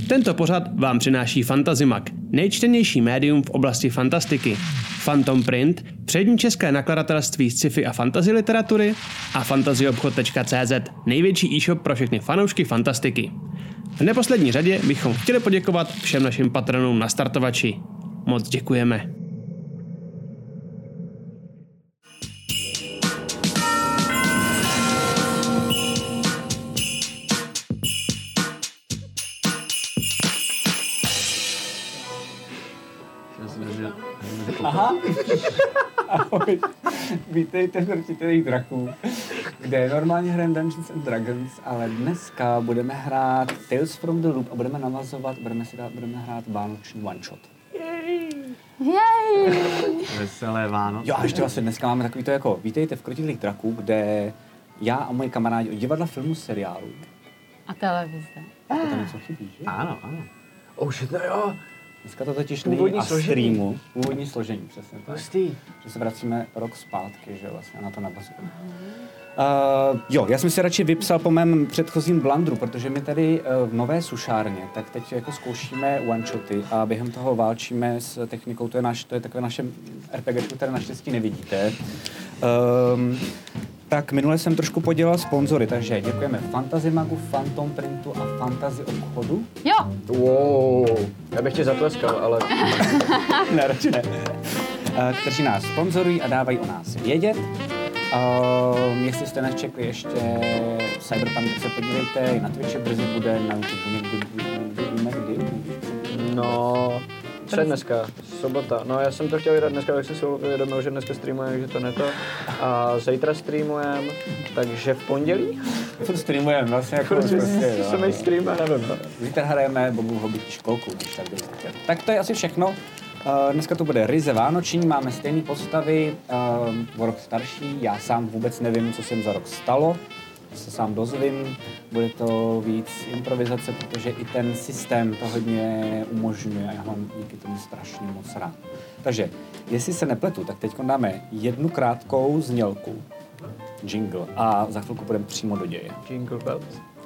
Tento pořad vám přináší Fantazimak, nejčtenější médium v oblasti fantastiky. Phantom Print, přední české nakladatelství sci-fi a fantasy literatury a fantazyobchod.cz, největší e-shop pro všechny fanoušky fantastiky. V neposlední řadě bychom chtěli poděkovat všem našim patronům na startovači. Moc děkujeme. Aha. Ahoj. Vítejte v Vrtitelích draků, kde normálně hrajeme Dungeons and Dragons, ale dneska budeme hrát Tales from the Loop a budeme navazovat, budeme hrát vánoční one shot. Jej! Veselé Vánoce. Jo, a ještě vlastně dneska máme takový to jako vítejte v Vrtitelích draků, kde já a moji kamarádi od divadla, filmu, seriálu. A televize. To tam něco chybí, že? Ano. Už to jo. Dneska to totiž Původní a složení. streamu. Původní složení, přesně tak. Hustý. Že se vracíme rok zpátky, že vlastně na to navazuju. Jo, já jsem si radši vypsal po mém předchozím blundru, protože my tady v nové sušárně, tak teď jako zkoušíme one-shoty a během toho válčíme s technikou, to je takové naše RPG, které naštěstí nevidíte. Tak minule jsem trošku podělal sponzory, takže děkujeme Fantazimagu, Phantom Printu a Fantasy obchodu. Jo! Wow. Já bych tě zatleskal, ale... Ne, radši ne. Kteří nás sponzorují a dávají o nás vědět. Jestli jste nečekli ještě Cyberpunk, tak se podívejte, i na Twitchi brzy bude, na YouTube někdy, víme kdy. No... Co je dneska? Sobota. No já jsem to chtěl vydat dneska, tak jsem si uvědomil, že dneska streamujeme, že to ne to. A zítra streamujeme, takže v pondělí? Furt streamujeme, vlastně jako prostě, Samej stream, nevím. Zítra hrajeme Bobu Hobbytí školku, když tak byste chtěli. Tak to je asi všechno. Dneska to bude ryze vánoční, máme stejné postavy, o rok starší, já sám vůbec nevím, co se jim za rok stalo, se sám dozvím, bude to víc improvizace, protože i ten systém to hodně umožňuje a já mám díky tomu strašně moc rád. Takže, jestli se nepletu, tak teď dáme jednu krátkou znělku, jingle, a za chvilku půjdeme přímo do děje. Jingle bells.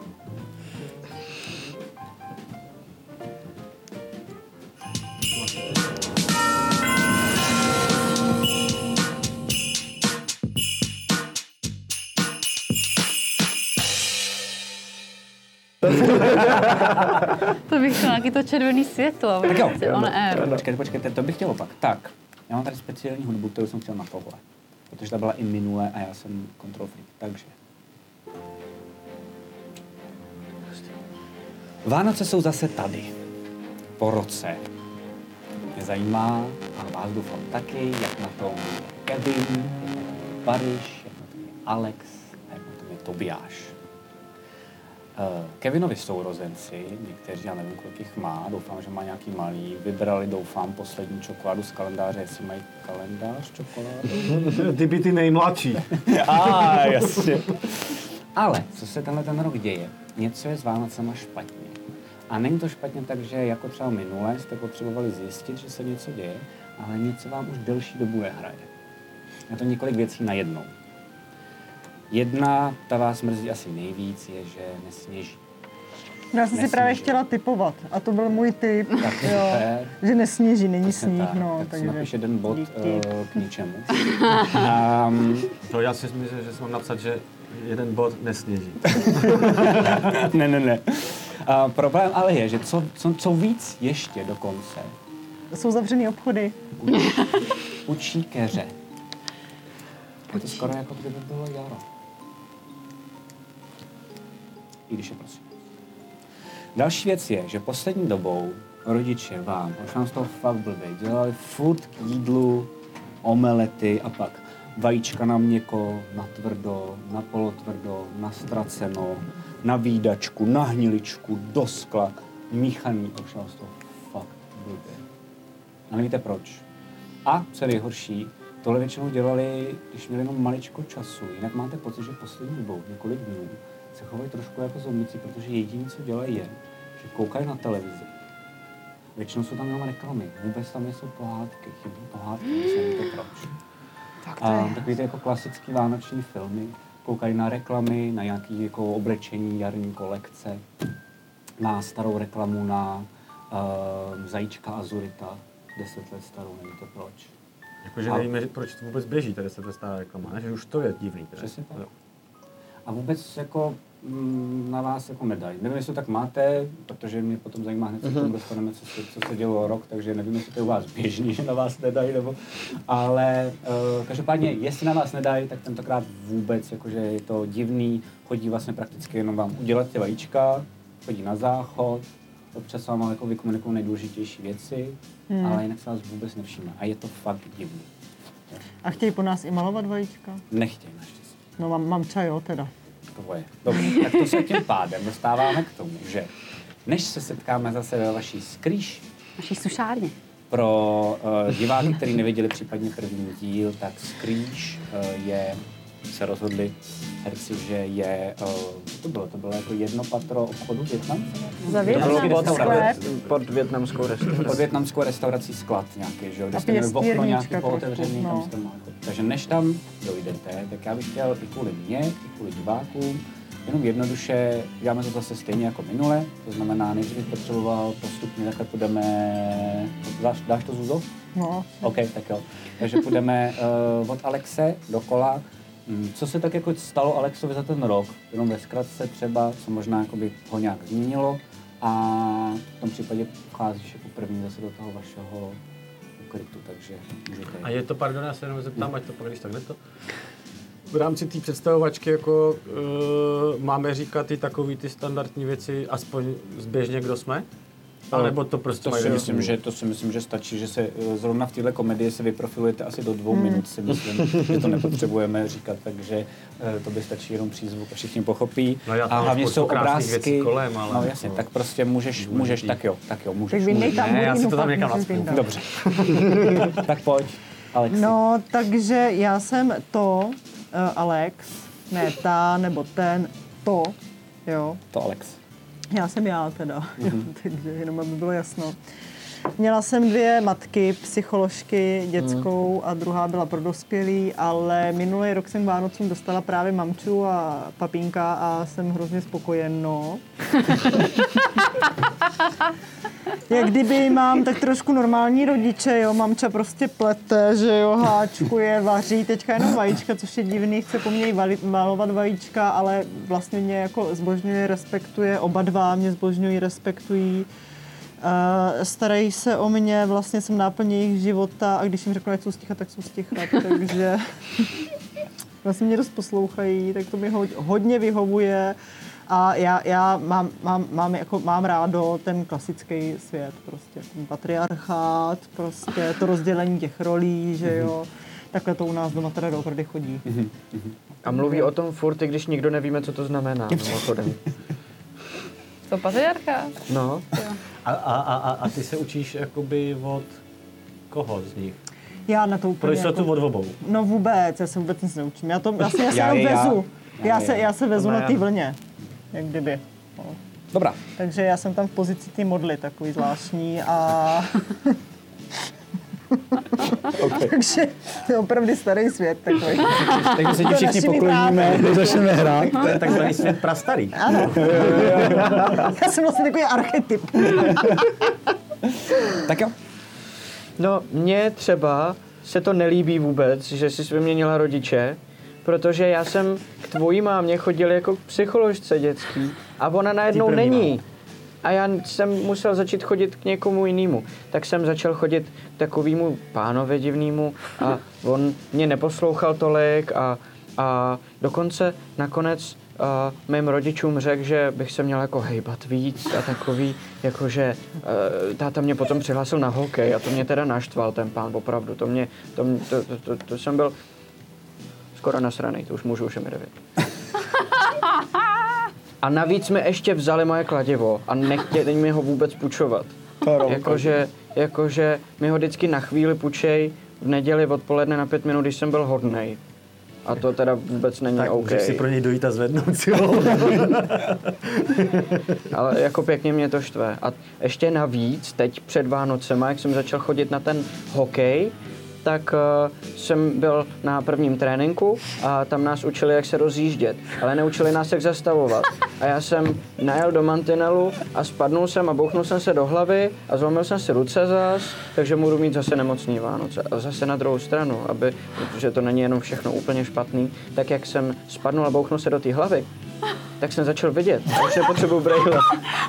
To bych chtěla nějaký to červený světlo. Tak jo. On air. Počkejte, to bych chtěl opak. Tak, já mám tady speciální hudbu, kterou jsem chtěl na tohle. Protože ta byla i minule a já jsem control freak, takže. Vánoce jsou zase tady. Po roce. Mě zajímá, a vás doufám taky, jak na tom je Kevin, jak na tom je Bariš, jak na tom je Alex a jak na tom je Tobiáš. Kevinovi sourozenci, někteří, já nevím, kolik jich má, doufám, že má nějaký malý, vybrali, doufám, poslední čokoládu z kalendáře, jestli mají kalendář čokoládu. Ty by ty nejmladší. Jasně. Ale co se ten rok děje? Něco je s Vánocema špatně. A není to špatně tak, že jako třeba minule jste potřebovali zjistit, že se něco děje, ale něco vám už delší dobu nehraje. Je to několik věcí najednou. Jedna, ta vás mrzí asi nejvíc, je, že nesněží. Já jsem si právě chtěla tipovat a to byl můj tip, jo, že nesněží, není sníh, tak, no. Tak si napiš jeden bod k ničemu. To já si myslím, že jsem mám napsat, že jeden bod nesněží. Ne. Problém ale je, že co víc ještě dokonce. Jsou zavřený obchody. Učí keře. Je to skoro jako kdyby bylo jaro. I když je prosím. Další věc je, že poslední dobou rodiče vám, už vám z toho fakt blbě, dělali furt k jídlu omelety a pak vajíčka na měko, na tvrdo, na polotvrdo, na ztraceno, na výdačku, na hniličku, do skla, míchaný, a už vám z toho fakt blbě. A nevíte proč. A co je nejhorší, tohle většinou dělali, když měli jenom maličko času. Jinak máte pocit, že poslední dobou, několik dnů, se chovají trošku jako zombíci, protože jediné, co dělají, je, že koukají na televizi. Většinou jsou tam jenom reklamy, vůbec tam nejsou pohádky, chybí pohádky, nevíte proč. Tak to je. Takový ty jako klasický vánoční filmy, koukají na reklamy, na nějaké jako oblečení, jarní kolekce. na starou reklamu na zajíčka Azurita, 10 let starou, nevíte proč. Jakože nevíme, proč to vůbec běží, tady se to stará reklama, ne? Že už to je divný. Přesně tak. A vůbec jako na vás jako nedají. Nevím, jestli to tak máte, protože mě potom zajímá hned, co tomu dostaneme, co se dělo rok, takže nevím, jestli to je u vás běžný, že na vás nedají, nebo... Ale každopádně, jestli na vás nedají, tak tentokrát vůbec, jakože je to divný, chodí vlastně prakticky jenom vám udělat ty vajíčka, chodí na záchod, občas vám jako vykomunikují nejdůležitější věci, ale jinak se vás vůbec nevšimne. A je to fakt divný. A chtějí po nás i malovat vajíčka? Nechtějí naštěstí. No mám čaj, jo, teda. Tvoje. Dobře, tak to se tím pádem dostáváme k tomu, že než se setkáme zase ve vaší skrýši, Naší sušárně. pro diváky, kteří neviděli případně první díl, tak skrýš se rozhodli herci, že je, to bylo jako jedno patro obchodu Vietnam? Za To bylo Vietnam. pod vietnamskou restaurací. Pod vietnamskou restaurací sklad nějaký, že jo, kde A jste měli okno pěstírnička nějaký trošku, pootevřený, no. tam jste mohli chodit. Takže než tam dojdete, tak já bych chtěl i kvůli mně, i kvůli divákům, jenom jednoduše, děláme to zase stejně jako minule, to znamená, nejdřív bych potřeboval postupně, takhle půjdeme, dáš to, Zuzo? No. OK, tak jo. Takže půjdeme od Alexe dokola. Co se tak jako stalo Alexovi za ten rok? Jenom ve zkratce třeba, co možná jakoby ho nějak změnilo a v tom případě vcházíš jako první zase do toho vašeho ukrytu, takže můžete. A je to, pardon, já se jenom zeptám, ať to pak, když tak ne to. V rámci té představovačky jako máme říkat i takový ty standardní věci, aspoň zběžně, kdo jsme? A nebo to prostě To si myslím, že stačí, že se zrovna v téhle komedii se vyprofilujete asi do 2 minut, si myslím, že to nepotřebujeme říkat, takže to by stačí jenom přízvuk a všichni pochopí. No já a hlavně jsou obrázky. Kolem, ale no jasně, tak prostě můžeš, tak jo, můžeš. Tak vyndej tam Ne, já si to tam fakt někam můžeš nacpu. vyndat. Dobře. Tak pojď, Alexi. No, takže já jsem Alex, ne ta, nebo ten, to, jo. To Alex. Já jsem já teda, takže jenom aby bylo jasno. Měla jsem 2 matky, psycholožky, dětskou a druhá byla pro dospělý, ale minulý rok jsem k Vánocům dostala právě mamču a papínka a jsem hrozně spokojen, no. Jak kdyby mám tak trošku normální rodiče, jo, mamča prostě plete, že jo, háčkuje, vaří, teďka jenom vajíčka, což je divný, chce po mně malovat vajíčka, ale vlastně mě jako zbožňuje, respektuje, oba dva mě zbožňují, respektují. Starají se o mě, vlastně jsem náplň jejich života a když jim řeknu, ať jsou sticha, tak jsou sticha, takže vlastně mě dost poslouchají, tak to mi hodně vyhovuje a já mám rádo ten klasický svět, prostě ten patriarchát, prostě to rozdělení těch rolí, že jo, takhle to u nás doma teda doopravdy chodí. A mluví o tom furt, i když nikdo nevíme, co to znamená. Mimochodem. To patriarcha. No. A ty se učíš jakoby od koho z nich? Já na to úplně Pro jistotu od obou. No vůbec, já se vůbec nic neučím. Já se jenom vezu. Já se vezu na té vlně, jak kdyby. No. Dobrá. Takže já jsem tam v pozici ty modly, takový zvláštní a... Okay. Takže to je opravdu starý svět takový. Takže se ti všichni pokloníme, začneme hrát. To je takzvaný svět prastarý. Ano. Já jsem vlastně takový archetyp. Tak jo. No, mně třeba se to nelíbí vůbec, že jsi vyměnila rodiče, protože já jsem k tvojí mámě chodil jako k psycholožce dětský a ona najednou není. A já jsem musel začít chodit k někomu jinému. Tak jsem začal chodit k takovému pánovi divnému a on mě neposlouchal tolik a dokonce nakonec mým rodičům řekl, že bych se měl jako hejbat víc a takový, jakože táta mě potom přihlásil na hokej a to mě teda naštval ten pán, opravdu. To jsem byl skoro nasranej, to už můžu, už je mi 9. A navíc mi ještě vzali moje kladivo a nechtěli mi ho vůbec půjčovat. Jakože mi ho vždycky na chvíli půjčej v neděli odpoledne na 5 minut, když jsem byl hodnej. A to teda vůbec není tak OK. můžeš si pro něj dojít a zvednout si ho. Ale jako pěkně mě to štve. A ještě navíc, teď před Vánocema, jak jsem začal chodit na ten hokej, tak jsem byl na prvním tréninku a tam nás učili, jak se rozjíždět, ale neučili nás, jak zastavovat. A já jsem najel do mantinelu a spadnul jsem a bouchnul jsem se do hlavy a zlomil jsem si ruce zas, takže budu mít zase nemocný Vánoce. A zase na druhou stranu, protože to není jenom všechno úplně špatný, tak jak jsem spadnul a bouchnul se do té hlavy, tak jsem začal vidět, takže potřebuji brejle.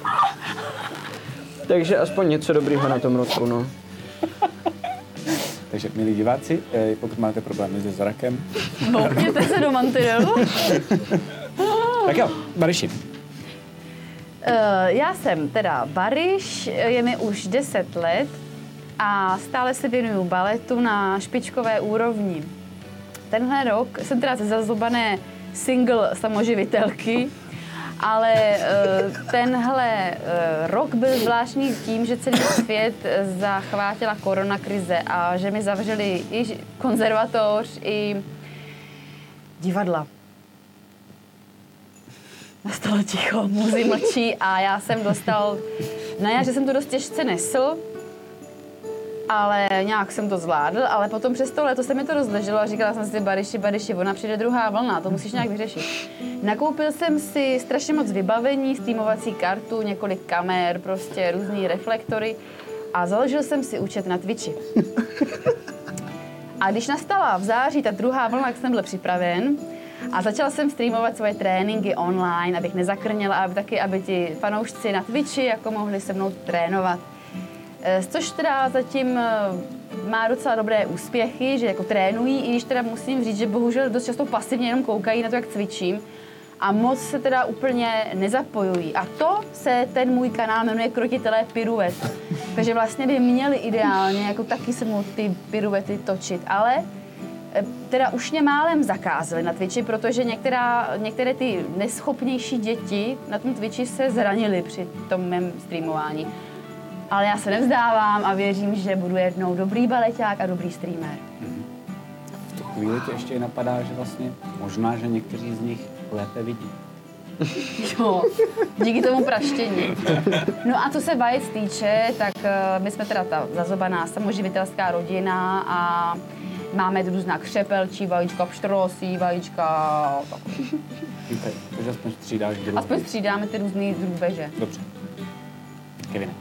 Takže aspoň něco dobrýho na tom roku, no. Takže, milí diváci, pokud máte problémy se zrakem... Bouchněte se do mantinelu. Tak jo, Baryši. Já jsem teda Baryš, je mi už 10 let a stále se věnuju baletu na špičkové úrovni. Tenhle rok jsem teda ze zazobané single samoživitelky, ale tenhle rok byl zvláštní tím, že celý svět zachvátila koronakrize a že mi zavřeli i konzervatoř, i divadla. Nastalo ticho, muzy mlčí a já jsem dostal, že jsem to dost těžce nesl, ale nějak jsem to zvládl, ale potom přes to léto se mi to rozleželo a říkala jsem si, Baryši, ona přijde druhá vlna, to musíš nějak vyřešit. Nakoupil jsem si strašně moc vybavení, streamovací kartu, několik kamer, prostě různý reflektory a založil jsem si účet na Twitchi. A když nastala v září ta druhá vlna, tak jsem byl připraven a začala jsem streamovat svoje tréninky online, abych nezakrněla, aby ti fanoušci na Twitchi jako mohli se mnou trénovat. Což teda zatím má docela dobré úspěchy, že jako trénují, i když teda musím říct, že bohužel dost často pasivně jenom koukají na to, jak cvičím a moc se teda úplně nezapojují. A to se ten můj kanál jmenuje Krotitelé piruet. Takže vlastně by měli ideálně jako taky se mnou ty piruety točit, ale teda už mě málem zakázali na Twitchi, protože některé ty neschopnější děti na tom Twitchi se zranily při tom mém streamování. Ale já se nevzdávám a věřím, že budu jednou dobrý baleťák a dobrý streamer. V tu chvíli tě ještě napadá, že vlastně možná, že někteří z nich lépe vidí. Jo, díky tomu praštění. No a co se vajec týče, tak my jsme teda ta zazobaná samoživitelská rodina a máme různá křepelčí vajíčka, pštrosí vajíčka. Okay, takže aspoň střídáš drůbež. Aspoň střídáme ty různý drůbeže. Dobře. Kevine.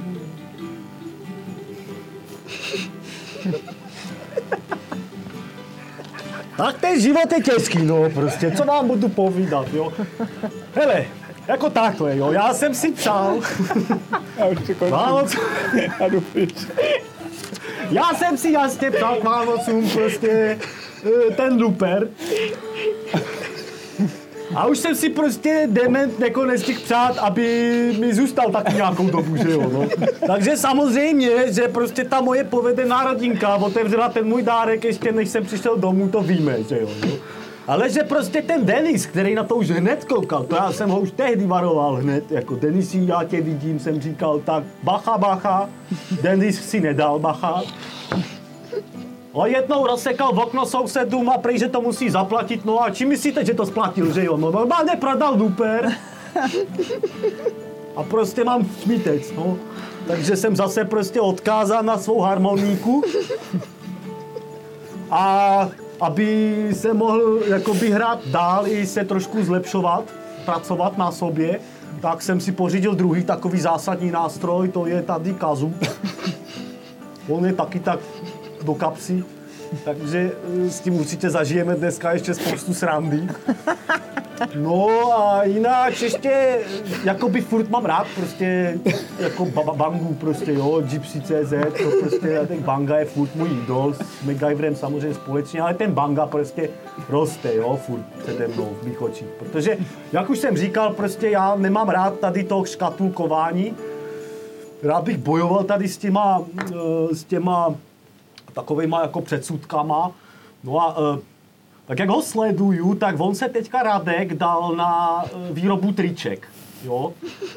Tak ten život je těžký, no prostě, co vám budu povídat, jo. Hele, jako takhle, jo, já jsem si přál. Já jsem si jasně přál k Vánocům prostě ten luper. A už jsem si prostě dement jako nestihl přát, aby mi zůstal taky nějakou dobu, že jo, no. Takže samozřejmě, že prostě ta moje povedená rodinka otevřela ten můj dárek ještě než jsem přišel domů, to víme, že jo, no. Ale že prostě ten Denis, který na to už hned koukal, to já jsem ho už tehdy varoval hned, jako Denisi, já tě vidím, jsem říkal, tak bacha, Denis si nedal bacha. A jednou rozsekal v okno sousedům a prej, že to musí zaplatit, no a čím myslíte, že to splatil, že jo? No normálně prodal duper. A prostě mám smítec, no. Takže jsem zase prostě odkázal na svou harmoniku. A aby se mohl jakoby hrát dál i se trošku zlepšovat, pracovat na sobě, tak jsem si pořídil druhý takový zásadní nástroj, to je tady kazu. On je taky tak do kapsy, takže s tím určitě zažijeme dneska ještě spoustu srandy. No a jinak ještě, jakoby furt mám rád prostě, jako Bangu prostě, jo, Gypsy.cz, to prostě, ten Banga je furt můj idol, s MacGyverem samozřejmě společně, ale ten Banga prostě roste, jo, furt přede mnou v mých očích, protože, jak už jsem říkal, prostě já nemám rád tady to škatulkování, rád bych bojoval tady s těma takovejma jako předsudkama. No a tak jak ho sleduju, tak on se teďka Radek dal na výrobu triček, jo.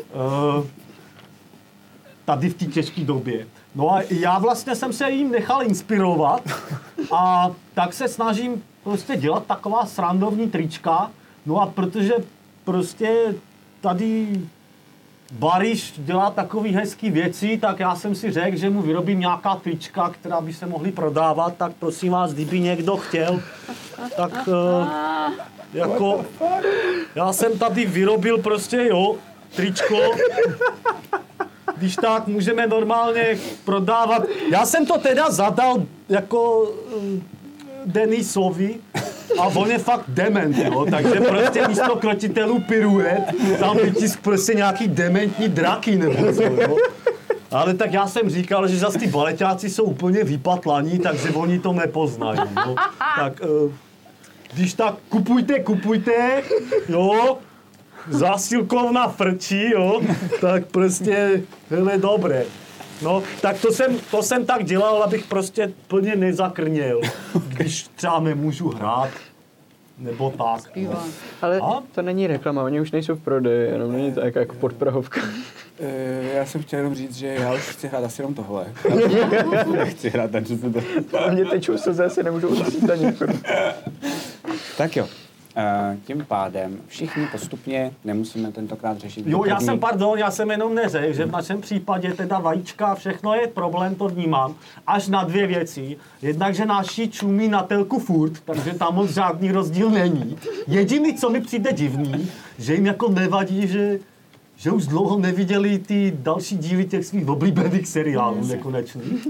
Tady v té těžké době. No a já vlastně jsem se jim nechal inspirovat a tak se snažím prostě dělat taková srandovní trička. No a protože prostě tady Baríš dělá takový hezký věci, tak já jsem si řekl, že mu vyrobím nějaká trička, která by se mohly prodávat, tak prosím vás, kdyby někdo chtěl, tak jako já jsem tady vyrobil prostě, jo, tričko, když tak můžeme normálně prodávat. Já jsem to teda zadal jako Denisovi a on je fakt dement, jo, takže prostě místo krotitelů piruet tam vytisk prostě nějaký dementní draky nebo co, jo. Ale tak já jsem říkal, že zase ty baleťáci jsou úplně vypatlaní, takže oni to nepoznají, jo. Tak když tak kupujte, jo, zásilkovna frčí, jo, tak prostě, hele, dobré. No, tak to jsem tak dělal, abych prostě plně nezakrněl, když třeba nemůžu hrát, nebo tak. No. Ale to není reklama, oni už nejsou v prodeji, jenom není to jako podprahovka. Já jsem chtěl jenom říct, že já už chci hrát asi jenom tohle. Nechci hrát, takže se to... A mě tečou slzy, asi nemůžu uzavřít ani. Tak jo. Tím pádem všichni postupně nemusíme tentokrát řešit. Jo, já jsem jenom neřekl, že v našem případě teda vajíčka, všechno je problém, to vnímám, až na dvě věci. Jednak, že naši čumí na telku furt, takže tam moc žádný rozdíl není. Jediný, co mi přijde divný, že jim jako nevadí, že už dlouho neviděli ty další díly těch svých oblíbených seriálů nekonečných.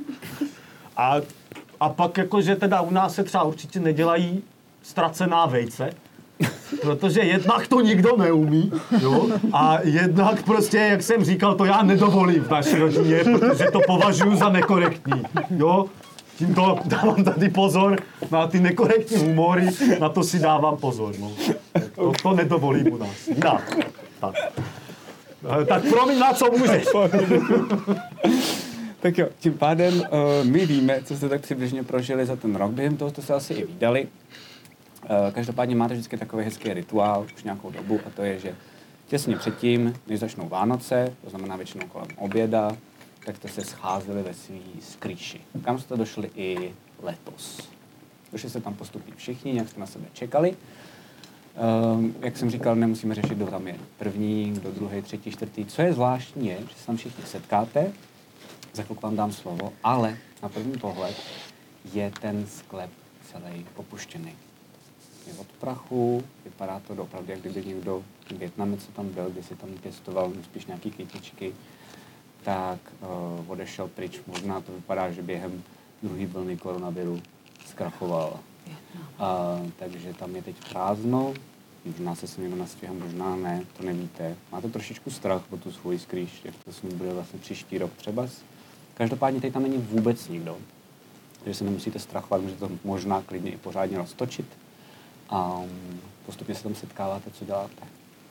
A pak jako, že teda u nás se třeba určitě nedělají ztracená vejce, protože jednak to nikdo neumí, jo, a jednak prostě, jak jsem říkal, to já nedovolím v naší rodině, protože to považuji za nekorektní, jo. Tímto dávám tady pozor na ty nekorektní humory, na to si dávám pozor, no. To nedovolím u nás. Tak promiň, na co můžeš. Tak jo, tím pádem my víme, co jste tak přibližně prožili za ten rok, během toho jste se asi i vídali. Každopádně máte vždycky takový hezký rituál už nějakou dobu a to je, že těsně předtím, než začnou Vánoce, to znamená většinou kolem oběda, tak jste se scházeli ve svý skrýši. Kam jste došli i letos. Došli se tam postupně všichni, jak jste na sebe čekali. Jak jsem říkal, nemusíme řešit, kdo tam je první, kdo druhý, třetí, čtvrtý. Co je zvláštní je, že se tam všichni setkáte, za chvilku vám dám slovo, ale na první pohled je ten sklep celý opuštěný. Je od prachu, vypadá to opravdu, jak kdyby někdo Vietnamec, co tam byl, kdy si tam pěstoval spíš nějaký kytičky, tak odešel pryč. Možná to vypadá, že během druhé vlny koronaviru zkrachoval. Takže tam je teď prázdno, možná se sem někdo nastěhá, možná ne, to nevíte. Máte trošičku strach o tu svoji skrýš, jak to s ním bude vlastně příští rok třeba. Každopádně teď tam není vůbec nikdo, takže se nemusíte strachovat, můžete to možná klidně i pořádně roztočit. A postupně se tam setkáváte, co děláte.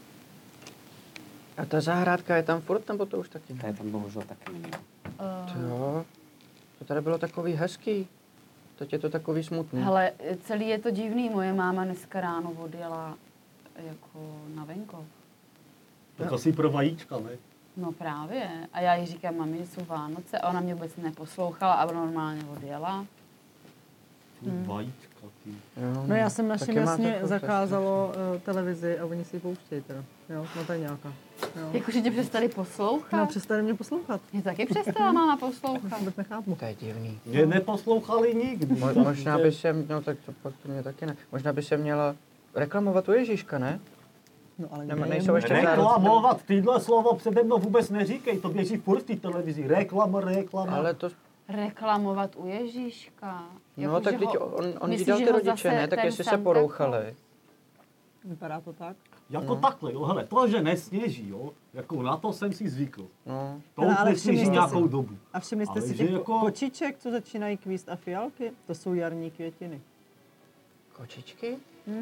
A ta zahrádka je tam furt, nebo to už taky? Ta je tam bohužel taky není. Jo, to tady bylo takový hezký. Teď je to takový smutný. Hele, celý je to divný. Moje máma dneska ráno odjela jako na venkov. Tak asi pro vajíčka, ne? No právě. A já jí říkám, mami, že jsou Vánoce a ona mě vůbec neposlouchala a normálně odjela. Vajíčka, ty. Jo, No já jsem našim taky má jasně takovou zakázalo televizi a oni si ji pouštějí teda. Jo, no to je nějaká. Jo. Jakože tě přestali poslouchat? No přestali mě poslouchat. Mě taky přestala máma poslouchat. Vůbec nechápu. To je divný. Mě neposlouchali nikdy. Možná by se, no tak to pak to mě taky ne. Možná by se měla reklamovat u Ježíška, ne? No ale Nejsou ještě Reklamovat, tyhle slovo přede mnou vůbec neříkej, to běží furt v té televizi. Reklama. Ale to, Reklamovat u Ježíška. no tak teď on jí dal ty rodiče, ne? Tak jestli se porouchali. Vypadá to tak? Jako takhle, jo, hele, to, že nesněží, jo, jako na to jsem si zvykl. No. To už Ale nesněží všimli jste nějakou si- dobu. A všimli jste Ale si že těch jako- kočiček, co začínají kvíst a fialky? To jsou jarní květiny. Kočičky?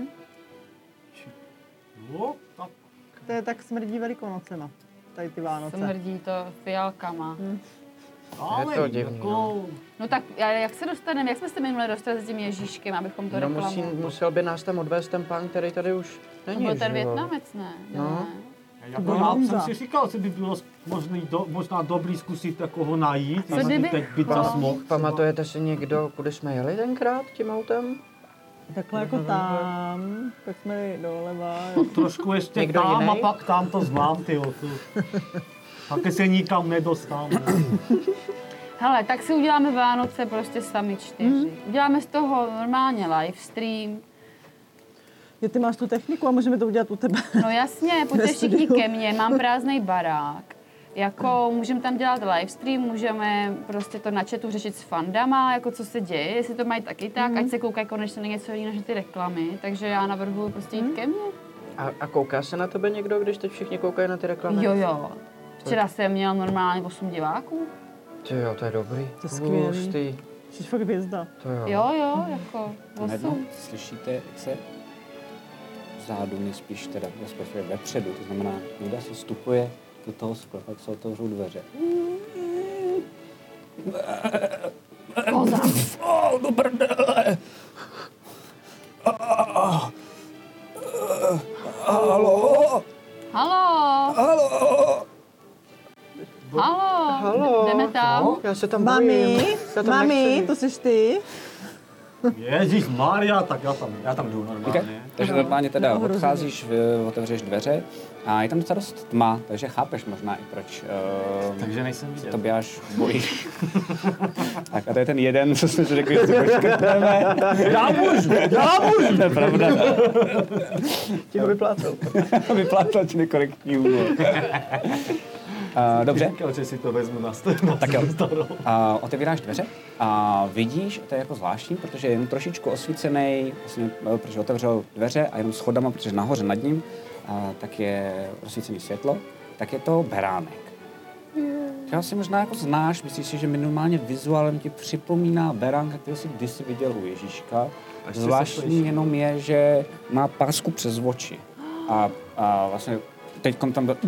No, tak To je tak smrdí Velikonocema. Tady ty Vánoce. Smrdí to fialkama. ale to divný, jako... No tak jak se dostaneme, jak jsme se minule dostali s tím Ježíškem, abychom to No reklamovali? musel by nás tam odvést ten pán, který tady už To není, byl ten že jo? Větnamec, ne? No. Jako já jsem si říkal, že by bylo možná dobrý zkusit takového najít, Co jestli kdyby- teď by zas mohl. Pamatujete si někdo, kudy jsme jeli tenkrát tím autem? Takhle jako tam, pak jsme doleva. Trošku ještě Někdo tam jiný? a pak tam to znám, tyjo. Taky se nikam nedostanu. Hele, tak si uděláme Vánoce prostě sami 4. Uděláme z toho normálně live stream. Jo, ty máš tu techniku a můžeme to udělat u tebe. No jasně, pojďte všichni ke mně, mám prázdnej barák. Jako můžeme tam dělat livestream, můžeme prostě to na chatu řešit s fandama, jako co se děje, jestli to mají taky tak, ať se koukají konečně na něco jiného než ty reklamy. Takže já navrhuji prostě jít ke mně. A kouká se na tebe někdo, když teď všichni koukají na ty reklamy? Jo. Včera jsem měl normálně 8 diváků. Jo, to je dobrý. To je skvělý. Hustý. Jsi fakt hvězda. To jo. Jo, jako Najednou 8. slyšíte, jak se vzadu, nejspíš teda respektive vepředu, to znamená, někdo se vstupuje do toho skla, tak se otevřou dveře. Koza. Do prdele! Halo? Halo, Halo? halo, jdeme tam. Já se tam bojím. Mami, Já tam mami, nechci. to jsi ty? Ježíš Maria, tak já tam jdu normálně. Okay. Takže normálně teda odcházíš, otevřeš dveře a je tam docela dost tma, takže chápeš možná i proč Takže nejsem vidět. Tobiáš bojí. Tak a to je ten jeden, co jsme si řekli, že si počkrtneme. Já můžu! To je pravda. Ti ho vyplácel. Vyplácal ti nekorektní úvod. Dobře. Říkal, že si to vezmu na Tak jo. Otevíráš dveře a vidíš, to je jako zvláštní, protože je jen trošičku osvícený, vlastně, protože otevřel dveře a jenom schodama, protože nahoře nad ním, tak je osvícený světlo, tak je to beránek. Ty ho si možná jako znáš, myslíš si, že minimálně vizuálem ti připomíná beránka, který jsi kdysi viděl u Ježíška. Zvláštní jenom je, že má pásku přes oči. A vlastně teďkom tam byl...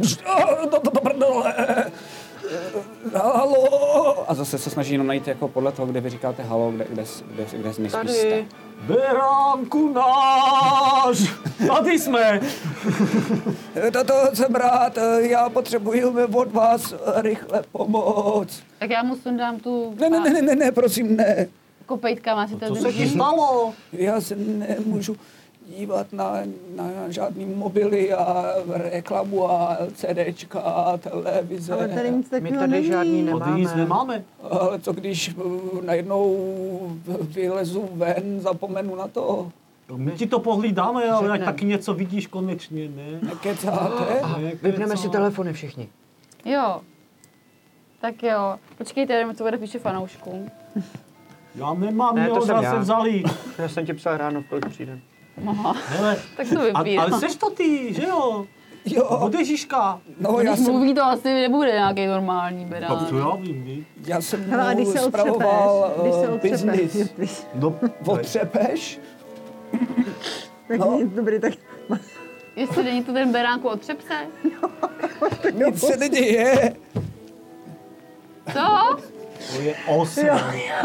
Halo! A zase se snaží jenom najít jako podle toho, kde vy říkáte halo, kde nejspíš jste. Tady. Beránku náš! Tady jsme! Toto jsem rád, já potřebuji od vás rychle pomoc. Tak já mu sundám tu Ne, prosím, ne. kopejtka, má si to Co se ti stalo? Já se nemůžu dívat na žádný mobily a reklamu a CDčka a televize. Ale tady nic My takového tady není. žádný Tady nic nemáme. nemáme. Ale co když najednou vylezu ven, zapomenu na to? My ti to pohlídáme, ale ať Řeknem. taky něco vidíš konečně, ne? Nekecáte? Vypneme si telefony všichni. Jo. Tak jo. Počkejte, jdeme, co bude píše fanouškům. Já nemám, Ne, ne, to jsem zase já. vzali. Já jsem ti psal ráno, v kolik přijde. Hele, Tak to vypíra. ale seš to ty, že jo? Jo, Od Ježíška. no já Když jsem, mluví, to asi nebude nějaký normální berán. Tak co já vím, víš? já jsem Hele, a když mu se spravoval otřepeš, když se otřepeš, business. No, Otřepeš? tak No. nic, dobrý, tak Jestli není to ten beránku otřep se? Nic se neděje. Co? to je osa.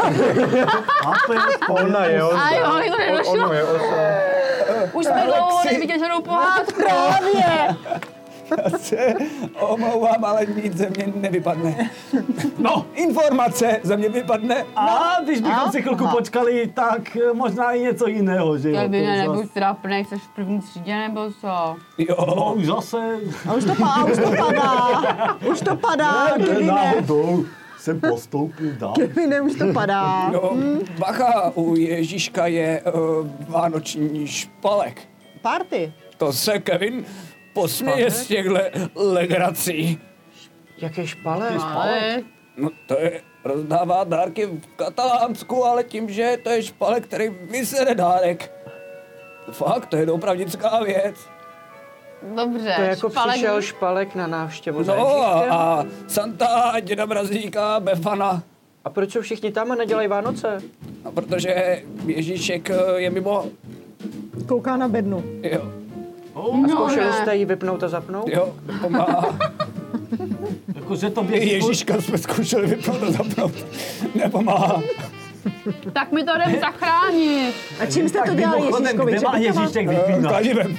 Ona je osa. A jo, mi to nedošlo. Ono je osa. Už jsme dlouho neviděli žádnou pohádku. právě. Já se omlouvám, ale nic ze mě nevypadne. No, Informace ze mě vypadne. a když bychom si chvilku počkali, tak možná i něco jiného, že jo? Jak by To ne, zas- nebuď trapnej, chceš v první třídě nebo co? Jo. No, už zase. A už to padá. Už to padá, Kevine. Náhodou jsem postoupil dál. Kevine, už to padá. Jo, bacha, u Ježíška je vánoční špalek. Party. To se Kevin posměje z těchto legrací. Jaký špalek. Ale No to je, rozdává dárky v Katalánsku, ale tím, že to je špalek, který vysede dárek. Fakt, to je opravdická věc. dobře, To jako špalek. přišel špalek na návštěvu za No Ježíškem. a Santa, děda Mrazíka, Befana. A proč jsou všichni tam a nedělají Vánoce? No, protože Ježíšek je mimo. Kouká na bednu. Jo, A zkoušeli ne. jste ji vypnout a zapnout? jo, pomáhá. Jakože to běží. Ježíška jsme zkoušeli vypnout a zapnout. Nepomáhá. Tak mi to jdem zachránit. A čím jste to dělali, Ježíškovi? Kde má Čepikama? Ježíšek vypínat? Kladivem.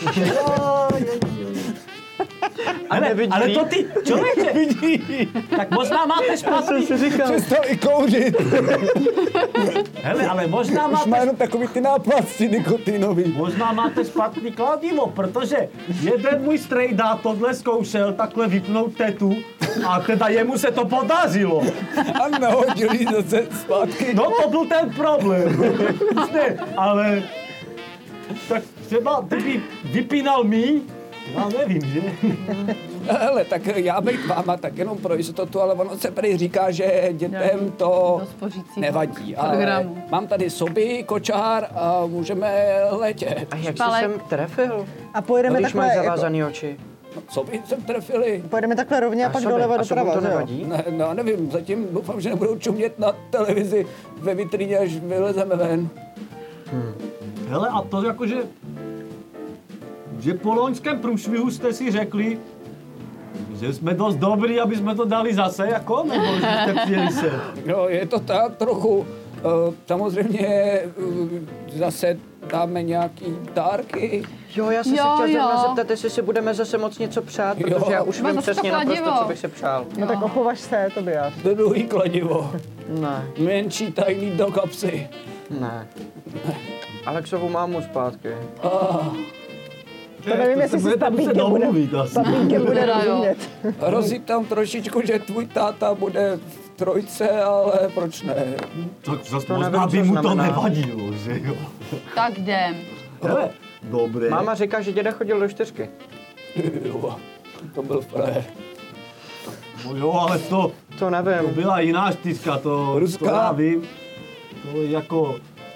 Ale to ty, člověče, tak možná máte špatný. Přestal i kouřit. Hele, ale možná Už má máte, jenom takový ty náplasty nikotinový. možná máte špatný kladivo, protože jeden můj strejda tohle zkoušel takhle vypnout tetu a teda jemu se to podařilo. A nahodil jí zase zpátky. No to byl ten problém. Ne, ale tak třeba kdyby vypínal míň, já nevím, že? Hele, tak já bych váma tak jenom pro jistotu, ale ono se tady říká, že dětem to Do spořícího nevadí. Ale programu. mám tady soby, kočár a můžeme letět. A jak Špalek. jsi sem trefil? A pojedeme Když máš takhle, zavázaný oči. Soby jsem trefili. pojedeme takhle rovně a pak sobě. doleva A sobou doprava, to že jo? nevadí? Ne, no, nevím, zatím doufám, že nebudou čumět na televizi ve vitríně, až vylezeme ven. Hele, a to jakože, že po loňském průšvihu jste si řekli, že jsme dost dobrý, aby jsme to dali zase, jako? Nebo že jste přijeli se? No, je to tak trochu. Samozřejmě zase dáme nějaký dárky. Jo, já jsem se Jo, chtěl jo. zrovna zeptat, jestli si budeme zase moc něco přát, protože já už Třeba vím zase přesně to naprosto, kladivo. co bych se přál. No tak ochovaš se, Tobiáš. To druhý kladivo. Ne, Menší tajný do kapsy. ne. Alexovu mámu zpátky. To nevím, jestli si s papínkem bude, asi. papínkem bude Teda jo. rozumět. Hrozí tam trošičku, že tvůj táta bude v trojce, ale proč ne? Tak zase To možná nevím, by co mu to znamená. nevadilo, že jo? Tak jdem. Hele, dobré. Máma říká, že děda chodil do 4. Jo, to byl frajer. No jo, ale to To nevím. byla jiná čtyřka, to Ruská? já vím. To je jako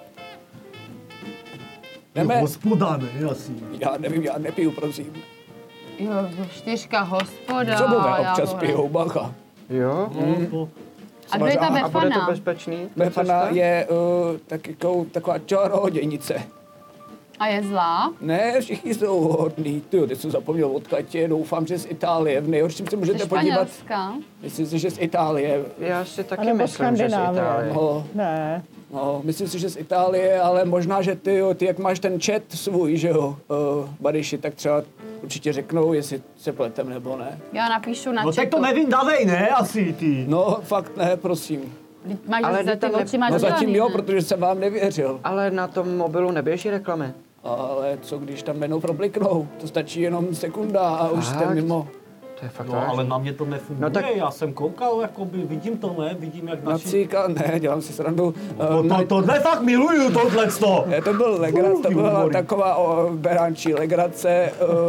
Jdeme? hospoda, ne, asi. Já nevím, já nepiju, prosím. Jo, 4 hospoda. Sobové já občas vole. pijou, bacha. Jo? A kdo je ta A bude to Befana? bezpečný? Befana je taková čarodějnice. A je zlá? Ne, všichni jsou hodný. Tyjo, teď jsem zapomněl odkud je, doufám, že z Itálie. V nejhorším se můžete Ze podívat. Španělska? Myslím si, že z Itálie. Já si taky nebo myslím, že z Skandinávie. Itálie. No, Ne. no, myslím si, že z Itálie, ale možná, že ty jak máš ten chat svůj, že jo, Badyši, tak třeba určitě řeknou, jestli se pletem nebo ne. Já napíšu na No tak to chatu. nevím, dávej, ne, asi ty. No, fakt ne, prosím. Máš Ale za ty ty tam oči máš No zatím zelený, jo, ne? protože jsem vám nevěřil. Ale na tom mobilu neběží reklamy. Ale co když tam jenom probliknou? To stačí jenom sekunda a už jste Fakt? mimo. To je fakt No, vážný. ale na mě to nefunguje, No tak- já jsem koukal, jakoby, vidím to, ne, vidím, jak naši... Nacíka, ne, dělám si srandu. Tohle fakt miluju, tohleto. Ne, to byl legrace, to Ty byla humory. taková beránčí legrace.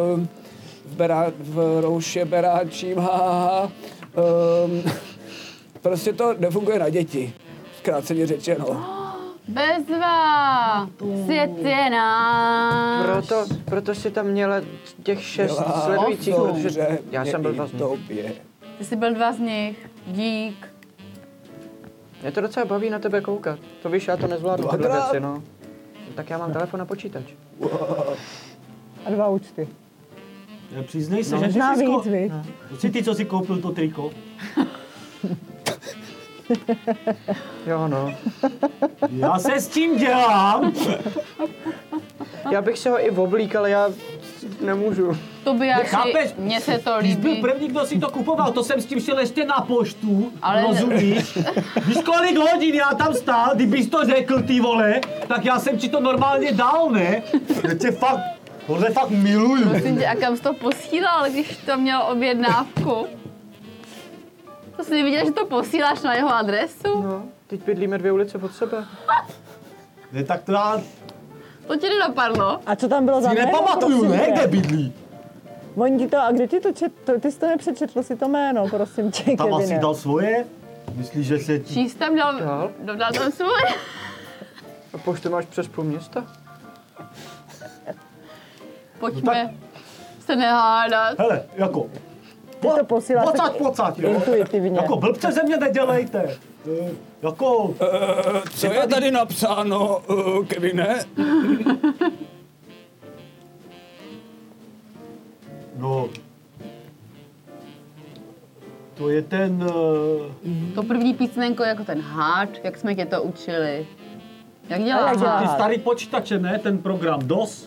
V rouše beránčím, prostě to nefunguje na děti, zkráceně řečeno. Bezva! Svět je náš. Proto si tam měla těch 6 Dělá sledujících, dobře, protože já jsem byl i vlastně. tobě. Ty jsi byl 2 z nich. Dík. Mě to docela baví na tebe koukat. To víš, já to nezvládnu tyhle Dvakrát? věci, no. Tak já mám telefon a počítač. A 2 účty. Přiznej se, No, že možná jsi víc, víc. Jsi ty, co si koupil to triko? Jo, no. Já se s tím dělám. Já bych se ho i oblík, ale já nemůžu. Tobiáši, Chápeš? mně se to Když byl líbí. první, kdo si to kupoval, to jsem s tím šel ještě na poštu, Ale- rozumíš? Víš, kolik hodin já tam stál, kdybys to řekl, ty vole, tak já jsem ti to normálně dal, ne? Tohle fakt miluju. Prosím tě, a kam jsi to posílal, když to měl objednávku? To jsi neviděl, že to posíláš na jeho adresu? No, teď bydlíme 2 ulice od sebe. Ne, tak to já To ti nedopadlo. A co tam bylo za si jméno, nepamatuju, prosím ne, tě? kde bydlí. Oni ti to, a kde ti to ty jsi to nepřečetl si to jméno, prosím tě, Tam asi Kevine. dal svoje? Myslíš, že se ti... Číst tam dal, Dal? dodal tam svoje. A poštu máš přes půl města? Pojďme se nehádat. Hele, jako... Ty to posíláš tak Pocať, jo. intuitivně. Jako blbce ze mě nedělejte. Jako... Co je tady napsáno, Kevine? No... To je ten... To první písmenko jako ten háč, jak jsme tě to učili. Jak A děláš jak dělá? Ty háč? starý počítače, ne? Ten program DOS.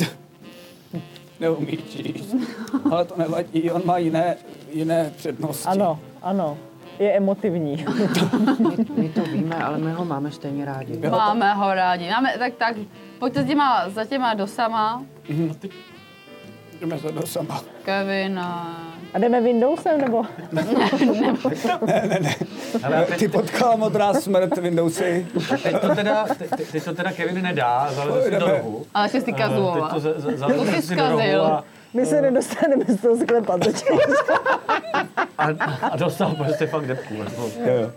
Neumí číst. Ale to nevadí, on má jiné přednosti. Ano, ano. je emotivní. My to víme, ale my ho máme stejně rádi. Máme ho rádi. Tak, pojďte za těma dosama. Jdeme se do sama. Kevin A jdeme Windowsem, nebo? Ty potkala modrá smrt Windowsy. Teď to teda Kevin nedá, zaleze si do rohu. Ale jsi si kazuoval. Teď to To zaleze jsi si do rohu zkazil. My se nedostaneme z toho sklepa, a dostal prostě fakt depku. Jako. Jo.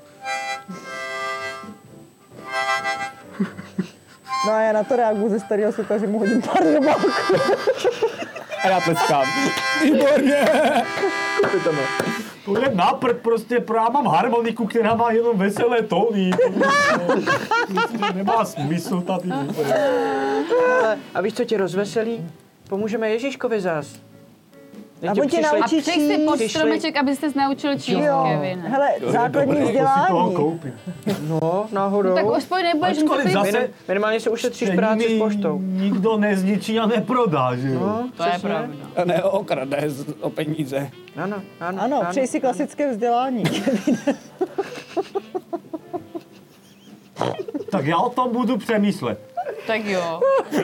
No a já na to reaguju ze starého světa, že mu hodím pár do balku. A já tleskám. Výborně! To je napřed prostě, já mám harmoniku, která má jenom veselé tóny. To nemá smysl tady. A víš, co tě rozveselí? Pomůžeme Ježíškovi zás. A on tě A naučí přijď si pod Přišli- stromeček, abyste se naučil číst, Jo, Kevin. hele, základní Si toho vzdělání. koupím. No, náhodou. Tak aspoň nebudeš Ačkoliv muset zase- být... Minimálně si ušetříš práci s poštou. Nikdo nezničí a neprodá, že jo? No, To je přesně. pravda. A ne okrade o peníze. Ano, přeji si klasické vzdělání. Tak já o tom budu přemýšlet. Tak jo.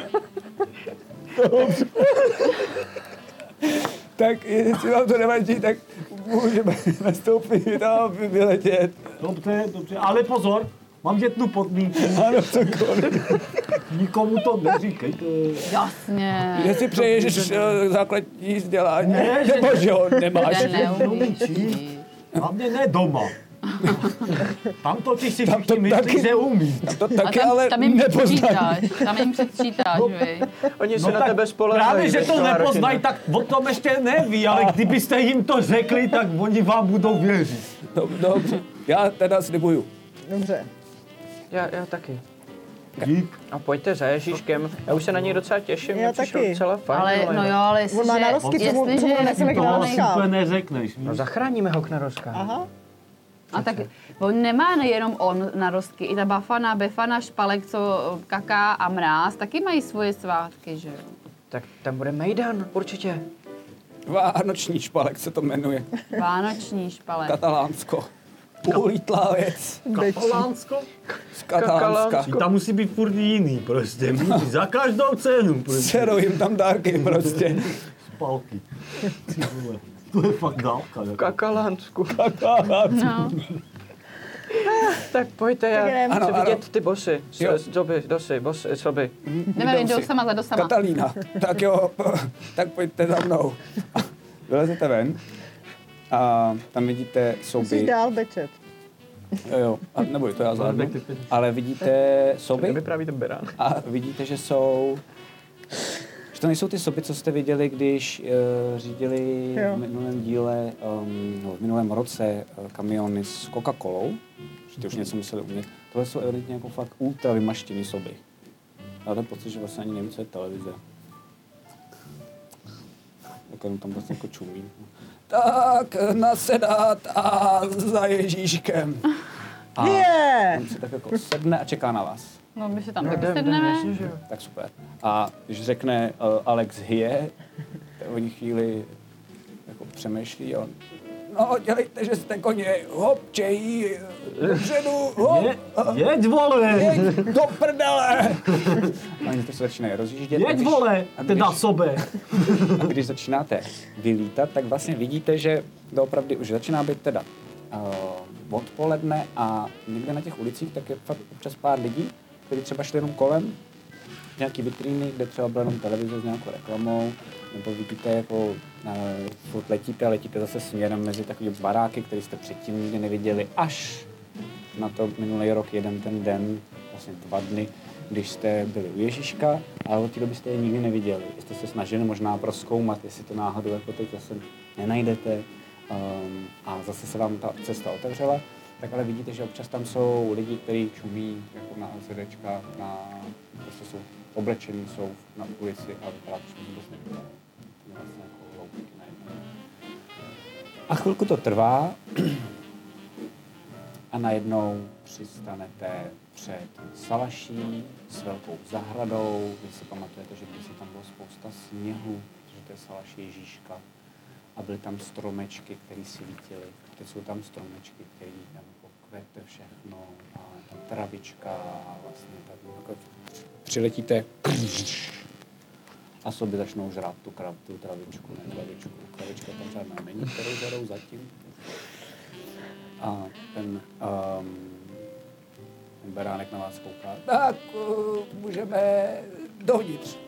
Tak jestli vám to nevadí, tak můžeme nastoupit a vyletět. Dobře, ale pozor, mám jednu podmínku. Ano, cokoliv. Nikomu to neříkejte. Jasně. Jestli přeješ základní vzdělání, Ne, že- nebo že ho nemáš. Ten neumí číst. číst. Hlavně ne doma. Tam totiž si Tam to všichni myslí, taky- že umí. To A taky ale tam jim nepoznají. předčítáš. Tam jim předčítáš, vej. Oni se na tebe spolehají. právě, že víš, to na nepoznají, rodinu. tak o tom ještě neví, ale kdybyste jim to řekli, tak oni vám budou věřit. Dobře, já teda slibuju. Dobře. Já taky. Dík. A pojďte za Ježíškem. Já už se na něj docela těším. Já mě přišel taky. docela fajn. Ale, no jo, ale On má narozky, co mu neseme k To nánoskám. super neřekneš. No zachráníme ho k narozkám. Aha. A tak on nemá nejenom on narostky, i ta Befana, Špalek, co Kaká a Mráz, taky mají svoje svátky, že jo? Tak tam bude Mejdan, určitě. Vánoční špalek se to jmenuje. Vánoční Špalek. Katalánsko. Půlítlá věc. Katalánsko? Z Katalánska. Tam musí být furt jiný prostě. Musí za každou cenu prostě. Serou jim tam dárky prostě. Spalky. Ty vole, to je fakt dálka. V Kakalánsku. No. Tak pojďte, já jdem. chci Ano, vidět ty bosy. Jo. Soby. Jdeme Windowsama za dosama. Katalína. Tak jo, tak pojďte za mnou. Vylezete ven a tam vidíte Musíš souby. dál bečet. Jo, a neboj, to já zvládnu. Ale vidíte soby Vypráví ten berán. a vidíte, že to nejsou ty soby, co jste viděli, když řídili Jo. v minulém díle, v minulém roce kamiony s Coca-Colou, že ty už něco museli umět. Tohle jsou evidentně jako fakt ultra vymaštěný soby. Já mám pocit, že vlastně ani nevím, co je televize. Tak jenom tam vlastně jako čumí. Tak, nasedat a za Ježíškem. A Je! on si tak jako sedne a čeká na vás. No, my si tam taky sedneme. Tak super. A když řekne Alex Hie, tak oni chvíli jako přemýšlí a on, no dělejte, že jste koně, hop, čejí, dopředu, hop, Jeď vole! jeď do prdele. A oni to se začínají rozjíždět. Jeď vole! Teda sobe! A když začínáte vylítat, tak vlastně vidíte, že doopravdy už začíná být teda odpoledne a někde na těch ulicích tak je fakt občas pár lidí, kteří třeba šli jenom kolem, nějaký vitríny, kde třeba byla jenom televize s nějakou reklamou, nebo vidíte jako furt letíte zase směrem mezi takový baráky, který jste předtím nikdy neviděli, až na to minulý rok jeden ten den, vlastně 2 dny, když jste byli u Ježíška, ale od té doby jste je nikdy neviděli. Jste se snažili možná prozkoumat, jestli to náhodou jako teď zase nenajdete a zase se vám ta cesta otevřela, tak ale vidíte, že občas tam jsou lidi, kteří čumí jako na LCDčka, prostě jsou oblečení, jsou na ulici a vypadá to, že vůbec nevypadá. Vlastně jako loupíky najednou. A chvilku to trvá a najednou přistanete před salaší s velkou zahradou. Vy si pamatujete, že když tam bylo spousta sněhu, že to je salaš Ježíška. a byly tam stromečky, které svítily. Teď jsou tam stromečky, které tam kvete všechno a tam travička a vlastně tak jako přiletíte a sobě začnou žrát tu travičku, ne travičku. Travička tam žádná není, kterou žerou zatím. A ten beránek na vás kouká. Tak, můžeme dovnitř.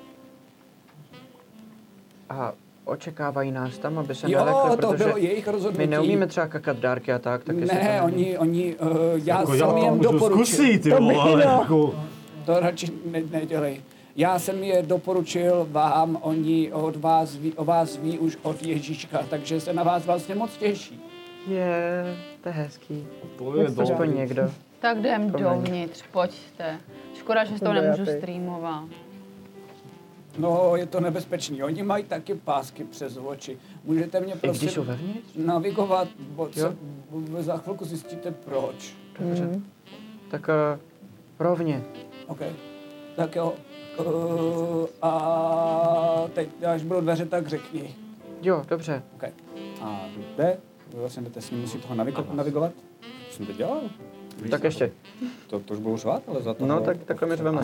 A očekávají nás tam, aby se Jo, nelekli, to protože bylo jejich rozhodnutí. my neumíme třeba kakat dárky a tak jestli Ne, to já Jako jsem já to jim můžu doporučil. zkusit, jo, ale jako... To radši nedělej. Já jsem je doporučil vám, oni o vás ví už od Ježíška, takže se na vás vlastně moc těší. to je hezký. To je Aspoň dobrý. někdo. Tak jdem Promiň. dovnitř, pojďte. Škoda, že z toho nemůžu streamovat. No, je to nebezpečný. Oni mají taky pásky přes oči. Můžete mě I když prosím jsou vevnitř? navigovat, Jo. za chvilku zjistíte proč. Dobře. Tak rovně. OK. Tak jo. A teď, až budou dveře, tak řekni. Jo, dobře. OK. A jde. Vy vlastně jdete s ním, musí toho navigovat. Co jsem to dělal? Tak ještě. To už budu řvát, ale za to. No, tak takhle mi řveme.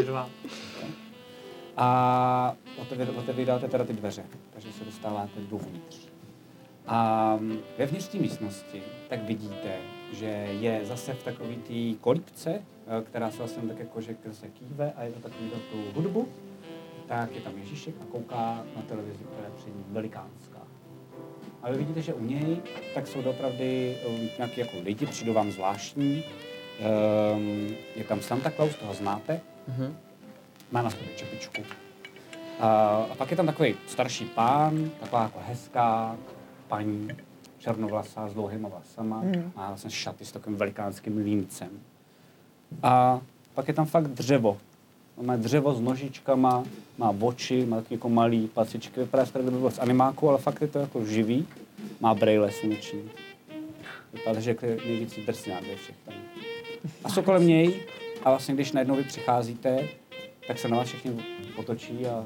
A otevíráte teda ty dveře, takže se dostáváte dovnitř. A vevnitř té místnosti tak vidíte, že je zase v takový té kolípce, která se vlastně tak jako, že se kýve a je to takový tu hudbu, tak je tam Ježíšek a kouká na televizi, která je před ním velikánská. A vy vidíte, že u něj tak jsou doopravdy nějaký jako lidi, přijdou vám zvláštní. Je tam Santa Claus, toho znáte. Má na sobě čepičku. A pak je tam takový starší pán, taková jako hezká paní, černovlasá s dlouhýma vlasama, má vlastně šaty s takovým velikánským límcem. A pak je tam fakt dřevo. Má dřevo s nožičkama, má oči, má taky jako malý pacičky, vypadá skoro, kdyby byl z animáku, ale fakt je to jako živý. Má brejle sluneční. Vypadá, že je nejvíc drsňák ze všech tam. A jsou kolem něj a vlastně když najednou vy přicházíte, tak se na vás všichni otočí a...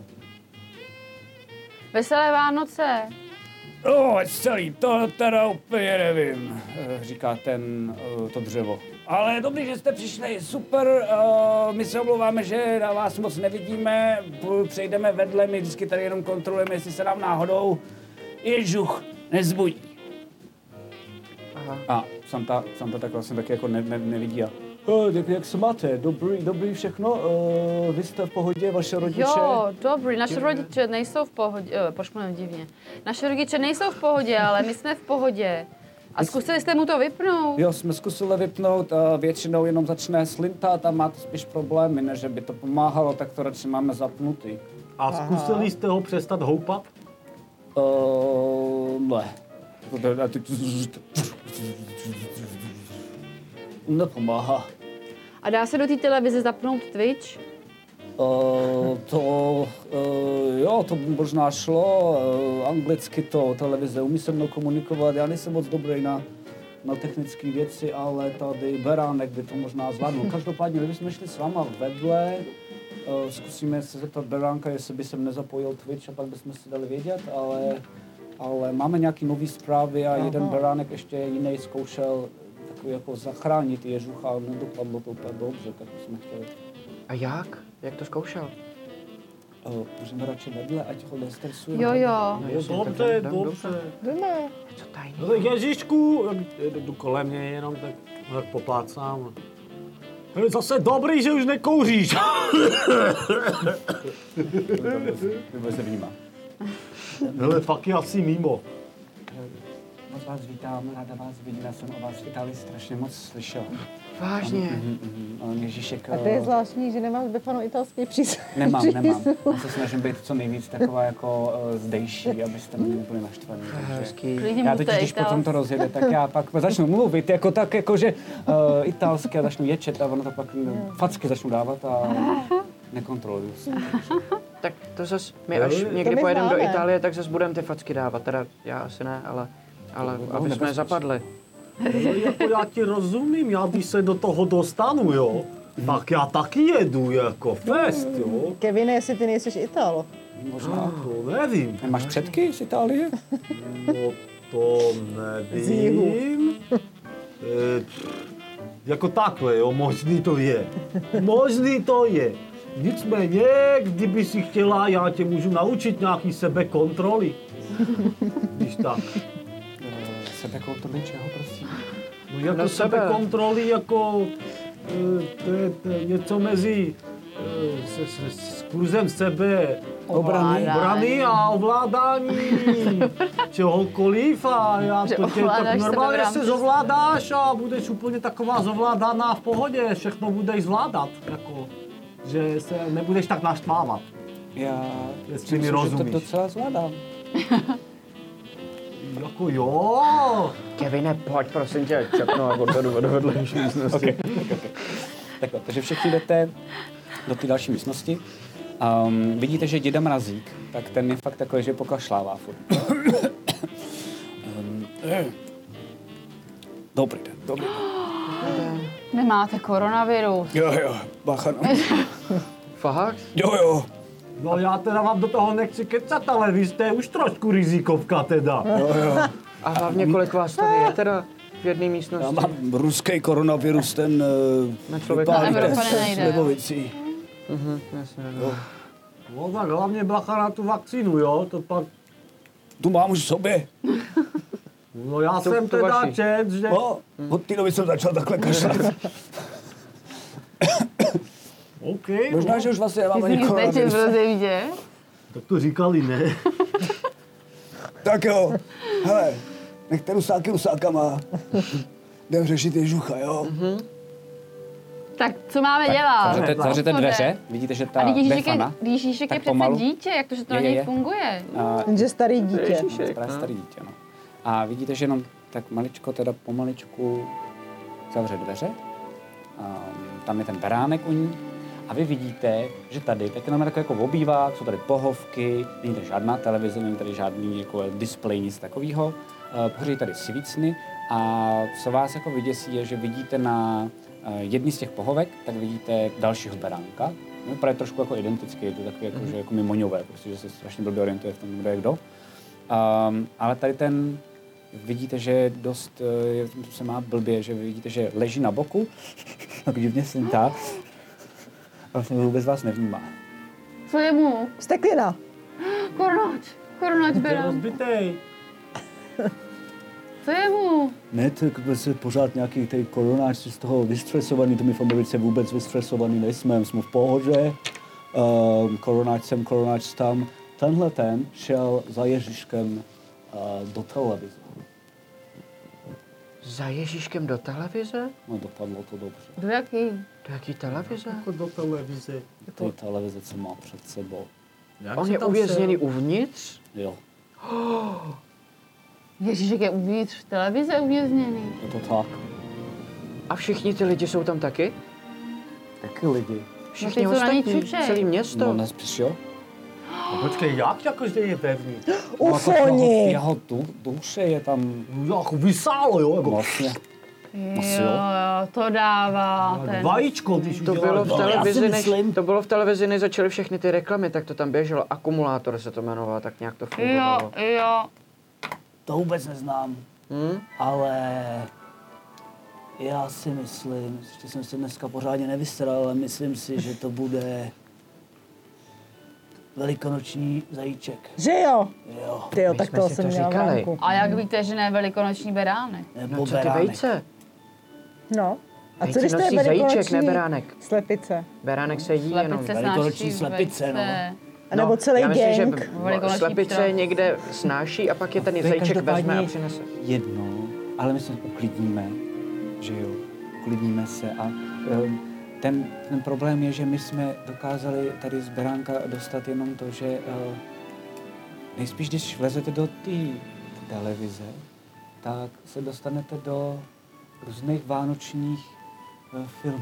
Veselé Vánoce! Celý, to teda úplně nevím, říká to dřevo. Ale dobrý, že jste přišli, super, my se omlouváme, že na vás moc nevidíme, přejdeme vedle, my vždycky tady jenom kontrolujeme, jestli se nám náhodou ježuch nezbudí. Aha. A Santa tak vlastně taky jako nevidí a... Jak se máte? Dobrý všechno? Vy jste v pohodě, vaše rodiče? Jo, dobrý, naše rodiče nejsou v pohodě, proč mluvím divně. Naše rodiče nejsou v pohodě, ale my jsme v pohodě. A zkusili jste mu to vypnout? Jo, jsme zkusili vypnout, většinou jenom začne slintat a máte spíš problémy, než by to pomáhalo, tak to radši máme zapnutý. A zkusili jste ho přestat houpat? Ne. Nepomáhá. A dá se do té televize zapnout Twitch? Jo, to by možná šlo, anglicky to televize umí se mnou komunikovat, já nejsem moc dobrý na technické věci, ale tady Beránek by to možná zvládnul. Každopádně, kdybychom šli s váma vedle, zkusíme se zeptat Beránka, jestli by jsem nezapojil Twitch a pak bychom si dali vědět, ale máme nějaký nový zprávy a jeden Beránek ještě jiný zkoušel takový jako zachránit ježucha, ale nedopadlo to úplně dobře, tak jsme chtěli. A jak? Jak to zkoušel? Můžeme radši vedle, ať ho nestresuje. Jo. Dobře. Co tajný? No tak Ježíšku, jdu kolem něj jenom, tak poplácám. Je zase dobrý, že už nekouříš. Vůbec se vnímá. Hele, fakt je asi mimo. Moc vás vítám, ráda vás vidím, já jsem o vás v Itálii strašně moc slyšel. Vážně? Ježíšek... A to je zvláštní, že nemáš Befanu italský přízvuk. Nemám. Já se snažím být co nejvíc taková jako zdejší, abyste mě nebyli naštvaní. Hezký. Já teď, když potom to rozjede, tak já pak začnu mluvit jako tak, jakože italsky a začnu ječet a ono to pak facky začnu dávat a nekontroluju se. Tak to zas, my až někdy my pojedeme do známe. Itálie, tak zas budeme ty facky dávat. Teda já asi ne, ale aby jsme zapadli. No, jako já ti rozumím, já když se do toho dostanu, jo, tak já taky jedu jako fest, jo. Kevine, jestli ty nejseš Italo. Možná. To nevím. Máš předky z Itálie? No to nevím. Jako takhle, jo, možný to je. Možný to je. Nicméně, kdyby si chtěla, já tě můžu naučit nějaký sebekontroly. Když tak. Sebekontroly čeho, prosím? No jako sebekontroly, jako to je něco mezi s kurzem obrany a ovládání čehokoliv a já to tě tak normálně se zovládáš a budeš úplně taková zovládaná v pohodě, všechno budeš zvládat, jako, že se nebudeš tak naštvávat. Já Jestli mi že rozumíš. to docela zvládám. Jako jo. Kevine, pojď prosím tě, čapnu a odvedu do vedlejší místnosti. Okay. Takže všichni jdete do té další místnosti. Vidíte, že děda Mrazík, tak ten je fakt takový, že pokašlává furt. Dobrý den. Nemáte koronavirus. Jo, bacha, no. Fakt? Jo. No já teda vám do toho nechci kecat, ale vy jste už trošku rizikovka teda. Jo. A hlavně kolik vás tady je teda v jedné místnosti? Já mám ruský koronavirus, ten Na člověka Na Evropa nejde, jo. slivovicí. Jasně, No tak hlavně bacha na tu vakcínu, jo, to pak... Tu mám už v sobě. No já jsem to teda vaši. čet, že... No, od té doby jsem začal takhle kašlat. OK, Možná, no. že už vlastně nemám Ty ani jsi nečetl koronavirus. v rozevdě? Tak to říkali, ne? Tak jo, hele, nechte rusáky rusákama. Jdem řešit ježucha, jo? Tak co máme dělat? Zavřete dveře, vidíte, že ta Befana, Ježíšek je tak přece pomalu. dítě, jak to, že to na Je. něj funguje? Že starý dítě. právě starý dítě, no. A vidíte, že jenom tak maličko, teda pomaličku zavře dveře. Tam je ten beránek u ní. A vy vidíte, že tady tak jenom jako obývák, jsou tady pohovky, není tady žádná televize, není tady žádný jako displej, nic takového. Pořád tady svícny a co vás jako vyděsí je, že vidíte na jedný z těch pohovek, tak vidíte dalšího beránka. No, vypadá trošku jako identický, je to takový jako, že jako mimoňové, prostě, že se strašně blbě orientuje v tom, kdo je kdo. Ale tady ten, vidíte, že dost se má blbě, že vidíte, že leží na boku, tak divně sentá, a vlastně vůbec vás nevnímá. Co je mu? Steklina. Koronáč Je berám. rozbitej. Co je mu? Ne, tak se pořád nějaký tady koronáč z toho vystresovaný, to my v Americe vůbec vystresovaný nejsme, jsme v pohodě, koronáč tam. Tenhle ten šel za Ježíškem do televize. Za Ježíškem do televize? No, dopadlo to dobře. Do jaký? Do jaký televize? Jako do televize. To je televize, co má před sebou. Jak On si je tam uvězněný uvnitř? Jo, Ježíšek je uvnitř v televize uvězněný. je to tak. A všichni ty lidi jsou tam taky? Taky lidi. Všichni No, ty, co na ní ostatní, čučej. celé město? No, nespíš, jo? No, počkej, jak jakože je vevnitř? Ufoni. Jeho duše je tam No, jako vysálo, jo? Jako vlastně. Jo, to dává ten. vajíčko, když To udělal. bylo v já si televizi, myslím- to bylo v televizi, než začaly všechny ty reklamy, tak to tam běželo. Akumulátor se to jmenovalo, tak nějak to fungovalo. Jo. To vůbec neznám, Hm? ale já si myslím, ještě jsem se dneska pořádně nevystral, ale myslím si, že to bude velikonoční zajíček. Že jo? Jo, Tyjo, My tak jsme toho si jsem to měla říkali. venku. A jak víte, že ne velikonoční beránek? nebo No co ty beránek. vejce? No. A Vejce co když to je nosí zajíček, ne velikonoční beránek. slepice? Beránek se jí jenom. Slepice Velikonoční snáší slepice, no. vejce. A nebo celý já myslím, že gang? Velikonoční slepice pták. někde snáší a pak je ten To je zajíček vezme a každopádně přinese. jedno, ale my se uklidníme, že jo, uklidníme se a ten problém je, že my jsme dokázali tady z beránka dostat jenom to, že nejspíš, když vlezete do té televize, tak se dostanete do různých vánočních filmů.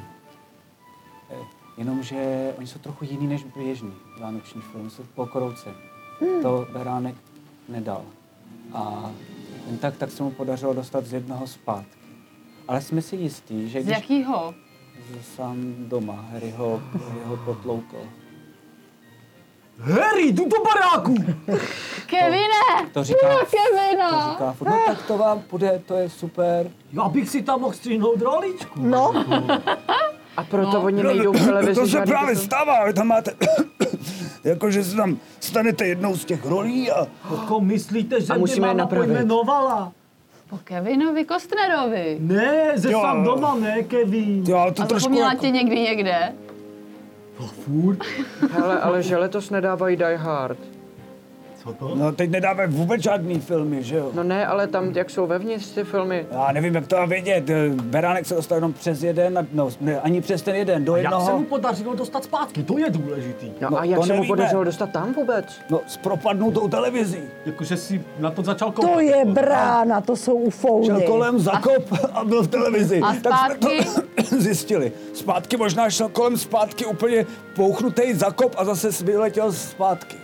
Jenomže oni jsou trochu jiný než běžný vánoční film, jsou pokroucení. To beránek nedal. A jen tak se mu podařilo dostat z jednoho zpátky. Ale jsme si jistí, že Z když jakýho? sám doma Harry ho potloukl. Harry, jdu do baráku! Kevine! To říká, Kevina! říká furt, no tak to vám půjde, to je super. Já bych si tam mohl střihnout roličku. No, A proto oni nejdou v televizi To se žádný právě ty filmy. stává, vy tam máte, jakože se tam stanete jednou z těch rolí a Jako myslíte, že A mě musíme je máma napravit. pojmenovala? Po Kevinovi Kostnerovi. Ne, ze Jo. sám doma, ne, Kevin. jo, ale to A trošku zapomněla jako, tě někdy někde? Furt? Hele, ale že letos nedávají Die Hard. Co to? no teď nedáme vůbec žádný filmy, že jo. No ne, ale tam, jak jsou vevnitř ty filmy. Já nevím, jak to mám vědět, Beránek se dostal jenom přes jeden, no ne, ani přes ten jeden, do Jak se mu jednoho. podařilo dostat zpátky, to je důležitý. No, No, a jak to se mu nevíme. podařilo dostat tam vůbec? No s propadnutou televizí. Jakože si na to začal koukat. to je brána, to jsou Šel ufouny. kolem, zakop a byl v televizi. A Tak jsme to zpátky? zjistili. Zpátky možná šel kolem zpátky úplně pouchnutý zakop a zase vyletěl zpátky.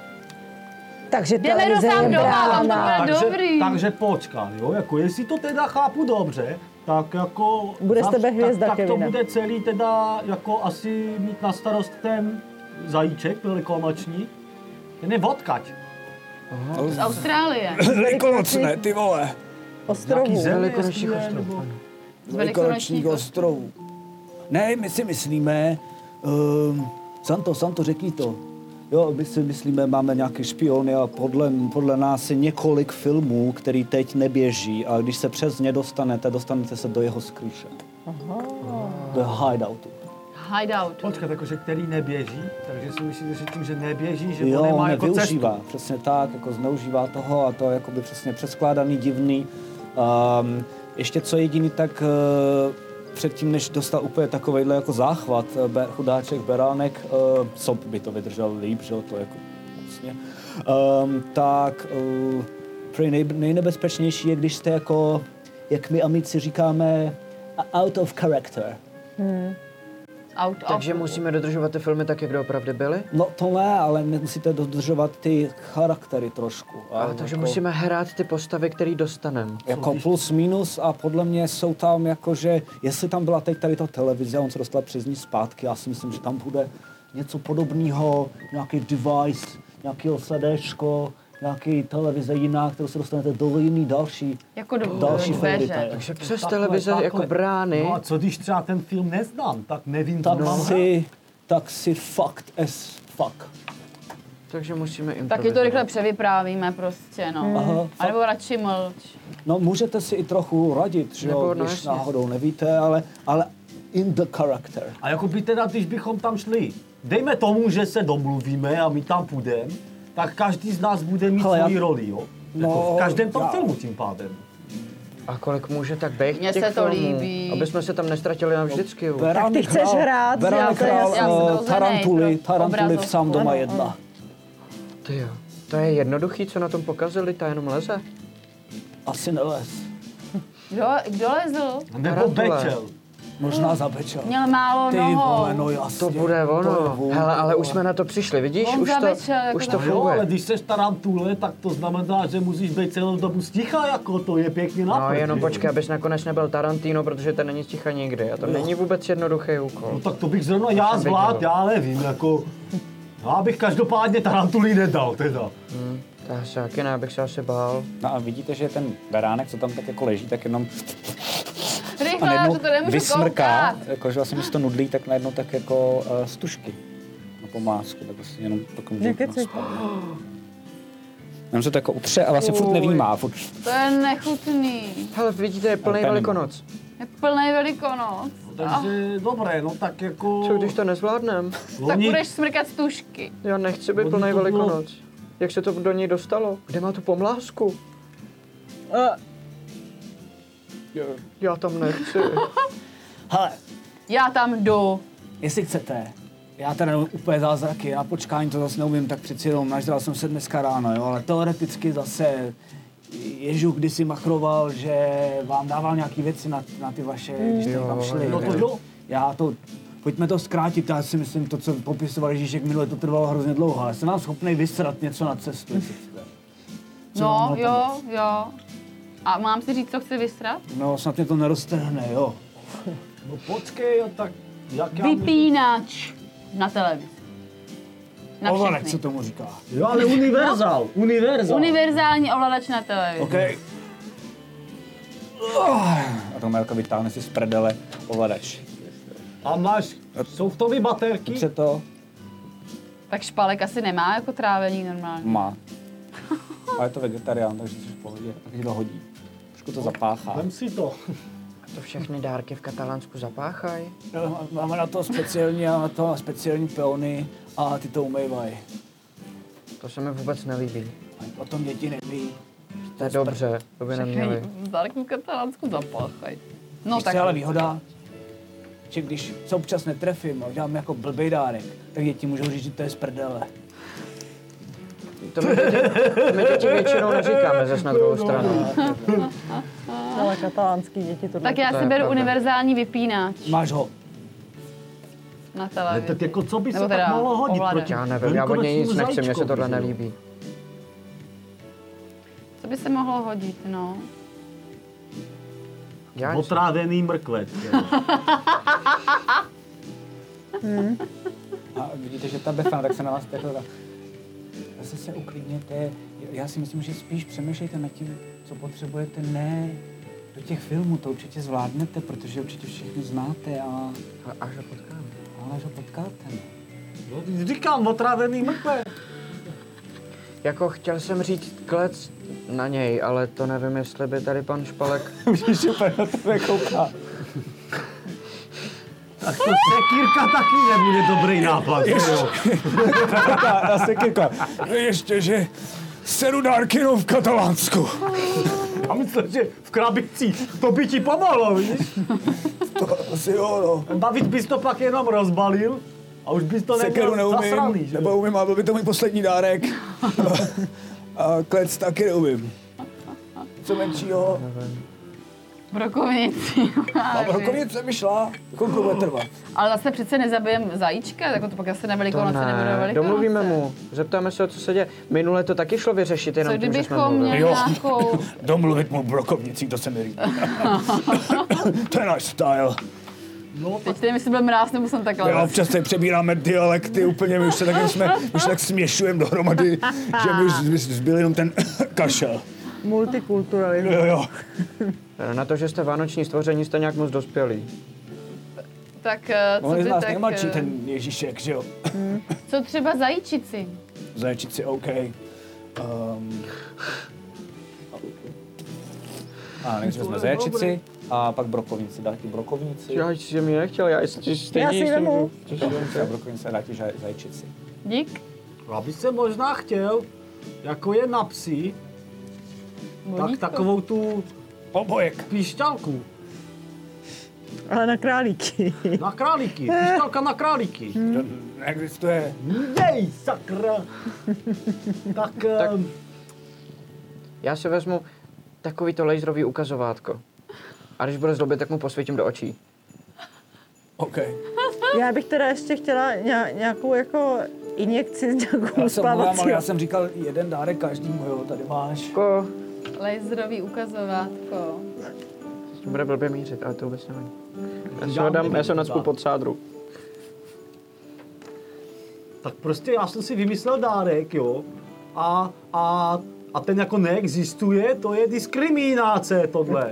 Takže Jdeme do televize sám je doma, vám to brána. bude dobrý. Takže počkat, jo, jako jestli to teda chápu dobře, tak jako... Bude z tebe hvězda, tak to Kevine. bude celý teda jako asi mít na starost ten zajíček velikonoční. Ten je odkaď. Z Austrálie. Velikonocné, ty vole. Ostrovů. Velikonočních ostrovů. Z Velikonočních ostrovů. Ne, my si myslíme, Santo, řekni to. Jo, my si myslíme, máme nějaké špiony a podle nás je několik filmů, který teď neběží a když se přes ně dostanete se do jeho skrýše. Do hideoutu. Hideout. Počkat, jakože který neběží, takže si myslíte, že tím, že neběží, že Jo, to nemá on jako nevyužívá, cestu. přesně tak, jako zneužívá toho a to je jakoby přesně přeskládaný, divný. Ještě co jediný, tak předtím, než dostal úplně takovejhle jako záchvat, chudáček Beránek, Sob by to vydržel líp, že jo, to jako vlastně, tak prý nejnebezpečnější je, když jste jako, jak my amici říkáme, out of character. Takže musíme dodržovat ty filmy tak, jak doopravdy byly? No to ne, ale musíte dodržovat ty charaktery trošku. Takže musíme hrát ty postavy, které dostaneme. Jako plus minus a podle mě jsou tam jakože, jestli tam byla teď tady ta televize a on se dostal přes ní zpátky, já si myslím, že tam bude něco podobného, nějaký device, nějaký CDčko, nějaký televize jiná, kterou se dostanete do jiný další, Jako do další dveře. fairy. Takže přes Takhle, televize takhle. jako brány. No a co když třeba ten film neznám, tak nevím, co mám hrát. Tak si fucked as fuck. Takže musíme Taky improvizovat. to rychle převyprávíme prostě, no. Aha. A nebo radši mlč. No můžete si i trochu radit, že jo, Nebo, no, když jasně. náhodou nevíte, ale in the character. A jako by teda, když bychom tam šli, dejme tomu, že se domluvíme a my tam půjdeme, tak každý z nás bude mít Hele, svoji já- roli, jo? No, Jako v každém tom já- filmu tím pádem. A kolik může tak být Mně těch se to filmů? líbí. Aby jsme se tam nestratili navždycky. jo. Beránek ty chceš hrát, Beránek já hrál jsem zrozenej tarantuly pro v obrazovku. Sám doma Ano, 1. Ty jo. To je jednoduchý, co na tom pokazili, ta jenom leze. Asi nelez. Kdo lezl? Nebo Tarantule. Bečel. Možná zabečel. Měl málo Ty vole, nohou. no jasně. To bude ono. Hele, ale už jsme na to přišli, vidíš? On Už to, zabečel jako už to za- Jo, ale funguje. když seš tarantule, tak to znamená, že musíš být celou dobu sticha, jako to je pěkně No naproti. jenom počkej, abys nakonec nebyl Tarantino, protože ten není sticha nikdy. A to není vůbec jednoduchý úkol. No tak to bych zrovna já jsem zvlád, viděl. já nevím, jako... Já bych každopádně tarantuli nedal, teda. Já se taky ne, abych se asi bál. No a vidíte, že ten beránek, co tam tak jako leží, tak jenom Rychle, že to nemůžu vysmrká, koukat. jakože vlastně mi se to nudlí, tak najednou tak jako stužky na pomásku, tak vlastně jenom takový Nekecej. Jenom se to jako utře a vlastně furt nevnímá, furt To je nechutný. Hele, vidíte, je plný ten- Velikonoc. Je plný Velikonoc. Takže dobré, no tak jako... Co když to nezvládnem? Tak Loni- budeš smrkat stužky. Já nechci být Ono plný to bylo- Velikonoc. Jak se to do něj dostalo? Kde má tu pomlásku? Já tam nechci. Hele, Já tam jdu. jestli chcete, já teda nevím úplně zázraky, na počkání to zase neumím, tak přeci jenom nažral jsem se dneska ráno, jo, ale teoreticky zase Ježu kdysi machroval, že vám dával nějaký věci na ty vaše, když jste tam šli. No to tak jo. Já to, pojďme to zkrátit, já si myslím, to, co popisoval Ježíšek minule, to trvalo hrozně dlouho, ale jsem vám schopný vysrat něco na cestu, jestli chcete. Co vám No, na tom? jo. A mám si říct, co chci vysrat? No, snad mě to neroztrhne, jo. No počkej, tak jak já... Vypínač na televizi. Na Ovladač všechny. se tomu říká. Jo, ale univerzál. Univerzální ovladač na televizi. OK. A to Melka vytáhne si z prdele ovladač. A máš softové baterky? Co to Tak Špalek asi nemá jako trávení normálně. má? A je to vegetarián, takže jsi v pohodě. Tak to hodí. Trošku to zapáchá. Vem si to. To všechny dárky v Katalánsku zapáchají. No, máme na to speciální peony a ty to umývají. To se mi vůbec nelíbí. O tom děti neví. To je dobře, to by neměli. Dárky v Katalánsku zapáchají. No Víš, tak co je ale výhoda? Že když se občas netrefím a udělám jako blbej dárek, tak děti můžou říct, že to je z prdele. To my děti většinou neříkáme zase na druhou stranu. Ale katalánský děti to Tak já To si je beru pravda. univerzální vypínač Máš ho. na Ale televizi. tak jako co by se Nebo teda tak mohlo hodit ovladač. proti Já nevím, já od něj nic nechci, mně se tohle velikonočnímu nelíbí. Co by se mohlo hodit, no? Já zajíčkovi? Otrávený mrkve. A vidíte, že ta Befana, tak se na vás takhle zase se uklidněte. Já si myslím, že spíš přemýšlejte nad tím, co potřebujete, ne do těch filmů, to určitě zvládnete, protože určitě všechny znáte a Až ho potkáme. ale že ho potkáte. No, říkám, otrávený mrkve. Jako chtěl jsem říct klec na něj, ale to nevím, jestli by tady pan Špalek... Už úplně na tebe kouká. Tak to sekírka taky nebude dobrý nápad. Jo. Na sekirka. Ještě, že seru dárky jenom v Katalánsku. A myslím, že v krabicích to by ti pomohlo, víš? To asi jo, no. Bavit bys to pak jenom rozbalil a už bys to Sekeru neměl zasraný, neumím, že? nebo umím, ale byl by to můj poslední dárek. A klec taky neumím. Co menšího? Brokovnici. A brokovnice mi šla. Kolik bude trvat? Ale zase přece nezabijem zajíčka, tak to pak zase na Velikonoce nebude Velikonoce. Domluvíme mu, zeptáme se, co se děje. Minule to taky šlo vyřešit, jenom Co tím, že jsme kdybychom mluvili. měli nějakou... Domluvit mu brokovnicí, to se mi líbí. To je náš style. Teď nevím, jestli byl mráz, nebo jsem takhle. My občas tady přebíráme dialekty úplně, my už se tak směšujeme dohromady, že mi už zbyl jenom ten kašel. multikulturalismus. Jo. Na to, že jste vánoční stvoření, jste nějak moc dospělí. Tak co On je z by nás tak... nejmladší, ten Ježíšek, že jo? Co třeba zajíčici? Zajčici, OK. A nejdřív jsme zajčici a pak brokovnici. Dá ti brokovnici. Já jsem mi nechtěl, já jsem stejně Já si vemu. A brokovnice a dá ti zajčici. Dík. Já bych se možná chtěl, jako je na psi, tak Vodítko. takovou tu Obojek. píšťalku. Ale na králíky. Na králíky, píšťalka na králíky. Neexistuje. Jej, sakra. Tak, Já si vezmu takovýto laserový ukazovátko. A když bude zlobit, tak mu posvětím do očí. OK. Já bych teda ještě chtěla nějakou jako injekci s nějakou Já jsem uspávací. ale já jsem říkal jeden dárek každému, jo, tady máš. Jako, Laserový ukazovátko. s tím bude blbě mířit, ale to vůbec nevím. Já se ho nacpu pod sádru. tak prostě já jsem si vymyslel dárek, jo. A ten jako neexistuje, to je diskriminace tohle.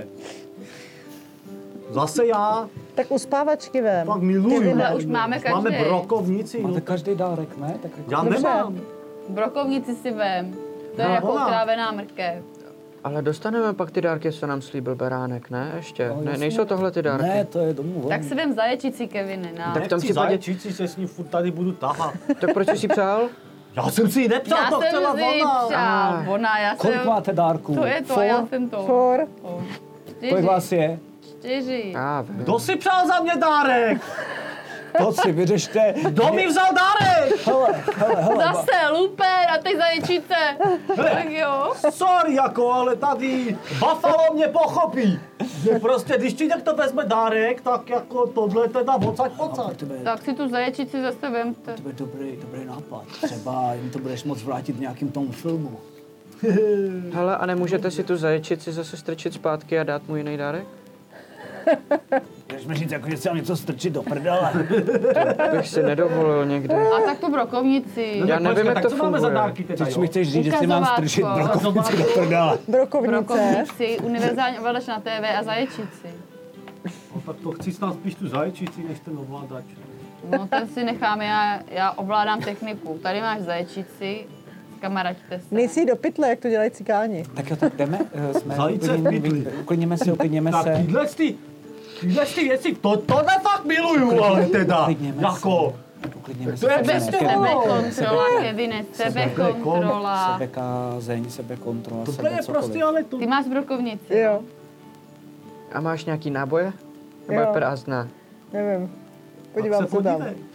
Zase já Tak uspávačky vem. fakt miluju. Ale už máme každý. Máme brokovnici, no. Máte každý dárek, ne? Tak jako... Já Dobře. nemám. Brokovnici si vem. To je No, jako ona. utrávená mrkev. Ale dostaneme pak ty dárky, co nám slíbil Beránek, ne? Ještě? No, Ne, jasně. nejsou tohle ty dárky? Ne, to je domů. Tak si vem zaječici, Kevine, na. Tak v tom Nechci případě, zajčici, se s ním furt tady budu tahat. tak proč jsi si přál? Já jsem si ji nepřál, Já to chtěla jsem si ona. přál. Ona, já Kolik jsem... máte dárků? To je to, Four? já jsem to. For. Kolik vás je? 4. Já vím. Kdo si přál za mě dárek? To si vyřešte. Kdo mi vzal dárek? Hele. Zase, luper a teď zaječice. Tak jo. Sorry jako, ale tady Buffalo mě pochopí. Že prostě, když ti někdo vezme dárek, tak jako tohle teda pocať. Tak si tu zaječici zase vemte. To je dobrý nápad. Třeba jim to budeš moc vrátit v nějakým tomu filmu. Hele, a nemůžete si tu zaječici zase strčit zpátky a dát mu jiný dárek? Můžeš mi říct, jako, že chci něco strčit do prdele. Bych si nedovolil někde. A tak tu brokovnici. Já nevím, jak to co máme za funguje. dárky teda, Teď mi chceš říct, že si mám Ukazovátko. strčit brokovnici do prdele. Brokovnice. Brokovnici, univerzální ovladač na TV a zaječici. No, tak to chci snad spíš tu zaječici, než ten ovladač. No ten si necháme, já ovládám techniku. Tady máš zaječici, kamaraďte se. Nejsi do pytle, jak to dělají cikáni. Tak jo, tak jdeme. Jsme Zajíce v pytli. uklidněme se. Tak tyhle věci, tohle fakt miluju, ale teda, Uklidněme jako, Uklidněme to je se. bez toho. Sebekontrola, Kevine, sebekontrola. Sebekázeň, sebekontrola, Tohle je prostě ale to. Ty máš brokovnici. Jo, A máš nějaký náboje? Nebo je Jo. prázdná? nevím. Podívám se tam. podívej.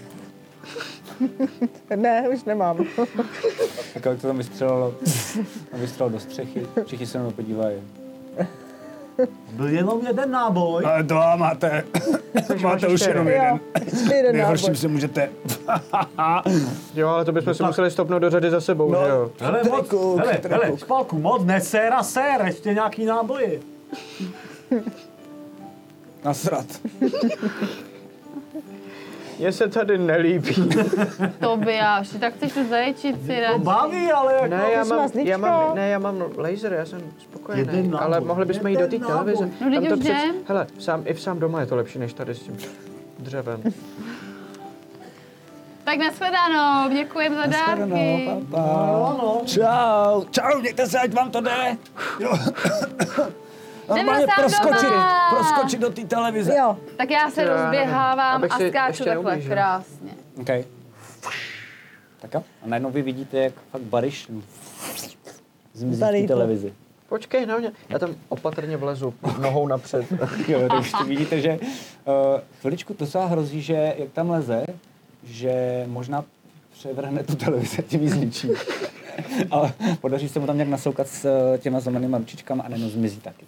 Ne, už nemám. Tak jak to tam vystřelilo do střechy, všichni se na to podívají. Byl jenom jeden náboj. Ale to máte už jenom Jo, jeden. ještě jeden Nejhorším náboj. se můžete... Jo, ale to bychom si museli stopnout do řady za sebou, že jo? Hele, Špalku, moc nesér a sér, ještě nějaký náboje. Nasrat. Mně se tady nelíbí. Tobiáš, ty tak chceš tu zaječici To radši. baví, ale jako... Ne, mazlíčko. já mám laser, já jsem spokojený. Jeden náboj, Ale mohli bychom jít do té jeden televize. náboj. No, teď Tam to už jdem. hele, sám doma je to lepší, než tady s tím dřevem. Tak nashledanou, děkujem za dárky. Čau. Čau, mějte se, ať vám to jde. Jo. Jdeme sám doma. proskočit do té televize. Jo, Tak já se Já nevím. rozběhávám Abych a si skáču ještě takhle neublížil. krásně. Okay. Tak jo. A najednou vy vidíte, jak fakt Bariš zmizí v té Zalítl. televizi. Počkej na mě, já tam opatrně vlezu nohou napřed. Jo, takže to vidíte, že chviličku docela hrozí, že jak tam leze, že možná převrhne tu televizi a tím ji zničí. Ale podaří se mu tam nějak nasoukat s těma zlomenýma ručičkama a najednou zmizí taky.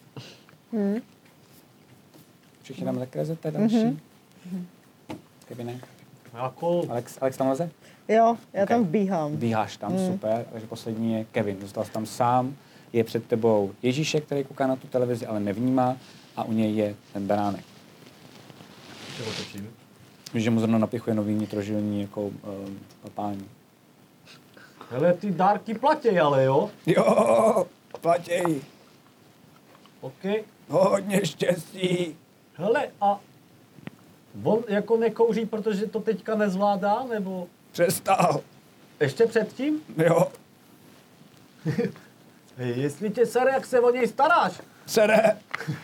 Všichni tam také lezete další? Kevine? Jako, Alex tam leze? jo, já Ok. tam vbíhám. Bíháš tam, super. Takže poslední je Kevin. Zůstal jsi tam sám. Je před tebou Ježíšek, který kouká na tu televizi, ale nevnímá. A u něj je ten beránek. Víš, že mu zrovna napichuje nový nitrožilní jako papání. hele, ty dárky platěj, ale jo? Jo, platěj. OK. Hodně štěstí. Hele, a on jako nekouří, protože to teďka nezvládá, nebo Přestal. ještě předtím? Jo, Hej, jestli tě sere, jak se o něj staráš, sere.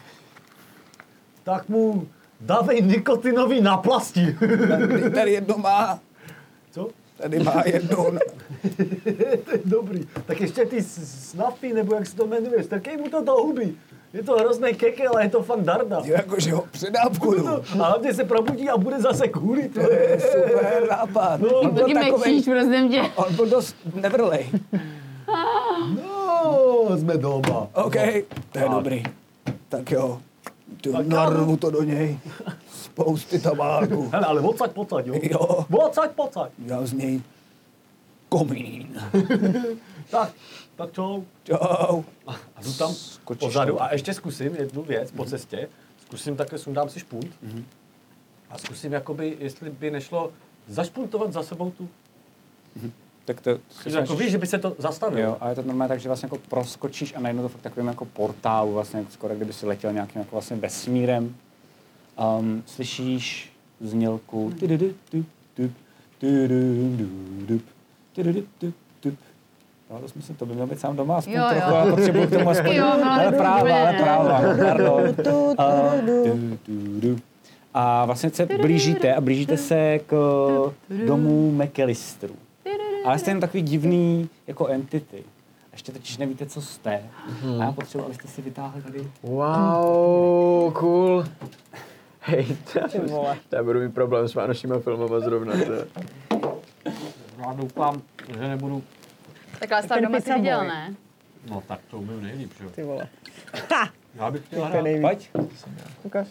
tak mu dávej nikotinový náplasti. Tady jednu má. Co? Tady má jednu. To je dobrý. Tak ještě ty snafy, nebo jak se to jmenuje, strkej mu to do huby. Je to hrozný keke, ale je to fakt darda. Jakože ho předávkuju. A hlavně se probudí a bude zase kůry. To je super nápad. On byl Taky mečíš, prosím tě. on byl dost nevrlej. No, jsme doma. OK, to je dobrý. Tak jo, Tak narvu to do něj. Spousty tabáku. Hele, ale odsaď, pocať, jo? Jo, Odsaď, pocať. já z něj komín. Tak čau. Čau. A jdu tam Skočíš pozadu tam. a ještě zkusím jednu věc po cestě. Zkusím také, sundám si špunt. A zkusím, jakoby, jestli by nešlo zašpuntovat za sebou tu. Tak to Jako víš, že by se to zastavilo. Jo, ale je to normálně tak, že vlastně jako proskočíš a najednou to fakt takovým jako portálu, vlastně jako skoro kdyby si letěl nějakým jako vlastně vesmírem. Slyšíš znělku. Jo, to myslím, to by mělo být sám doma, aspoň Jo, trochu, jo. já potřebuji k tomu aspoň. Jo, no, ale to práva, bude, ale ne? práva, pardon. A vlastně se blížíte se k domu McAllisterů. Ale jste jen takový divný jako entity. Ještě totiž nevíte, co jste. A já potřebuji, abyste si vytáhli tady. Wow, cool. Hej, já budu mít problém s vánočníma filmama zrovna. Já doufám, že nebudu... Tak ale Ten sám doma si pizza viděl, boy. ne? No tak to umím nejlíp, že jo. Ty vole. Já bych chtěl To je hrát. nejvíc. Pojď. Ukaž.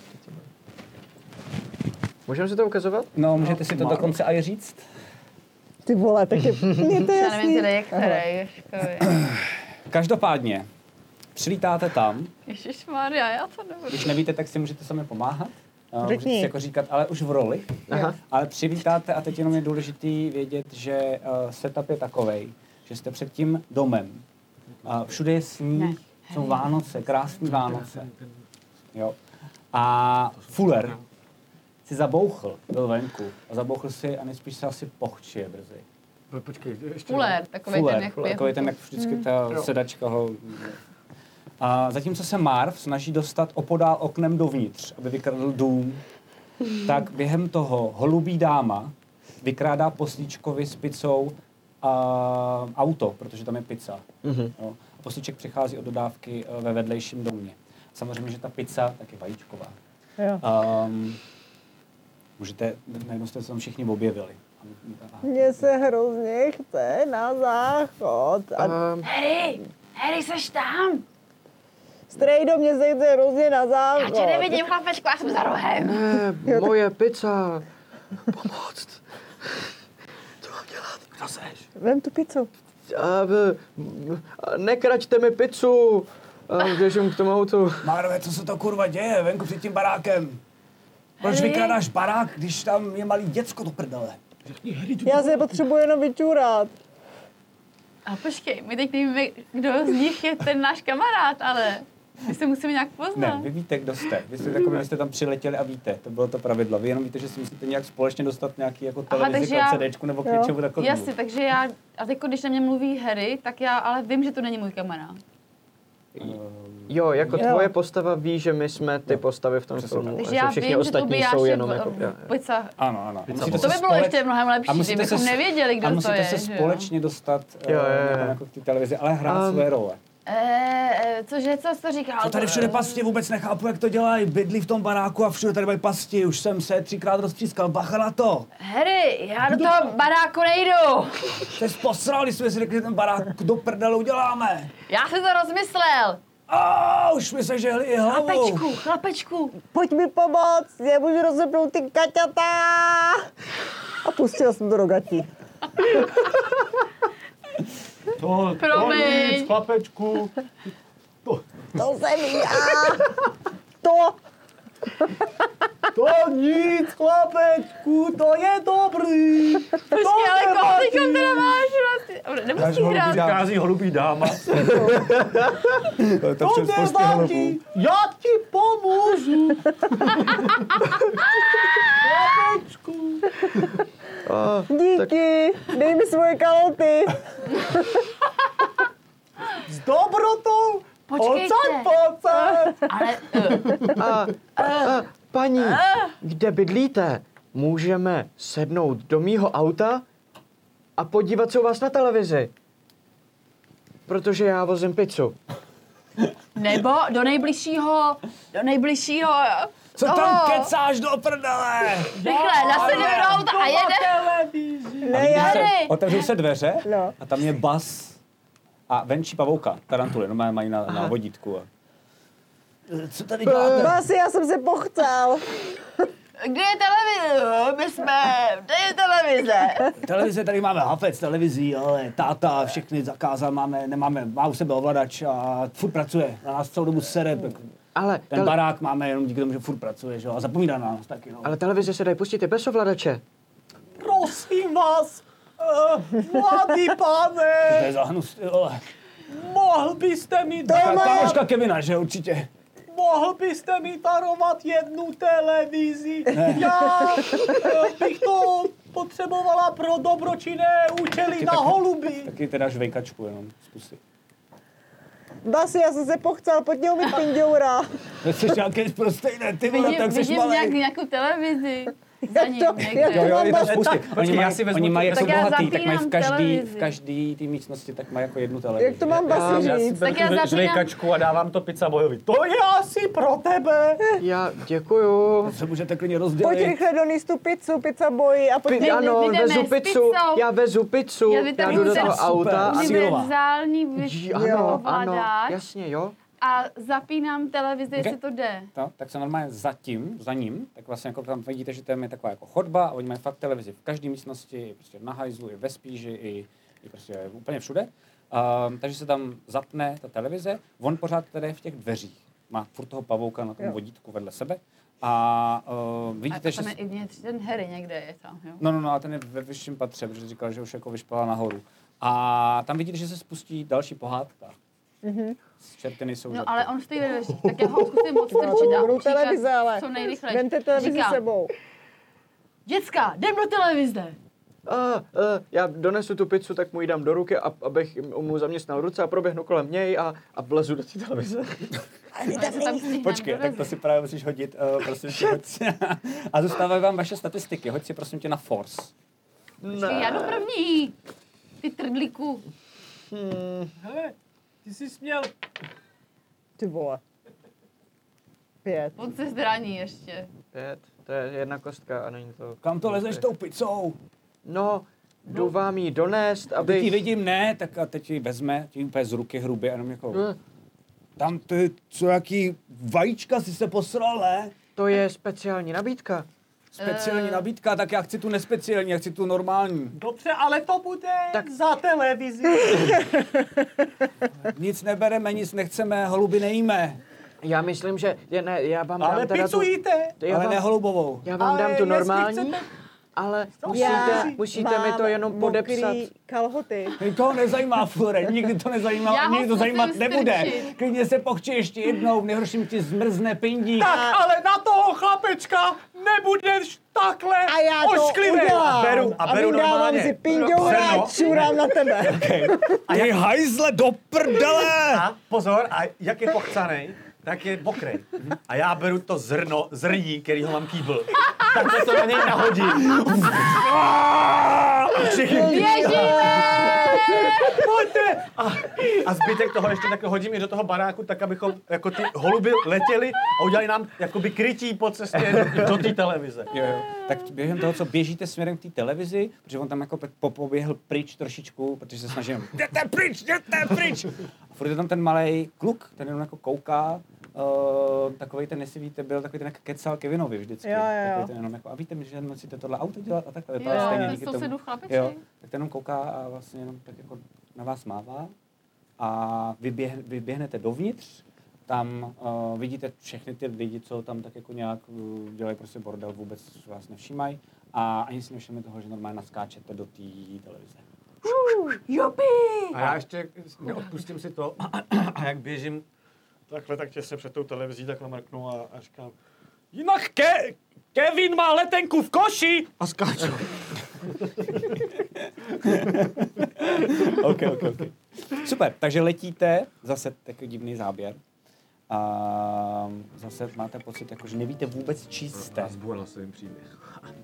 Můžeme si to ukazovat? No, můžete si to dokonce i říct. Ty vole, tak je, mně to je Já nevím jasný. teda, jak který, Ježkovi. Každopádně, Přilítáte tam, Ježišmarja, já to nebudu. když nevíte, tak si můžete sami pomáhat. Můžete Řekni. si jako říkat, ale už v roli. Aha. Ale přivítáte a teď jenom je důležitý vědět, že setup je takovej, že jste před tím domem. Všude je sníh, jsou Vánoce, krásný Vánoce. Jo. A Fuller si zabouchl, byl venku a zabouchl si a nejspíš se asi pochčije brzy. Počkej, ještě. Fuller, takovej ten, jak takový ten, jak vždycky ta sedačka ho... A zatímco se Marv snaží dostat opodál oknem dovnitř, aby vykradl dům, tak během toho holubí dáma vykrádá poslíčkovi s pizzou auto, protože tam je pizza. Mhm. Jo. A poslíček přichází od dodávky ve vedlejším domě. Samozřejmě, že ta pizza tak je vajíčková. Jo. Můžete, najednou jste se tam všichni objevili. Mně se hrozně chce na záchod. A Harry, seš tam? strejdo, mě se chce hrozně na Já záchod. tě nevidím, chlapečku, já jsem za rohem. Ne, moje pizza. Pomoct. Co mám dělat? Kdo seš? Vem tu pizzu. Nekraťte mi pizzu. Běžím k tomu autu. Marve, co se to kurva děje venku před tím barákem? Proč vykrádáš barák, když tam je malý děcko do prdele? Já se potřebuji jenom vyčůrat. A počkej, my teď nevíme, kdo z nich je ten náš kamarád, ale my se musíme nějak Ne, poznat. vy víte, kdo jste. Vy jste takový, vy jste tam přiletěli a víte, to bylo to pravidlo. Vy jenom víte, že si musíte nějak společně dostat nějaký jako televizi, takže já- CDčku nebo k něčemu takovému. Jasně, takže já, a teď když na mě mluví Harry, tak já ale vím, že to není můj kamarád. Jo, jako Jo. tvoje postava ví, že my jsme ty postavy v tom Přesně filmu. tak. Takže A že já všichni vím, že to ostatní by jsou jenom jako... pizza. Ano, ano. To by bylo ještě mnohem lepší, kdybychom nevěděli, kdo a to musíte je. se že jo? společně dostat Jo. jako v té televizi, ale hrát své role. Cože, co jsi to říkal? To tady všude pasti, vůbec nechápu, jak to dělají. Bydlí v tom baráku a všude tady mají pasti. Už jsem se 3krát roztřískal, bacha na to. Harry, já do toho baráku nejdu. Jste posral, když jsme si řekli, že ten barák do prdele uděláme. Já si to rozmyslel. Už mi se žehli i hlavou. Chlapečku. Pojď mi pomoct, nemůžu rozepnout ty kaťata. A pustil jsem to do gatí. Promiň. Chlapečku. To jsem já. To. To nic, chlapečku, to je dobrý. Počkej, ale koho teďkom teda máš vlastně? Nemusí hrát. Přichází holubí dáma. To nevadí, já ti pomůžu. Chlapečku. Díky, dej mi svoje kalhoty. S dobrotou. Počkejte. Pocať. Ale Paní, kde bydlíte? Můžeme sednout do mýho auta a podívat se u vás na televizi. Protože já vozím pizzu. nebo do nejbližšího Co toho. tam kecáš do prdele? Rychle, nasedeme do auta a jede. Ne, já. Harry. Otevřou se dveře No. a tam je Bas a venčí pavouka, tarantuly, no mají na vodítku. Co tady děláte? Basi, já jsem se pochcel. Kde je televize? Kde je televize? Televize, tady máme hafec televizí, ale táta všechny zakázal, má u sebe ovladač a furt pracuje. Na nás celou dobu sere. Ale, Ten barák máme jenom díky tomu, že furt pracuje, že jo, a zapomíná na nás taky, no. ale televize se dají pustit i bez ovladače. Prosím vás, mladý To pane, je za hnus, ty vole. mohl byste mi Kámoška Kevina, že určitě. Mohl byste mi darovat jednu televizi? Já bych to potřebovala pro dobročinné účely na holuby. Taky teda žvejkačku jenom zkusy. Basi, já jsem se pochcel, pojď mě umít pindoura. Jsi nějaký prostej, ne, ty vole, tak jsi Vidím malej. nějakou televizi. Za ním Jak někde. to mám je tam Basi? spusty. Oni mají, jak Tak jsou já bohatý, tak mají zapínám v každý televizi. té místnosti, tak mají jako jednu televizi. Jak to mám Basi říct? Tak já zapínám. žvejkačku a dávám to pizza bojovi. To je asi pro tebe. Já děkuju. Se můžete klidně Pojď rozdělit. rychle doníst tu pizzu, pizza boy a pojď mě. Ano, jdeme vezu s pizzu. pizzou. Já vezu pizzu. Já jdu do toho auta. A sírová. Univerzální Ano, ano, ovladač jasně, jo. a zapínám televizi, jestli to jde. No, tak se normálně za ním, tak vlastně jako tam vidíte, že tam je taková jako chodba a oni mají fakt televizi v každé místnosti, prostě na hajzlu, i ve spíži, i prostě úplně všude. Takže se tam zapne ta televize, on pořád tady je v těch dveřích. Má furt toho pavouka na tom vodítku vedle sebe. A vidíte, a tam je i vnitř ten Harry někde je tam, jo? No, a ten je ve vyšším patře, protože říkal, že už jako vyšpala nahoru. A tam vidíte, že se spustí další pohádka. Čerty nejsou No, žerty. ale on stojí ve dveřích, tak já ho zkusím odstrčit a Budou televize, ale co nejrychleji. vemte televizi Říkám, sebou. Děcka, jdem do televize. Já donesu tu pizzu, tak mu ji dám do ruky, abych mu zaměstnal ruce a proběhnu kolem něj a vlezu do té televize. Počkej, tak to si právě musíš hodit, prosím tě, hoď si. A zůstávají vám vaše statistiky, hoď si prosím tě na force. Já jdu první. Ty trdlíku. Hele, ty jsi směl. Ty vole. 5. On se zraní ještě. 5, to je 1 kostka a není to... Kam to lezeš tou pizzou? No, jdu vám ji donést, Teď ji abych... vidím, ne, tak a teď ji vezme, tím úplně z ruky hrubě, jenom jako... Tam ty, co jaký vajíčka si se posral, ne? To je speciální nabídka. Speciální nabídka, tak já chci tu nespeciální, já chci tu normální. Dobře, ale to bude Tak za televizi. Nic nebereme, nic nechceme, holuby nejíme. Já myslím, že... Já vám Ale dám teda pizzu tu... jíte. Já Ale vám, ne holubovou. já vám Ale dám tu jestli normální, chcete- ale Já musíte mi to jenom podepsat. mokrý kalhoty. Nikoho nezajímá, Flore, nikdy to nezajímá, Já ho nikdy to zkusím zajímat nebude. strčit. Klidně se pochči ještě jednou, v nejhorším ti zmrzne pindík. Tak, ale na toho chlapečka nebudeš takhle A já to ošklivý. udělám. A beru vydávám normálně. si pinďoura Zrno. a čurám na tebe. Ty hajzle do prdele! A pozor, a jak je pochcanej, tak je mokrej. A já beru to zrní, který ho mám kýbl. Tak to na něj nahodím. Běžíme! Pojďte! A zbytek toho ještě tak hodím i do toho baráku, tak abychom jako ty holuby letěli a udělali nám jakoby krytí po cestě do té televize. Jo. Tak během toho, co běžíte směrem k té televizi, protože on tam jako poběhl pryč trošičku, protože se snažím, jděte pryč! A furt je tam ten malej kluk, ten jenom jako kouká, takovej ten, jestli víte, byl takový ten jak kecal Kevinovi vždycky. Jo. Takový ten jenom jako, a víte, že musíte tohle auto dělat a takhle. Jo, stejně ten díky tomu. sousedův chlapiček. Jo, tak ten jenom kouká a vlastně jenom tak jako na vás mává. A vyběhnete dovnitř, tam vidíte všechny ty lidi, co tam tak jako nějak dělají prostě bordel, vůbec vás nevšímají. A ani si nevšimli toho, že normálně naskáčete do té televize. Jupi! A já ještě neodpustím si to a jak běžím takhle, tak těsně před tou televizí takhle mrknu a říkám jinak Kevin má letenku v koši! A skáču. OK. Super, takže letíte, zase takový divný záběr. A zase máte pocit, jako, že nevíte vůbec, čí jste. Zbůrnal se jim příběh.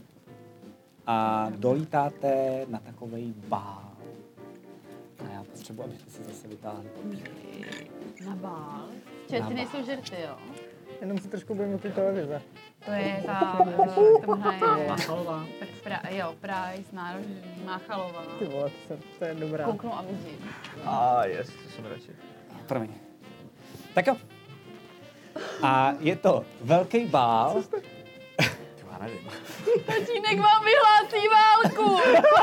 A dolítáte na takovej bál. A já potřebuji, abyste si zase vytáhli papír. Na bál. Čerty nejsou žerty, jo? Jenom si trošku budeme ty televize. To je ta, tam hraje. Máchalová. Tak Price, nároží, Máchalová. Ty vole, to je dobrá. Kouknu a vidím. Yes, to jsem radši. Promiň. Tak jo. A je to velký bál. Já nevím. Tatínek vám vyhlásí válku!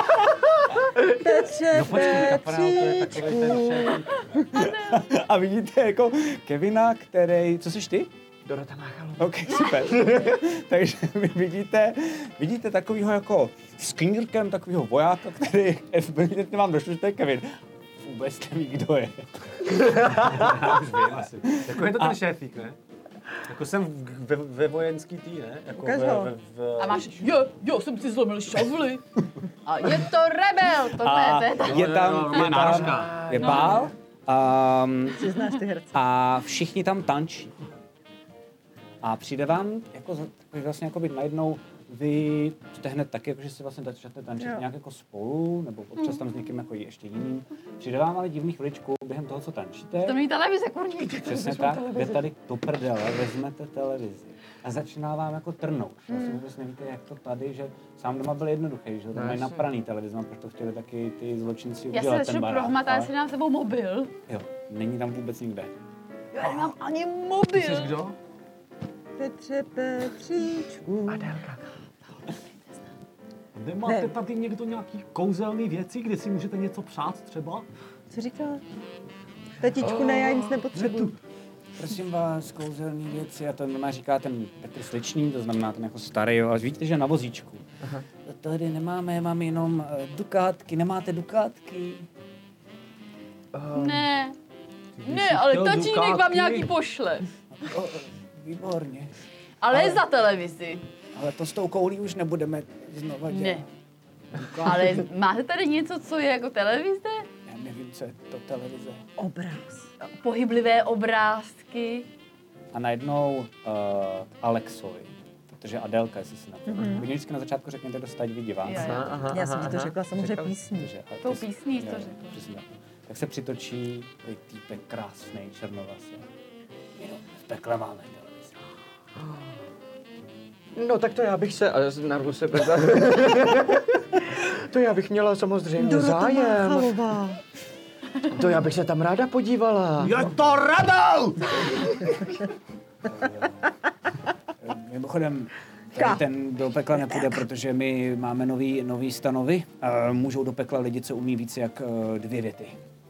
Teče Kaprál, to je takový ten šéf. A vidíte jako Kevina, který... Co jsi ty? Dorota Máchalová. OK, super. Takže vy vidíte takovýho jako s knírkem takovýho vojáka, který evidentně vám došlo, že to je Kevin. Vůbec neví, kdo je. Já už vím asi. Jako je to ten šéfík, ne? Jako jsem ve vojenský tý, ne? Jako Ukaž ho. A máš, jo, jsem si zlomil šavly. A je to rebel, to je to. Je tam je bál Ty znáš ty herce. a všichni tam tančí. A přijde vám jako vlastně jako být najednou vy jste hned taky, jako, že si vlastně začnete tančit Jo. nějak jako spolu, nebo občas tam s někým jako ještě jiným. Přijde vám ale divný chviličku během toho, co tančíte. To není televize, kurní. Přesně tak, vy tady do prdele vezmete televizi a začíná vám jako trnout. Vlastně vůbec nevíte, jak to tady, že sám doma byl jednoduchý, že tam mají napraný televizi, proč to chtěli taky ty zločinci Já udělat se ten začnu barák. prohmatat, ale- jestli dám s sebou mobil. Jo, není tam vůbec nikde. Já nemám ani mobil. Jsi kdo? Petře Petříčku. Nemáte tady někdo nějaký kouzelný věci, kde si můžete něco přát třeba? Co říkala? Tatičku, ne, já nic nepotřebuju. Prosím vás, kouzelný věci, a to má říká ten Petr Sličný, to znamená ten jako starý, jo, ale vidíte, že na vozíčku. Aha. Tady nemáme, máme jenom dukátky, nemáte dukátky? Ne. Ne, ale tatínek vám nějaký pošle. Výborně. Ale za televizi. Ale to s tou koulí už nebudeme znova dělat. Ne. Ale máte tady něco, co je jako televize? Já nevím, co je to televize. Obraz. Pohyblivé obrázky. A najednou Alexovi, protože Adélka, jestli si na to. Vždycky na začátku řekněte, kdo se tady vidí vás. Já jsem ti to řekla samozřejmě písní. Tou písní to řekla. Přesně tak. Tak se přitočí týpek krásný, černovlasý. Jenom v pekle máme televizi. No tak to já bych se, ale narvu se bez To já bych měla samozřejmě zájem. Máchalová. To já bych se tam ráda podívala. Je to Radou! Mimochodem, tady ten do pekla nepůjde, protože my máme nový stanovy. Můžou do pekla lidi, co umí víc jak 2 věty.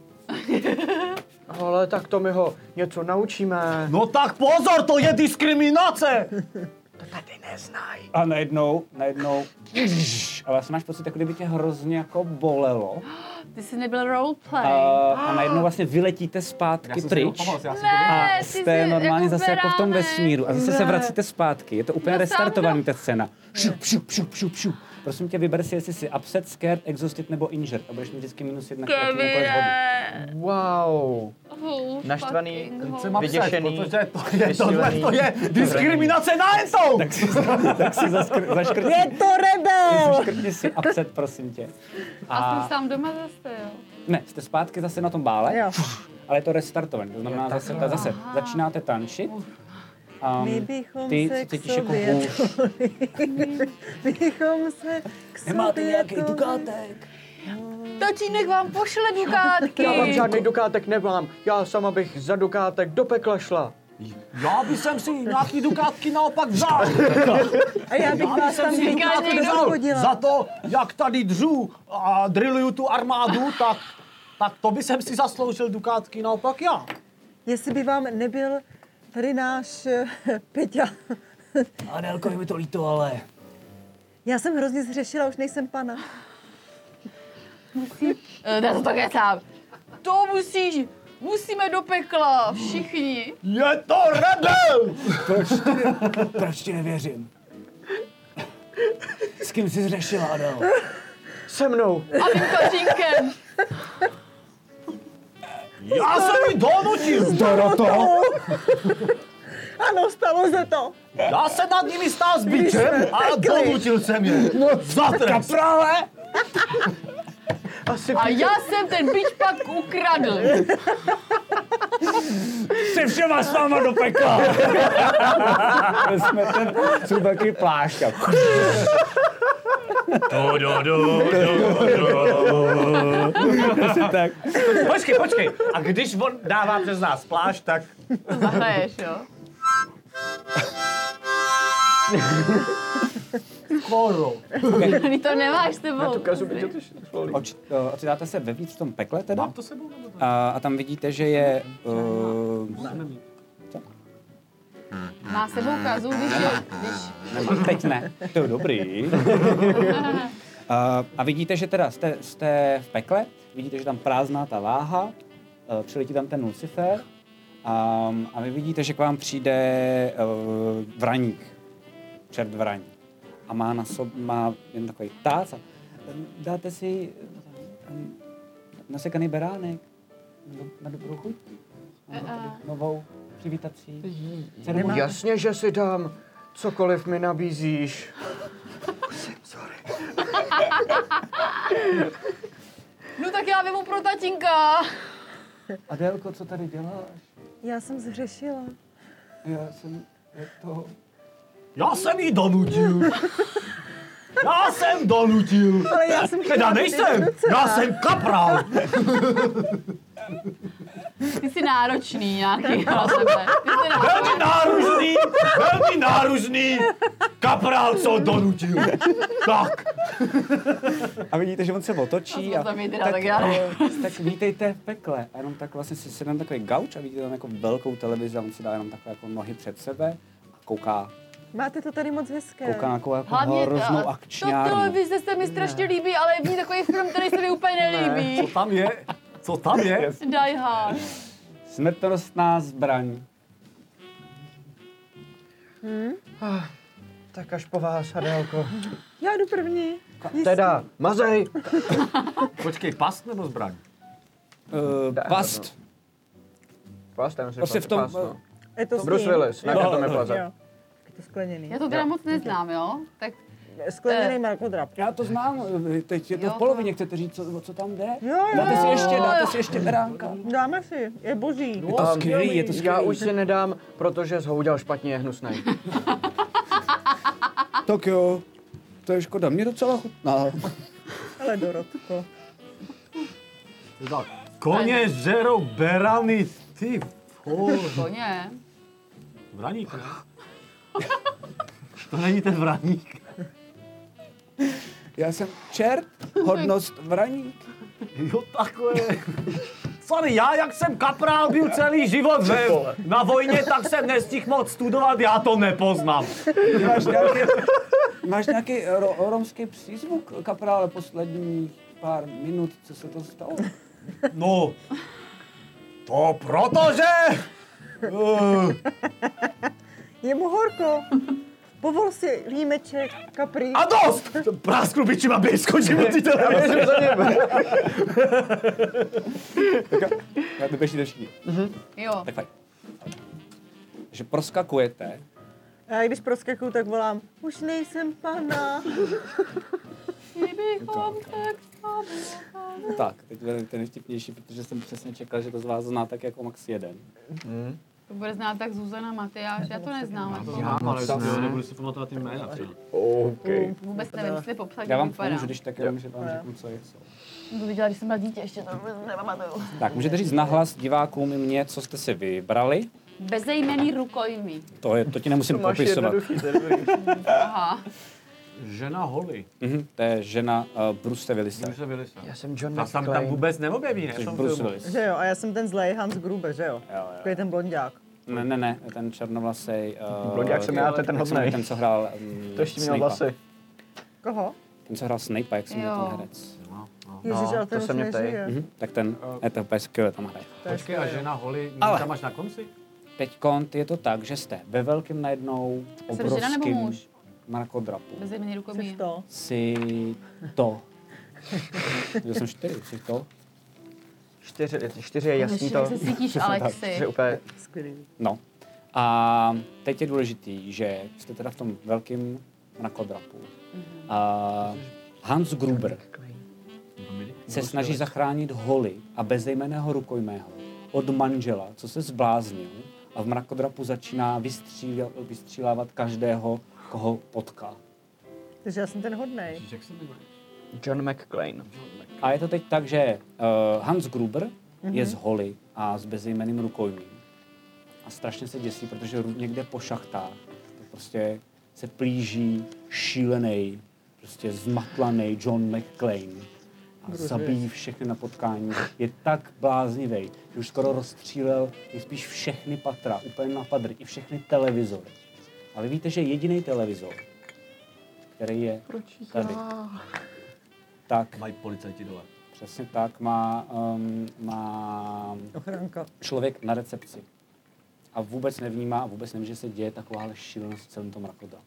Ale tak to my ho něco naučíme. No tak pozor, to je diskriminace! To tady neznají. A najednou, a vlastně máš pocit, jako kdyby tě hrozně jako bolelo. Ty jsi nebyl roleplay. A najednou vlastně vyletíte zpátky pryč. A Ne, ty jste jsi normálně jako zase jako v tom beránek. vesmíru. A zase se vracíte zpátky. Je to úplně No restartovaný sám ta scéna. Šup, šup, šup, šup, šup. Prosím tě, vyber si, jestli jsi upset, scared, exhausted nebo injured. A budeš mít vždycky -1, jak ti nepůjdeš vodu. Wow. Naštvaný, vyděšený, To je diskriminace na entou! Tak si zaškrtni. Je to rebel! Zaškrtni si upset, prosím tě. A jsi sám doma zase, jo? Ne, jste zpátky zase na tom bále, Jo. ale je to restartované. To znamená, zase začínáte tančit. My bychom ty se se k cítíš jako sobě hůř. bychom se k sobě Nemáte nějaký tolik- dukátek? Tatínek vám pošle dukátky. Já vám žádný dukátek nemám. Já sama bych za dukátek do pekla šla. Já bych si nějaký dukátky naopak vzal. A já bych vás tam si dukátky vzal dochodila. za to, jak tady dřu a drilluju tu armádu, tak to by jsem si zasloužil dukátky naopak já. Jestli by vám nebyl tady náš Peťa. Adélko, je mi to líto, ale... Já jsem hrozně zřešila, už nejsem pana. Já to také sám. To musíme do pekla, všichni. Je to rebel! Proč ti nevěřím? S kým jsi zřešila, Adel? Se mnou. A tím tatínkem. Já jsem ji donutil! Doroto! Ano, stalo se to. Já se nad nimi stál s bičem a donutil jsem je. Za trest. Kaprále! Asi A já jsem ten bič pak ukradl. Se všema s váma do pekla! Jsme ten cubaký plášť. Tak. Počkej. A když on dává přes nás plášť, tak... Zahraješ, jo? Skoro. Ty to nemáš s tebou. Ocitáte se vevnitř v tom pekle teda? Mám to sebou nebo to? A tam vidíte, že je... Má sebou kazu, když... Teď ne. To je dobrý. A vidíte, že teda jste v pekle, vidíte, že tam prázdná ta váha, přiletí tam ten Lucifer a vy vidíte, že k vám přijde vraník, čert vraník. A má jen takový tác a dáte si nasekaný beránek na dobrou chuť. Novou přivítací ceremonii. Jasně, že si dám. Cokoliv mi nabízíš. Sorry. No tak já vemu pro tatínka. Adélko, co tady děláš? Já jsem zřešila. Já jsem to... Já jsem jí donutil. Ale já jsem Teda chtěla být nejsem. donucená. Já jsem kaprál. Ty jsi náročný nějaký na sebe. Velmi náružný! Kaprál, co donutil. Tak. A vidíte, že on se otočí a tak vítejte v pekle. A jenom tak vlastně si sedem takový gauč a vidíte tam jako velkou televizi a on si dá jenom takové jako nohy před sebe a kouká. Máte to tady moc hezké. Kouká na jako hroznou akčňárnu. To televize se mi strašně líbí, ale je v ní takový film, který se mi úplně nelíbí. Co tam je? Die Hard. Smrtonosná zbraň. Tak až po vás, Adélko. Já jdu první. Teda, mazej! Počkej, past nebo zbraň? Past. Past, já myslím, Prostě v tom... past, no. Je to Bruce Willis, ne, to mi Jo. plaze. Je to skleněný. Já to teda moc neznám, jo? Tak Skleněný mrakodrap. Já to znám, teď je to Jo, v polovině, chcete říct, co tam jde? Jo, Dáte si ještě beránka. Dáme si, je boží. Je to skvělý, je to skvělý. Já už si nedám, protože jsi ho udělal špatně, je hnusnej. Tak jo, to je škoda, mě docela chutná. Ale Dorotko. Tak, koně žerou berany, ty koně. Vraník, ne? To není ten vraník. Já jsem čert, hodnost vraník. Jo, takhle. Sorry, já jak jsem kaprál byl celý život na vojně, tak jsem nestihl moc studovat, já to nepoznám. Máš nějaký romský přízvuk, kaprále, posledních pár minut, co se to stalo? No, to protože... Je mu horko. Povol si límeček, kapry. A dost! Prásknu bičima blízko životí televize. Já to běžíte všichni. Jo. Tak fajn. Že proskakujete. A já když proskakuju, tak volám, už nejsem pana. Kdybychom tak Tak, teď bude ten nejvtipnější, protože jsem přesně čekal, že to z vás zná tak jako max jeden. To bude znát tak Zuzana Matyáš, já to neznám. Ale nebudu si pamatovat ty jména. Vůbec nevím, jestli popsat, Já vám vypadá. pomůžu, když tak jenom, že vám řeknu, co je co. Jsem to viděla, když jsem byla dítě, ještě to nepamatuju. Tak, můžete říct nahlas divákům i mně, co jste si vybrali. Bezejmenný rukojmí. To ti nemusím popisovat. Aha. Žena Holly. To je žena Bruce Willise. Bruce Willise. Já jsem John Ta tam McClane. vůbec neobjeví, ne? Což v tom Bruce filmu. Willis. Že jo, a já jsem ten zlej Hans Gruber, že jo? Takový ten blonďák. Ne, ten černovlasej. Blonďák jsem já, to je ten hodnej. Ten, co hrál To ještě měl vlasy. Koho? Ten, co hrál Snape, jak se jmenuje Jo. ten herec. Ježiš, ale ten to už se mě ptej. nežije. Tak ten, je to úplně skvěle tam hraje. Počkej, a žena Holly, Ale- tam máš na konci? Teďkon je to tak, že jste ve velkém najednou Jsem žena nebo obrovským muž? mrakodrapu. Bezejmenný rukojmí. Jsi to. Jsi to. Já jsem 4, jsi to. 4 je jasný to. Jak se cítíš, Alexi? Že úplně... Skvělý. No. A teď je důležitý, že jste teda v tom velkém mrakodrapu. A Hans Gruber se snaží zachránit Holly a bezejmenného rukojmého od manžela, co se zbláznil a v mrakodrapu začíná vystřílávat každého, koho potká. Takže já jsem ten hodnej. Jak se jmenuje? John McClane. A je to teď tak, že Hans Gruber je z Holly a s bezejmenným rukojmím. A strašně se děsí, protože někde po šachtách to prostě se plíží šílený, prostě zmatlaný John McClane. A zabíjí všechny na potkání. Je tak bláznivý, že už skoro rozstřílel nejspíš všechny patra, úplně na padr, i všechny televizory. Ale víte, že jediný televizor, který je tady, tak Mají policajti dole. přesně tak má Ochránka. člověk na recepci. A vůbec nevnímá a vůbec neví, že se děje takováhle šílenost v celém tom mrakodrapu.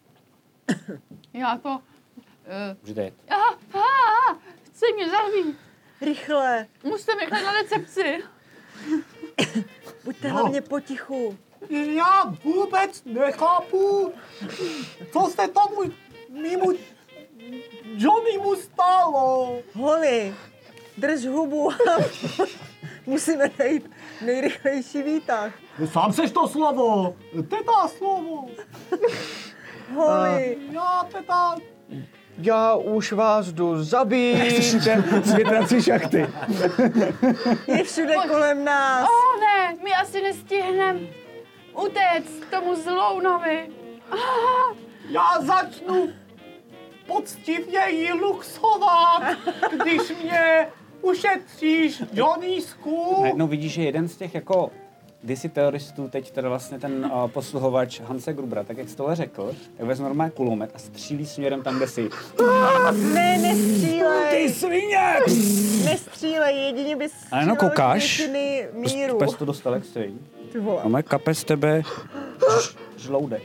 Já to... Můžete jet. Chci mě zabít. Rychle, Musíte mě nechat na recepci. buďte hlavně potichu. Já vůbec nechápu, co se tomu mému Johnnymu stalo. Holly, drž hubu. Musíme najít nejrychlejší výtah. Sám seš to slovo, teta slovo. Holly, Já teta, já už vás jdu zabít. Světrací šachty. Je všude kolem nás. Ne, my asi nestihneme utéct tomu zlounovi. Já začnu poctivěji luxovat, když mě ušetříš, Johnnísku. Najednou vidíš, že jeden z těch jako kdysi teroristů, teď teda vlastně ten posluhovač Hanse Grubera, tak jak jsi tohle řekl, tak vezme normálně kulomet a střílí směrem tam, kde jsi. Ne, nestřílej. Ty svině! Nestřílej, jedině bys Ale no koukáš, většiny míru. pes to dostal jak stejný. Ty vole. A moje kape z tebe žloudek.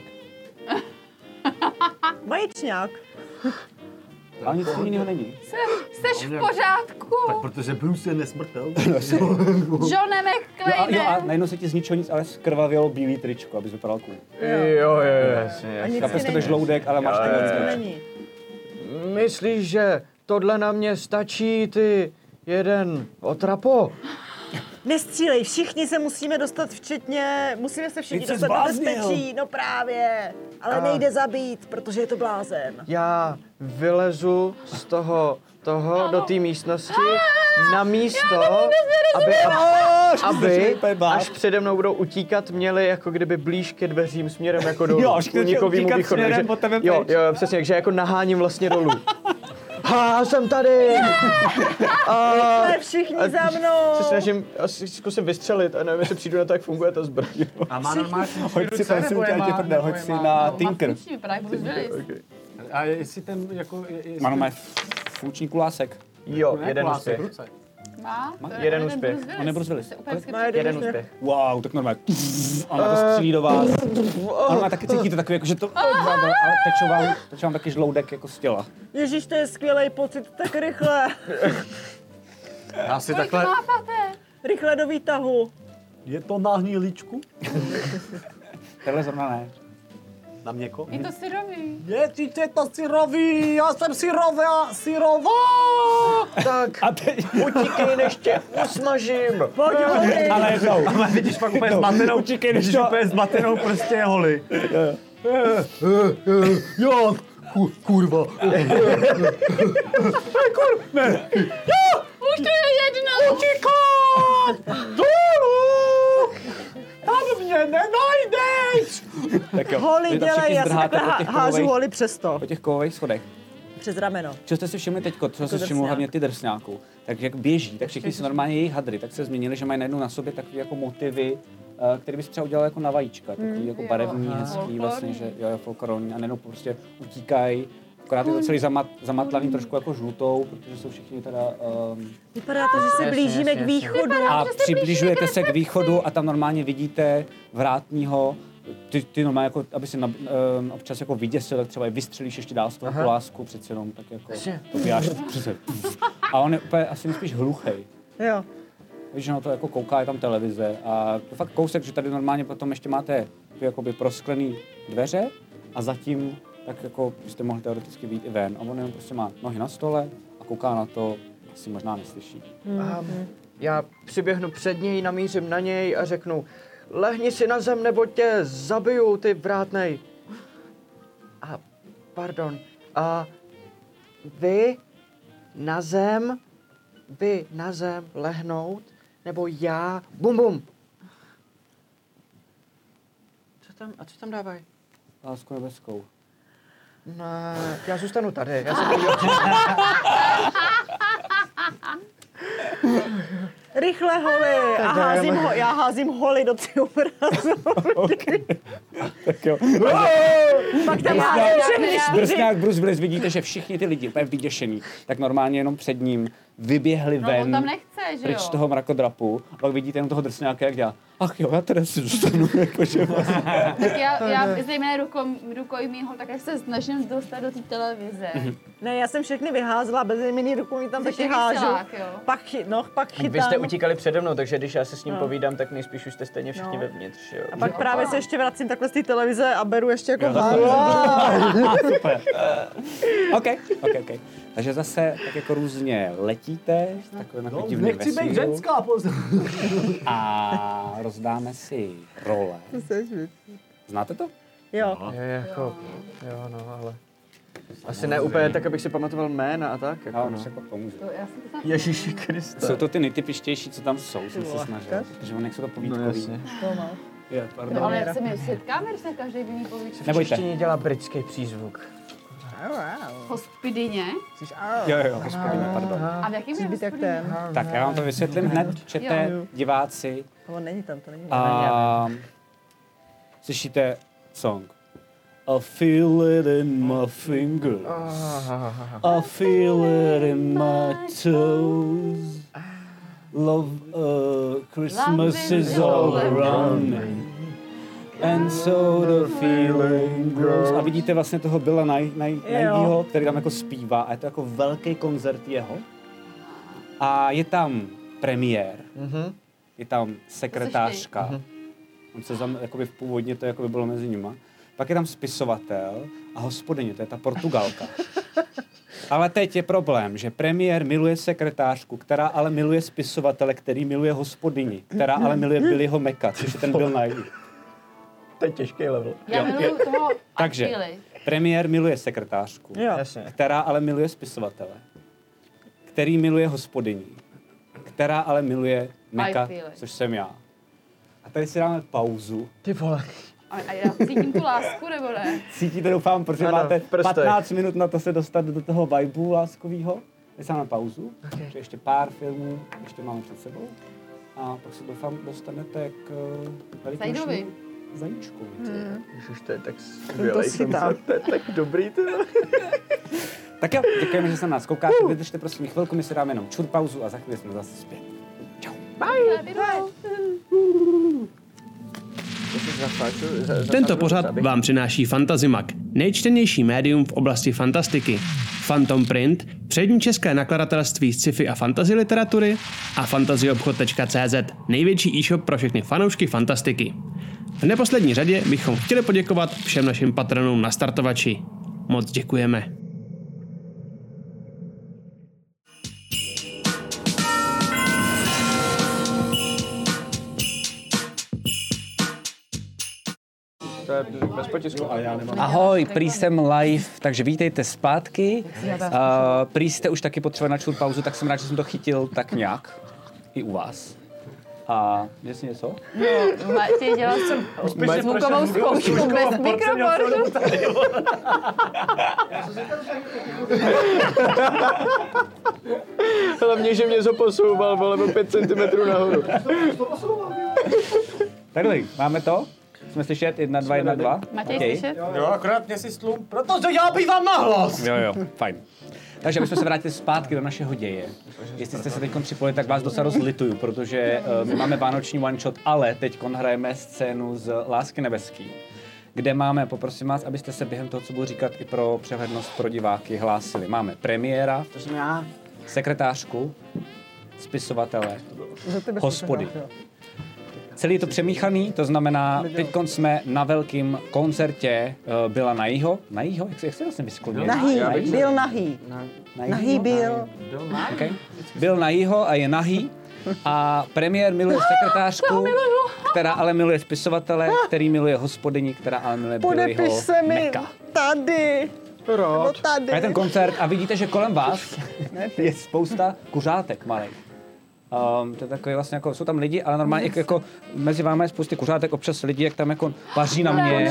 Vajíčňák. Ale nic jiného není. Jsi v pořádku. Tak protože Bruce je nesmrtelný. Johne Jo, McClane. a najednou se ti z ničeho nic, ale skrvavělo bílý tričko, abys vypadal cool. Jo, jasně. A nic Kape z ti tebe není. žloudek, ale máš A to nic to nic. není. Myslíš, že tohle na mě stačí, ty jeden otrapo? Nestřílej, všichni se musíme dostat musíme se všichni Teď se dostat do zbláznil. bezpečí, no právě. Ale nejde zabít, protože je to blázen. Já vylezu z toho do té místnosti na místo, aby až přede mnou budou utíkat, měli jako kdyby blíž ke dveřím směrem jako dolů. Jo, až k unikovýmu utíkat východu. směrem Takže- po tebe jo, pryč. jo, přesně, takže jako naháním vlastně dolů. Jsem tady! Ale všichni za se mnou. snažím, asi zkusím vystřelit a nevím, jestli přijdu na to, jak funguje ta zbraň. A má normálně Hoď si, prosím tě, ať tě prdel, hoď si na Tinker. Vypadá jak Bruce Willis. A jestli ten jako... Má normálně funkční kulásek. Jo, jeden úspěch. Má? Jeden úspěch. On je Bruce Willis. Se úplně Má jeden Jeden úspěch. úspěch. Wow, tak normálně. A ona to střílí do vás. A normálně taky cítíte takový, jako, že to... Ale teče vám taky žloudek jako z těla. Ježíš, to je skvělý pocit, tak rychle. Já si Kolik takhle... máte? Rychle do výtahu. Je to na hníličku? Tenhle zrovna ne. Na měko? Je to syrový. Je to syrový, já jsem syrová! Tak, A teď... utíkej, než tě usmažím. Pojď, Holly. Ale jednou. Ale vidíš pak úplně zmatenou, Utíkej, než vidíš to... úplně zmatenou prostě holi. Jo, kurva. Už to je jedno. Utíkat! Dolů! Tam mě nenajdeš! Tak jo. Holly, Vy tam dělej, všichni já si zdrháte takhle po těch hážu kovových- Holly přesto. Po těch kovových schodech. Přes rameno. Co jste si všimli teďko, co se všiml drsňák. hlavně ty drsňáků, tak jak běží, tak všichni si normálně jejich hadry, tak se změnili, že mají najednou na sobě takové jako motivy, který bys třeba udělal jako na vajíčka, takový jako barevný, hezký vlastně, že jo, folklorní a najednou prostě utíkají. Akorát je to celý zamatlaný trošku jako žlutou, protože jsou všichni teda... Vypadá to, že se blížíme k východu. A přibližujete se k východu a tam normálně vidíte vrátního, ty normálně jako, aby si občas jako vyděsil, tak třeba i vystřelíš ještě dál z toho kolásku, přece jenom tak jako to vyjáš přece. A on je úplně asi spíš hluchej. Jo. Víš, že na to jako kouká, je tam televize a to fakt kousek, že tady normálně potom ještě máte jakoby prosklený dveře a zatím tak jako byste mohli teoreticky vyjít i ven. A on jenom prostě má nohy na stole a kouká na to, asi možná neslyší. Já přiběhnu před něj, namířím na něj a řeknu, lehni si na zem, nebo tě zabiju, ty vrátnej. A, pardon, a vy na zem lehnout, nebo já, bum bum. Co tam dávají? Lásku nebeskou. Ne, já zůstanu tady, já jsem Rychle Holly. A já házím Holly do ty obrazu. Tak jo. Pak tam házím všechny čtyři. Drsňák Bruce Willis, vidíte, že všichni ty lidi úplně vyděšený, tak normálně jenom před ním vyběhli No on ven tam nechce, že pryč z jo? toho mrakodrapu. A pak vidíte jenom toho drsňáka, jak dělá. Ach jo, já teda si zůstanu, jakože vlastně. Tak já zejména rukojmího, tak jak se snažím dostat do té televize. Ne, já jsem všechny vyházela, bez jejmený rukou mi tam Jsi taky taky hážu. silák, jo? Pak chytám. Vy jste utíkali přede mnou, takže když já se s ním povídám, tak nejspíš už jste stejně všichni vevnitř, jo. A pak právě se ještě vracím takhle z té televize a beru ještě jako hážu. Super. OK. Takže zase tak jako různě letíte, takovým jako divným Nechci být vesmíru ženská, pozor. a rozdáme si role. Znáte to? Jo. Je jako, jo no, ale... Asi ne úplně tak, abych si pamatoval jména a tak. Jako, Já no. vám se pak pomůžu. Já jsem to tam... Ježíši Kriste. Jsou to ty nejtypičtější, co tam jsou, jsem se snažil. Protože on jsou to povídkový. No jasně. Je, pardon. No, ale jak se my setkáme, když se každý jiný povíčka. Nebojte. Češtině dělá britský přízvuk. Hospidině. Jo, hospodine, pardon. A v jakým je Být jak hospodině? ten. Tak já vám to vysvětlím hned, čete, diváci. On není tam, to není. A slyšíte song. I feel it in my finger. I feel it in my toes. Love, Christmas is all around me. And so the feeling grows. A vidíte vlastně toho Billa Nighyho, který tam jako zpívá. A je to jako velký koncert jeho. A je tam premiér. Je tam sekretářka. On se jakoby v původně to jakoby bylo mezi nima. Pak je tam spisovatel a hospodyně, to je ta Portugalka. Ale teď je problém, že premiér miluje sekretářku, která ale miluje spisovatele, který miluje hospodyni, která ale miluje Billyho Meka, což je ten Bill Nighy. To je těžký level. Já miluju toho Takže premiér miluje sekretářku, Jasně. která ale miluje spisovatele, který miluje hospodyni, která ale miluje Meka, což jsem já. A tady si dáme pauzu. Ty vole. A já cítím tu lásku, nebo ne? Cítíte, doufám, protože Ano, máte v prstech. 15 minut na to se dostat do toho vibeu láskovýho. Teď máme pauzu, protože ještě pár filmů ještě máme před sebou. A pak se doufám dostanete k velikonočnímu zajíčkovi. Ježiš, to je tak skvělý chytá. koncert, to je tak dobrý, ty. Tak jo, děkujeme, že se na nás koukáte. Vydržte prosím chvilku, my si dáme jenom čur pauzu a za chvíli jsme zase zpět. Čau. Tento pořad vám přináší Fantazimak, nejčtenější médium v oblasti fantastiky. Phantom Print, přední české nakladatelství sci-fi a fantasy literatury a fantazyobchod.cz, největší e-shop pro všechny fanoušky fantastiky. V neposlední řadě bychom chtěli poděkovat všem našim patronům na startovači. Moc děkujeme. To je bez potisku. A já nemám. Ahoj, prý jsem live, takže vítejte zpátky. Prý jste už taky potřebovali na čur pauzu, tak jsem rád, že jsem to chytil tak nějak. I u vás. A je si něco? No, Matěj, dělal jsem zvukovou zkoušku bez mikrofonu. Hlavně, že mě zaposouval, vole, o 5 cm nahoru. Takhle, máme to? Jsme slyšet? 1, 2, 1, 2. Matěj, Okay. slyšet? Jo, akorát mě si slum, protože já bývám nahlas. Jo, fajn. Takže my jsme se vrátili zpátky do našeho děje. Jestli jste se teď připojili, tak vás docela rozlituju, protože my máme vánoční one shot, ale teď hrajeme scénu z Lásky nebeský, kde máme, poprosím vás, abyste se během toho, co budu říkat, i pro přehlednost pro diváky hlásili. Máme premiéra, To jsem já. sekretářku, spisovatele, hospody. Celý je to přemíchaný, to znamená, teď jsme na velkém koncertě Billa Nighyho. Nighyho? Jak se vlastně vysklonil? Nahý, byl nahý. Nahý byl. Okay. Bill Nighyho a je nahý. A premiér miluje sekretářku, která ale miluje spisovatele, který miluje hospodyni, která ale miluje Podepiš Billyho se mi Meka. tady. Nebo tady. A je ten koncert a vidíte, že kolem vás je spousta kuřátek malých. To je takový vlastně jako, jsou tam lidi, ale normálně jako mezi vámi je spousty kuřátek, občas lidi, jak tam jako paří na mě.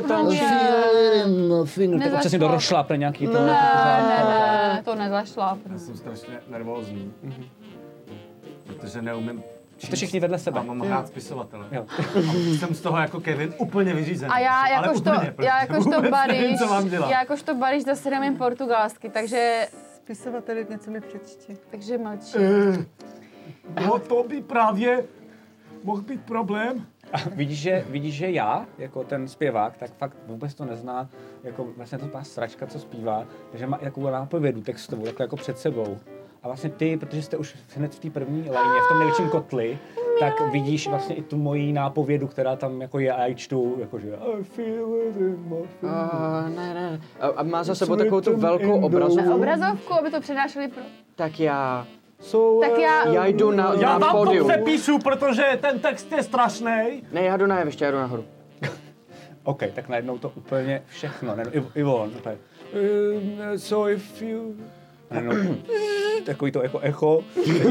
Tak občas někdo rošlápne nějaký to. Ne, to nezašlápne. Já jsem strašně nervózní, protože neumím Jste všichni vedle sebe. a mám hrát spisovatele. Jo. Jsem z toho jako Kevin úplně vyřízený. A já Ale jakožto, úplně, protože já jakožto vůbec nevím, Baríš, co mám dělat. já jakožto Baríš zase nemím portugalsky, takže Spisovateli, něco mi přečti. mlčí. No to by právě mohl být problém. A vidíš, že já, jako ten zpěvák, tak fakt vůbec to nezná, jako vlastně to ta sračka, co zpívá, takže má jako nápovědu textovou, jako před sebou. A vlastně ty, protože jste už hned v té první lajně, v tom největším kotli, tak vidíš vlastně i tu moji nápovědu, která tam jako je a já čtu, jakože I feel it in my finger. Ne. A má za sebou takovou tu velkou Na obrazovku. obrazovku, aby to přednášeli pro... Tak já Já jdu na Já vám to pódium. přepíšu, protože ten text je strašný. Ne, já jdu na jeviště, já jdu nahoru. OK, tak najednou to úplně všechno. Ivon, so if you... Najednou, takový to jako echo.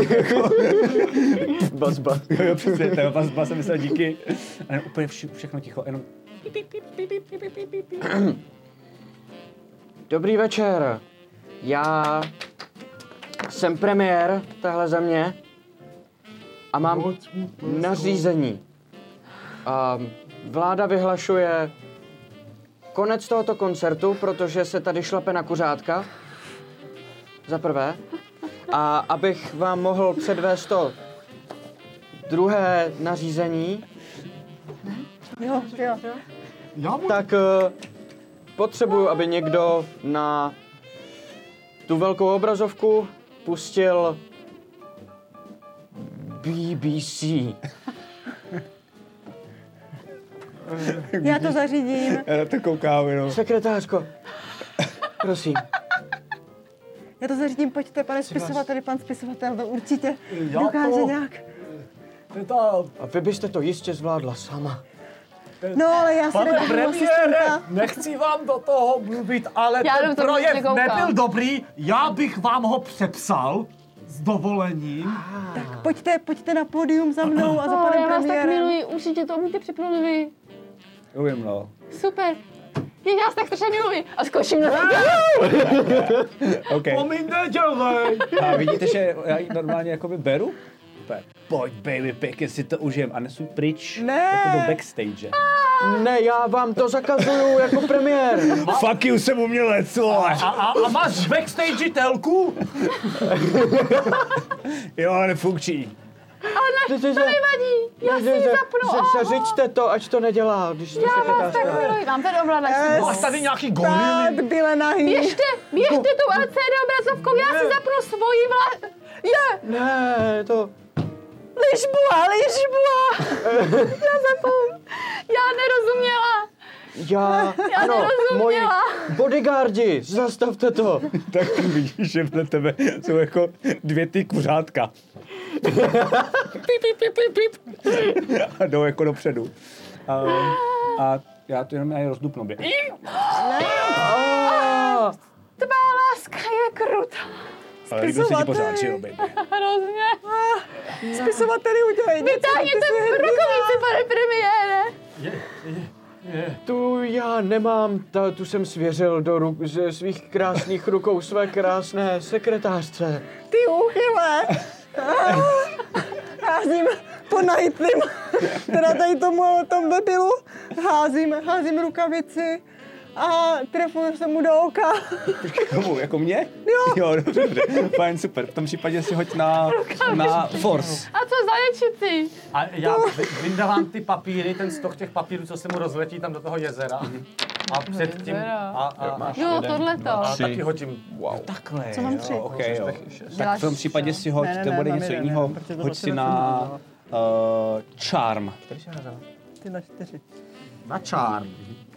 Bas. Jo, přesně, to bas jsem myslel díky. A najednou úplně všechno ticho, jenom... Dobrý večer. Já jsem premiér téhle země a mám nařízení. Vláda vyhlašuje konec tohoto koncertu, protože se tady šlape na kuřátka. Za prvé. A abych vám mohl předvést to druhé nařízení, Jo. tak potřebuju, aby někdo na tu velkou obrazovku pustil BBC. Já to zařídím. Já na to koukám jenom. Sekretářko, prosím. Já to zařídím, pojďte, pane spisovateli, pan spisovatel to určitě dokáže nějak. A vy byste to jistě zvládla sama. No, ale já si Pane nebudu premiére, asistenta. nechci vám do toho mluvit, ale Já ten do toho projev nekoukám. nebyl dobrý, já bych vám ho přepsal s dovolením. Pojďte na pódium za mnou a za panem já vás tak premiérem. miluji, určitě to umíte připnout vy. Umím, no. Super. Já vás tak strašně miluji a zkouším na OK. To mi nedělej! A vidíte, že já ji normálně jakoby beru? Pojď, baby, pěkně si to užijem a nesu pryč Ne. jako do backstage. Ne, já vám to zakazuju jako premiér. Fuck you, jsem umělec, vole. A máš backstage telku? Jo, nefunkční. To nevadí, já si ji zapnu. Zařiďte to, ať to nedělá, když jste Já vás sekretářka. tak miluji, mám tady ovladač. Máš tady nějaký Tak, gorily? byle nahý. Běžte tou LCD obrazovkou, já si zapnu svoji Ne, to... ližbua. Já zapnu. Já nerozuměla. Já moji nerozuměla. bodyguardi, zastavte to. Tak vidíš, že vedle tebe jsou jako dvě ty kuřátka. Pip. A jdou jako dopředu. A já to jenom rozdupnu. Tvá láska je krutá. Ale líbí se ti pořád, že jo, baby. Hrozně. Spisovateli udělej něco. Vytáhněte rukavici, pane premiére. Tu já nemám, tu jsem svěřil do ze svých krásných rukou své krásné sekretářce. Ty úchyle. Házím po nahitným, teda tady tomu debilu, házím rukavici a trefuju se mu do oka. Komu? Jako mě? Jo. Dobře. Fajn, super. V tom případě si hoď na force. A co za ječici? A já vyndávám ty papíry, ten stoch těch papírů, co se mu rozletí tam do toho jezera. A předtím... Jo, tohleto. A taky hodím. Wow. Takhle. Co mám 3? Okay, jo. Tak v tom případě si hoď, to bude něco jiného. Hoď si na charm. Ty na 4. Na charm.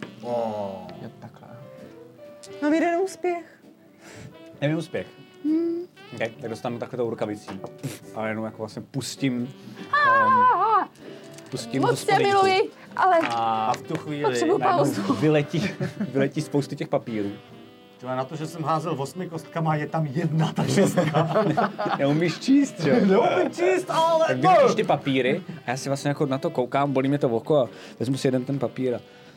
Mám jeden úspěch. Nevím úspěch. Okay, tak dostanu takhle tou rukavicí. A jenom jako vlastně pustím Moc tě miluji, ale a v tu chvíli potřebuji pauzu. vyletí spousty těch papírů. Tyhle, na to, že jsem házel 8 kostkama, je tam jedna ta šestka. Neumíš číst, jo? Neumím číst, ale... Tak vyletíš ty papíry a já si vlastně jako na to koukám, bolí mě to oko a vezmu si jeden ten papír a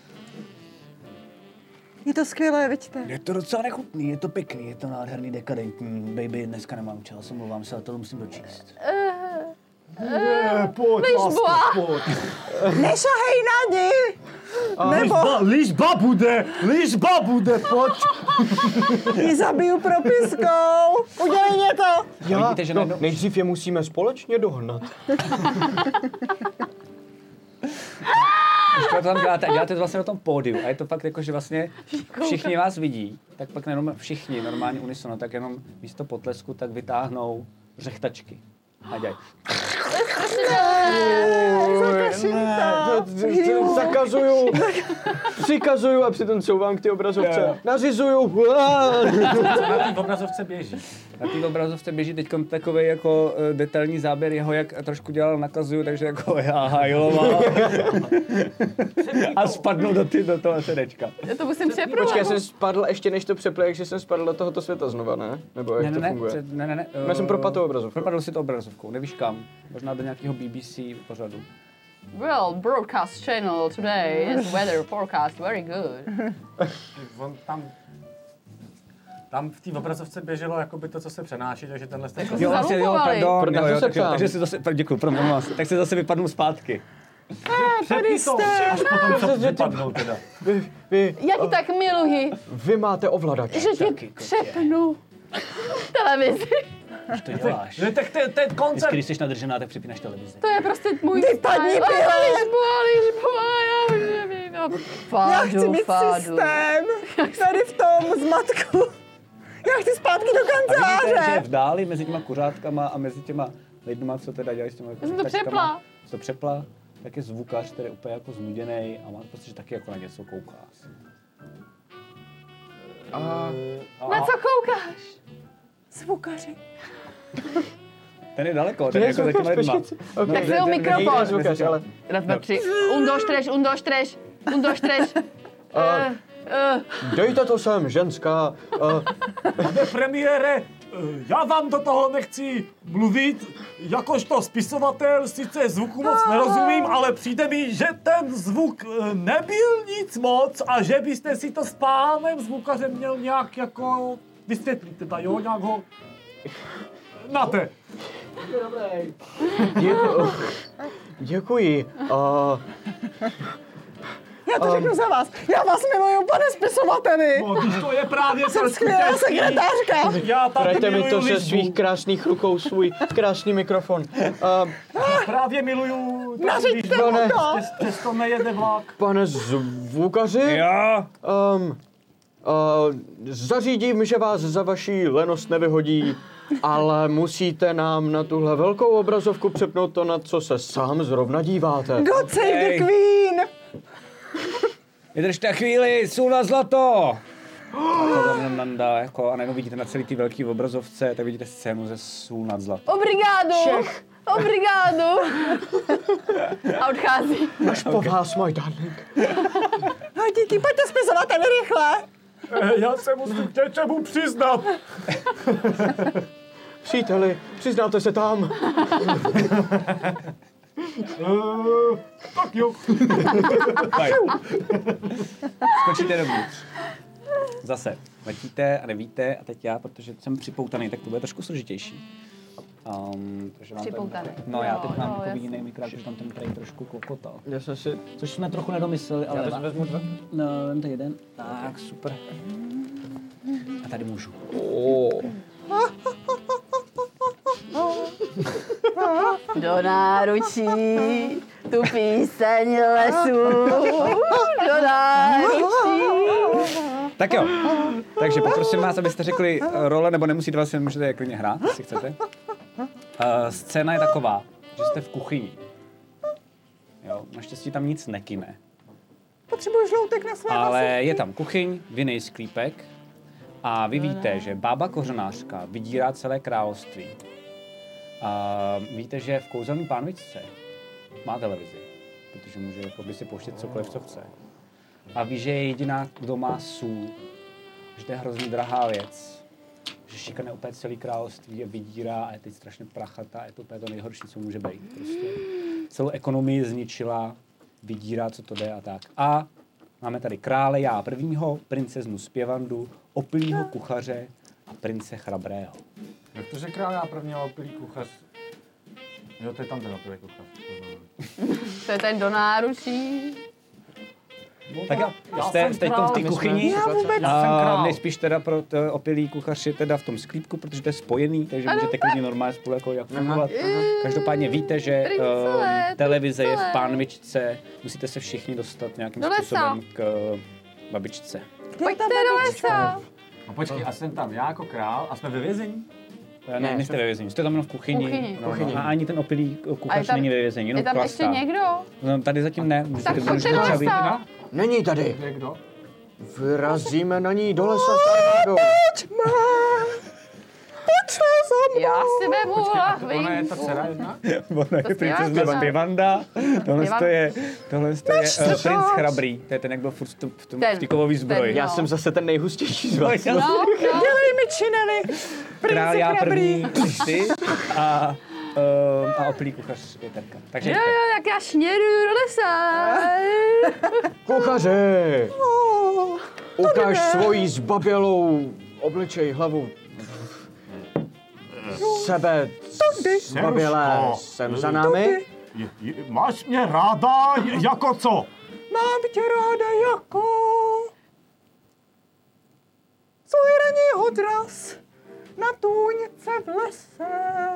Je to skvělé, vidíte. je to docela nechutný, je to pěkný, je to nádherný, dekadentní. Baby, dneska nemám čas, omlouvám se, ale to musím dočíst. Pojď, Ližbua. pojď. Nešahej na ní! Nebo Ližba bude, pojď. ji zabiju propiskou. Udělej něco. Vidíte, že najednou... Nejdřív je musíme společně dohnat. Když to tam děláte to vlastně na tom pódiu a je to fakt jako, že vlastně všichni vás vidí, tak pak jenom všichni normálně unisono, tak jenom místo potlesku tak vytáhnou řechtačky. A dělají. Zakazuju, přikazuju a přitom couvám k ty obrazovce. Nařizuju. Na té obrazovce běží. Na té obrazovce běží teď takový jako detailní záběr jeho, jak trošku dělal nakazuju, takže jako já hajloval. A spadnu do toho sedečka. Já to musím přeprovat. Počkej, já jsem spadl ještě než to přepli, takže jsem spadl do tohoto světa znova, ne? Nebo jak to funguje? Ne. Já jsem propadl obrazovku. Propadl si to obrazovkou, nevíš kam. Možná do nějakého BBC pořadu. Well, broadcast channel today is weather forecast very good. On tam v té obrazovce běželo jakoby to, co se přenáší, takže tenhle jste... Jako zalupovali. Takže si zase, děkuji, tak si zase vypadnu zpátky. Tady jste! Až potom co vypadnou teda. Já ti tak miluji, Vy máte ovladač. že ti přepnu televizi. Už to děláš. Tak to je koncert! Když jsi nadržená, tak připínáš televizi. To je prostě můj Vypadni, style. Pile! Já už nevím. Já chci mít systém, tady v tom zmatku. Já chci zpátky do A vidíte, že kanceláře. v dáli mezi těma kuřátkama a mezi těma lidma, co teda dělají s těma jsem to přepla. To přepla, tak je zvukař, který je úplně jako znuděnej a má pocit, že taky jako na něco kouká. Na co koukáš? Zvukaři. Ten je daleko, ten je jako za těma lidma. Tak si ho mikrofon. Zvukař, ale... Raz, dva, tři. Un, dos, tres. Dejte to sem, ženská. Pane premiére, já vám do toho nechci mluvit, jakožto spisovatel sice zvuku moc nerozumím, ale přijde mi, že ten zvuk nebyl nic moc a že byste si to s pánem zvukařem měl nějak jako vysvětlit, teda jo, nějak ho... Máte. Děkuji. Já to řeknu za vás. Já vás miluju, pane spisovateli. No, když to je právě Jsem skvělá sekretářka. Já taky Dejte mi to miluju ze ličbu. svých krásných rukou, svůj krásný mikrofon. Právě miluju... Nařiďte mu to. Přesto nejede vlak. Pane zvukaři? Jo. Zařídím, že vás za vaší lenost nevyhodí, ale musíte nám na tuhle velkou obrazovku přepnout to, na co se sám zrovna díváte. God save the Queen. Vydržte chvíli, sůl na zlato! A to tam nandá, jako, a najednou vidíte na celý ty velký obrazovce, tak vidíte scénu ze Sůl nad zlato. Obrigado. A odchází. Až po vás, můj darling. No díky, pojďte spisovateli rychle. Já se musím k něčemu přiznat. Příteli, přiznáte se tam. Tak jo. Skočíte dovnitř. Zase letíte a nevíte a teď já, protože jsem připoutaný, tak to bude trošku složitější. Takže mám Připoutaný. No já teď mám takový jasný. jiný mikrofon, že tam ten prej trošku klokotal. Já jsem si... Což jsme trochu nedomysleli, ale... Já to vezmu dva. No, vemte jeden. Tak, super. A tady můžu. Do náručí tu píseň lesu. Do náručí. Tak jo. Takže poprosím vás, abyste řekli role, nebo nemusíte vlastně, můžete je klidně hrát, jestli chcete. Scéna je taková, že jste v kuchyni. Jo, naštěstí tam nic nekyne. Potřebuji žloutek na své Ale vlasy. je tam kuchyň, vinný sklípek a vy víte, že bába kořenářka vydírá celé království. A víte, že v kouzelné pánvičce má televizi, protože může jakoby si pouštět cokoliv, co chce. A ví, že je jediná, kdo má sůl, že to je hrozně drahá věc, že šikane úplně celé království a vydírá a je teď strašně prachatá, je to úplně to nejhorší, co může být. Prostě. Celou ekonomii zničila, vydírá, co to jde a tak. A máme tady krále Já prvního, princeznu Zpěvandu, opilýho kuchaře a prince Chrabrého. Jak to, že král Já prvního opilý kuchař? Jo, to je tam ten opilý kuchař. To je ten do náručí. Tak jo, jste jsem teď král. v té kuchyni. Já vůbec A nejspíš teda pro opilý kuchař je teda v tom sklípku, protože to je spojený, takže můžete klidně normálně spolu jako jak fungovat. Každopádně víte, že televize je v pánvičce, musíte se všichni dostat nějakým Do lesa. způsobem k babičce. Pojďte do lesa. No počkej, a jsem tam já jako král a jsme ve vězení? Ne, nejste ve vězení, jste tam jenom v kuchyni. Kuchyni. No, a ani ten opilý kuchař tam- není ve vězení, jenom Je tam ještě chlastá. někdo? No, tady zatím ne. Tak pojďte do lesa. Není tady. Někdo? Vyrazíme na ní do lesa s armádou. Já si vemu lahvinku. Ona je ta dcera jedna? Ona je To princezna zpíváš, Spivanda, tohle Zpívan- je princ Chrabrý, to je ten, jak byl furt v Ten. té kovové zbroji. Ten, Já no. jsem zase ten nejhustější z vás. No, no. Dělej mi činely. Král já Chrabrý. první, ty a opilý kuchař je Terka. Takže Jo, jo, jak já šněruju do lesa. Kuchaři! Ukaž svoji zbabělou obličej, hlavu. Sebe, zbabělé, jsem za námi. Máš mě ráda jako co? Mám tě ráda jako svůj ranní odraz na tůňce v lese.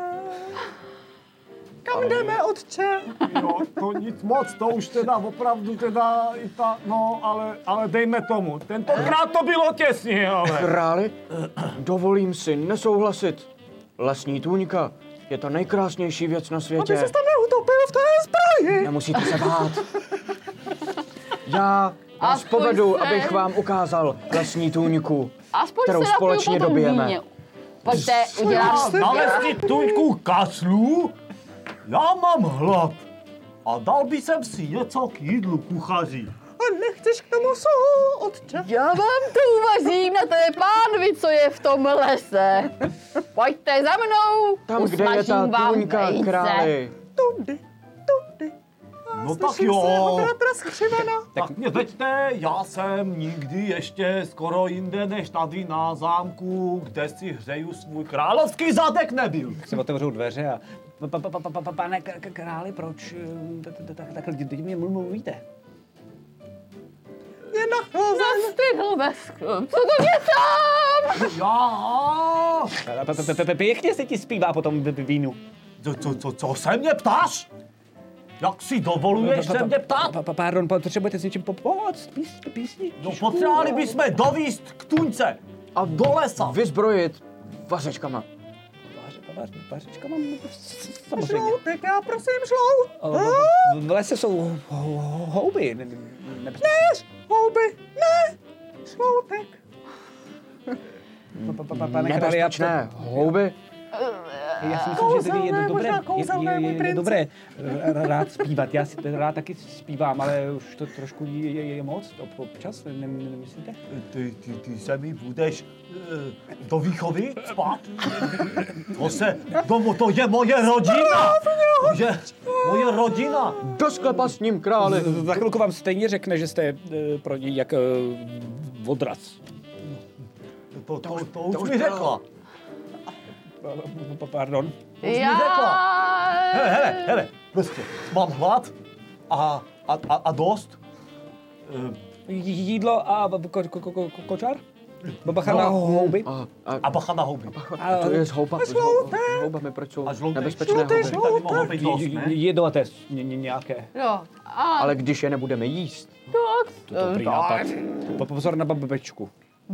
Kam jdeme, otče? Jo, to nic moc, to už teda opravdu teda i ta, no, ale dejme tomu. Tentokrát to bylo těsně, ale. Králi, dovolím si nesouhlasit. Lesní tůňka je to nejkrásnější věc na Aby světě. ses tam neutopil v té zbroji. Nemusíte se bát. Já vás Aspoň povedu, se- abych vám ukázal lesní tůňku, Aspoň kterou se napiju společně potom dobijeme. víně. Pojďte, udělám. Na lesní tuňku kašlu, já mám hlad. A dal by jsem si něco k jídlu, kuchaři. A nechceš k tomu sůl, otče? Já vám to uvařím na té pánvi, co je v tom lese. Pojďte za mnou, Tam, kde je ta usmažím vám tůňka, vejce. králi. Tudy. No tak Slyším se jo. bratra skřivena. Tak mě veďte, já jsem nikdy ještě skoro jinde než tady na zámku, kde si hřeju svůj královský zadek nebyl. se otevřou dveře a pane králi, proč takhle mě mluvíte? Je nachlazen. Nastihl ve sklu. Co to děcám? Já. Pěkně se ti zpívá po tom vínu. Co se mě ptáš? Jak si dovoluješ se mě ptát? Pardon, potřebujete s něčím pomoct? Písni? No potřebovali bychom dovíst k tuňce a do lesa. Vyzbrojit vařečkama. Vařečka mám samozřejmě. Žloutek, já prosím žlout. V lese jsou houby. Houby, ne. Žloutek. Pane králi, já Nebezpečné houby. Já si myslím, že tady je Kouzelné, dobré, možná kouzelné, můj je princi. dobré rád zpívat. Já si rád taky zpívám, ale už to trošku je moc občas, nemyslíte? Ty se mi budeš do výchovy spát? To je moje rodina! To je moje rodina! Do sklepa s ním, králi. Za chvilku vám stejně řekne, že jste pro něj jak odraz. To už mi řekla. Pardon. Hele, prostě, mám hlad a dost. Jídlo a kočár? Bacha na houby? A bacha na houby. To je z houba. S houbami, proč jsou A žloutek. nebezpečné houby. Tady mohlo být dost, ne? Jedovaté nějaké. Jo, a Ale když je nebudeme jíst, Dobrý nápad. Pozor na babičku.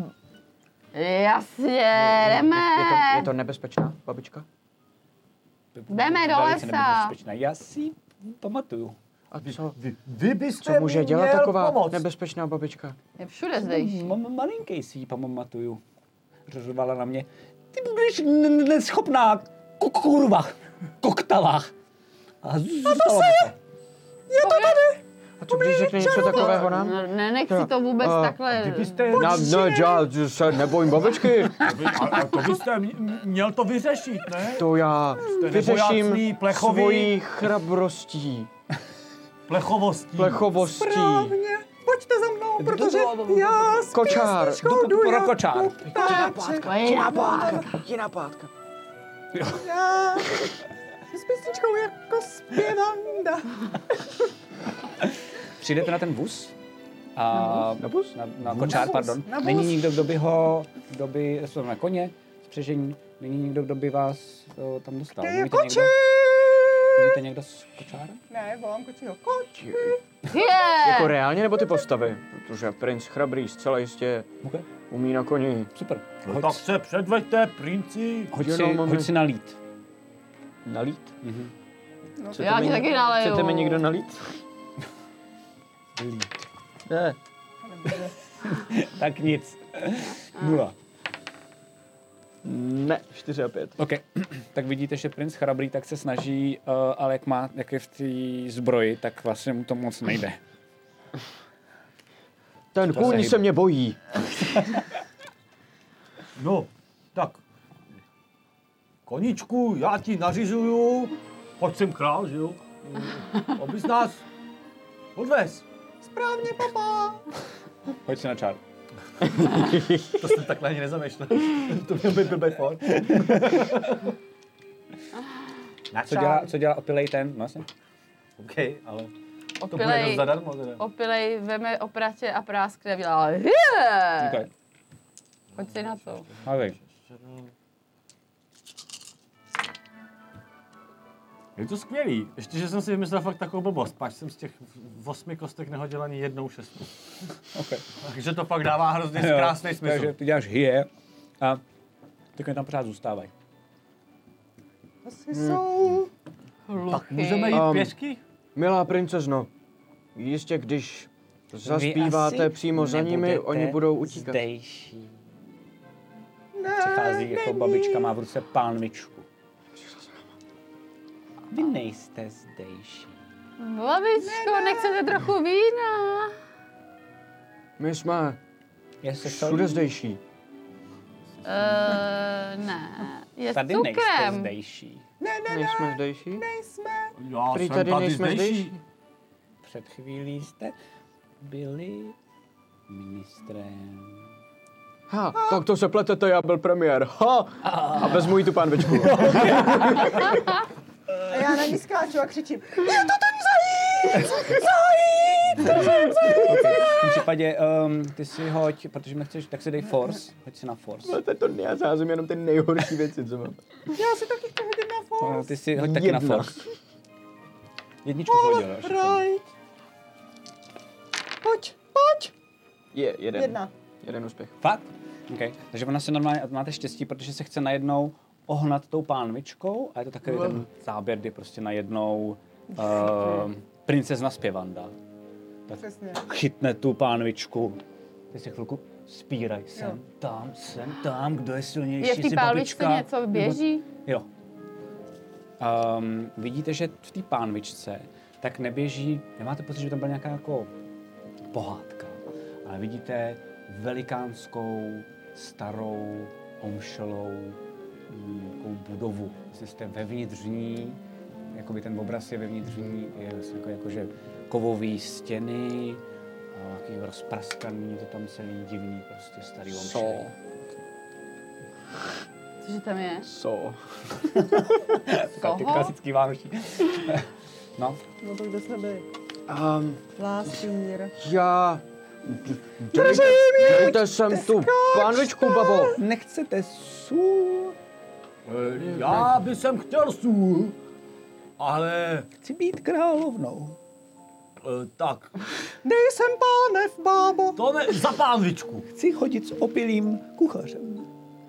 jasně, jdeme. je to nebezpečná babička? Jdeme do Velice lesa. nebezpečná. Já si pamatuju. A co? Vy byste Co může mi dělat měl taková pomoct. nebezpečná babička? Je všude zdejší. Malinkej si ji pamatuju. Řořovala na mě. Ty budeš neschopná kurva. Koktala. A zůstala to. A co když řekne něco takového nám? Ne, nechci to vůbec takhle. Já se nebojím babičky. A to byste měl to vyřešit, ne? To já vyřeším nebojácný, plechový. svojí chrabrostí, Plechovostí. plechovostí. Správně. Pojďte za mnou, protože já s Kočár. písničkou jdu Pro jako kočár. ptáček. Jiná pátka. Já s písničkou jako zpěvanda. Přijdete na ten vůz? Na vůz? Na kočár, pardon. Na vůz. Není nikdo, kdo by jsou na koně, spřežení, není nikdo, kdo by vás tam dostal. Kde je Umíte někdo? kočík? Vidíte někdo s kočárem? Ne, volám kočího. Koč! Jako reálně nebo ty postavy? Protože princ Chrabrý zcela jistě Okay. umí na koni. Super. No tak se předveďte, princi. Hoď si nalít. Nalít? Já ti taky naleju. Chcete mi někdo nalít? Ne. Tak nic. 0. Ne, 4 a 5. OK, tak vidíte, že princ Chrabrý tak se snaží, ale jak je v té zbroji, tak vlastně mu to moc nejde. Ten kůň se mě bojí. No, tak. Koníčku, já ti nařizuju, pojď sem král, že jo? Abys nás odvez. Správně, papa! Hoď si na čár. To jsem takhle ani nezamýšlel. To měl být blbý for. Co dělá opilej ten? No jasně. OK, ale to bude jenom zadarmo. Opilej veme opratě a práskne a dělá Okay. Pojď si na to. Okay. Je to skvělý. Ještě, že jsem si vymyslel fakt takovou blbost. Pač jsem z těch 8 kostek nehodil ani jednou 6. Okay. Takže to pak dává hrozně krásný smysl. Takže ty děláš hije a ty tam pořád zůstávají. Asi jsou. Tak můžeme jít pěšky? Milá princezno, jistě když zaspíváte přímo za nimi, oni budou utíkat. Zdejší. Přichází jako babička, má v ruce pánvičku. Vy nejste zdejší. Babičko, nechcete trochu vína? My jsme všude zdejší. Ne. Je s Tady nejste cukrem. zdejší. Nejsme zdejší? Já Prý jsem tady tady nejsme zdejší. Před chvílí jste byli ministrem. Ha, tak to se pletete, já byl premiér. Ha! A vezmu jí tu pánvičku. A já na ní skáču a křičím, je to ten zajíc! Zajíc! V tom případě ty si hoď, protože nechceš, tak si dej force. Hoď si na force. Ale to já zázím jenom ty nejhorší věci, co mám. Já si taky chci hodit na force. Ty si hoď taky na Jedna. force. Jedničku hodil, jo? Right. Pojď. Je, jeden. Jeden úspěch. Fakt? OK. Takže ona se normálně, máte štěstí, protože se chce najednou ohnat tou pánvičkou a je to takový ten záběr, kdy prostě najednou princezna zpěvanda. Tak Přesně. chytne tu pánvičku. Ty si chvilku spíraj sem, tam, kdo je silnější, Je v té jestli pálvičce babička, něco běží? Jo. Vidíte, že v té pánvičce tak neběží, nemáte pocit, že tam byla nějaká jako pohádka, ale vidíte velikánskou, starou, omšelou takovou budovu. Vlastně jste vevnitř ní, jakoby ten obraz je vevnitř ní, je vlastně jakože kovový stěny, a takový rozpraskaný, to tam celý divný, prostě starý omšelý. Cože tam je? Ty klasický vánoční. No. No to kde jsme byli? Lásky, mír. Já... Dejte sem tu pánvičku, babo. Nechcete sůl? Já bych sem chtěl sůl, ale Chci být královnou. tak, Dej sem pánev, bábo. to ne, za pánvičku. Chci chodit s opilým kuchařem.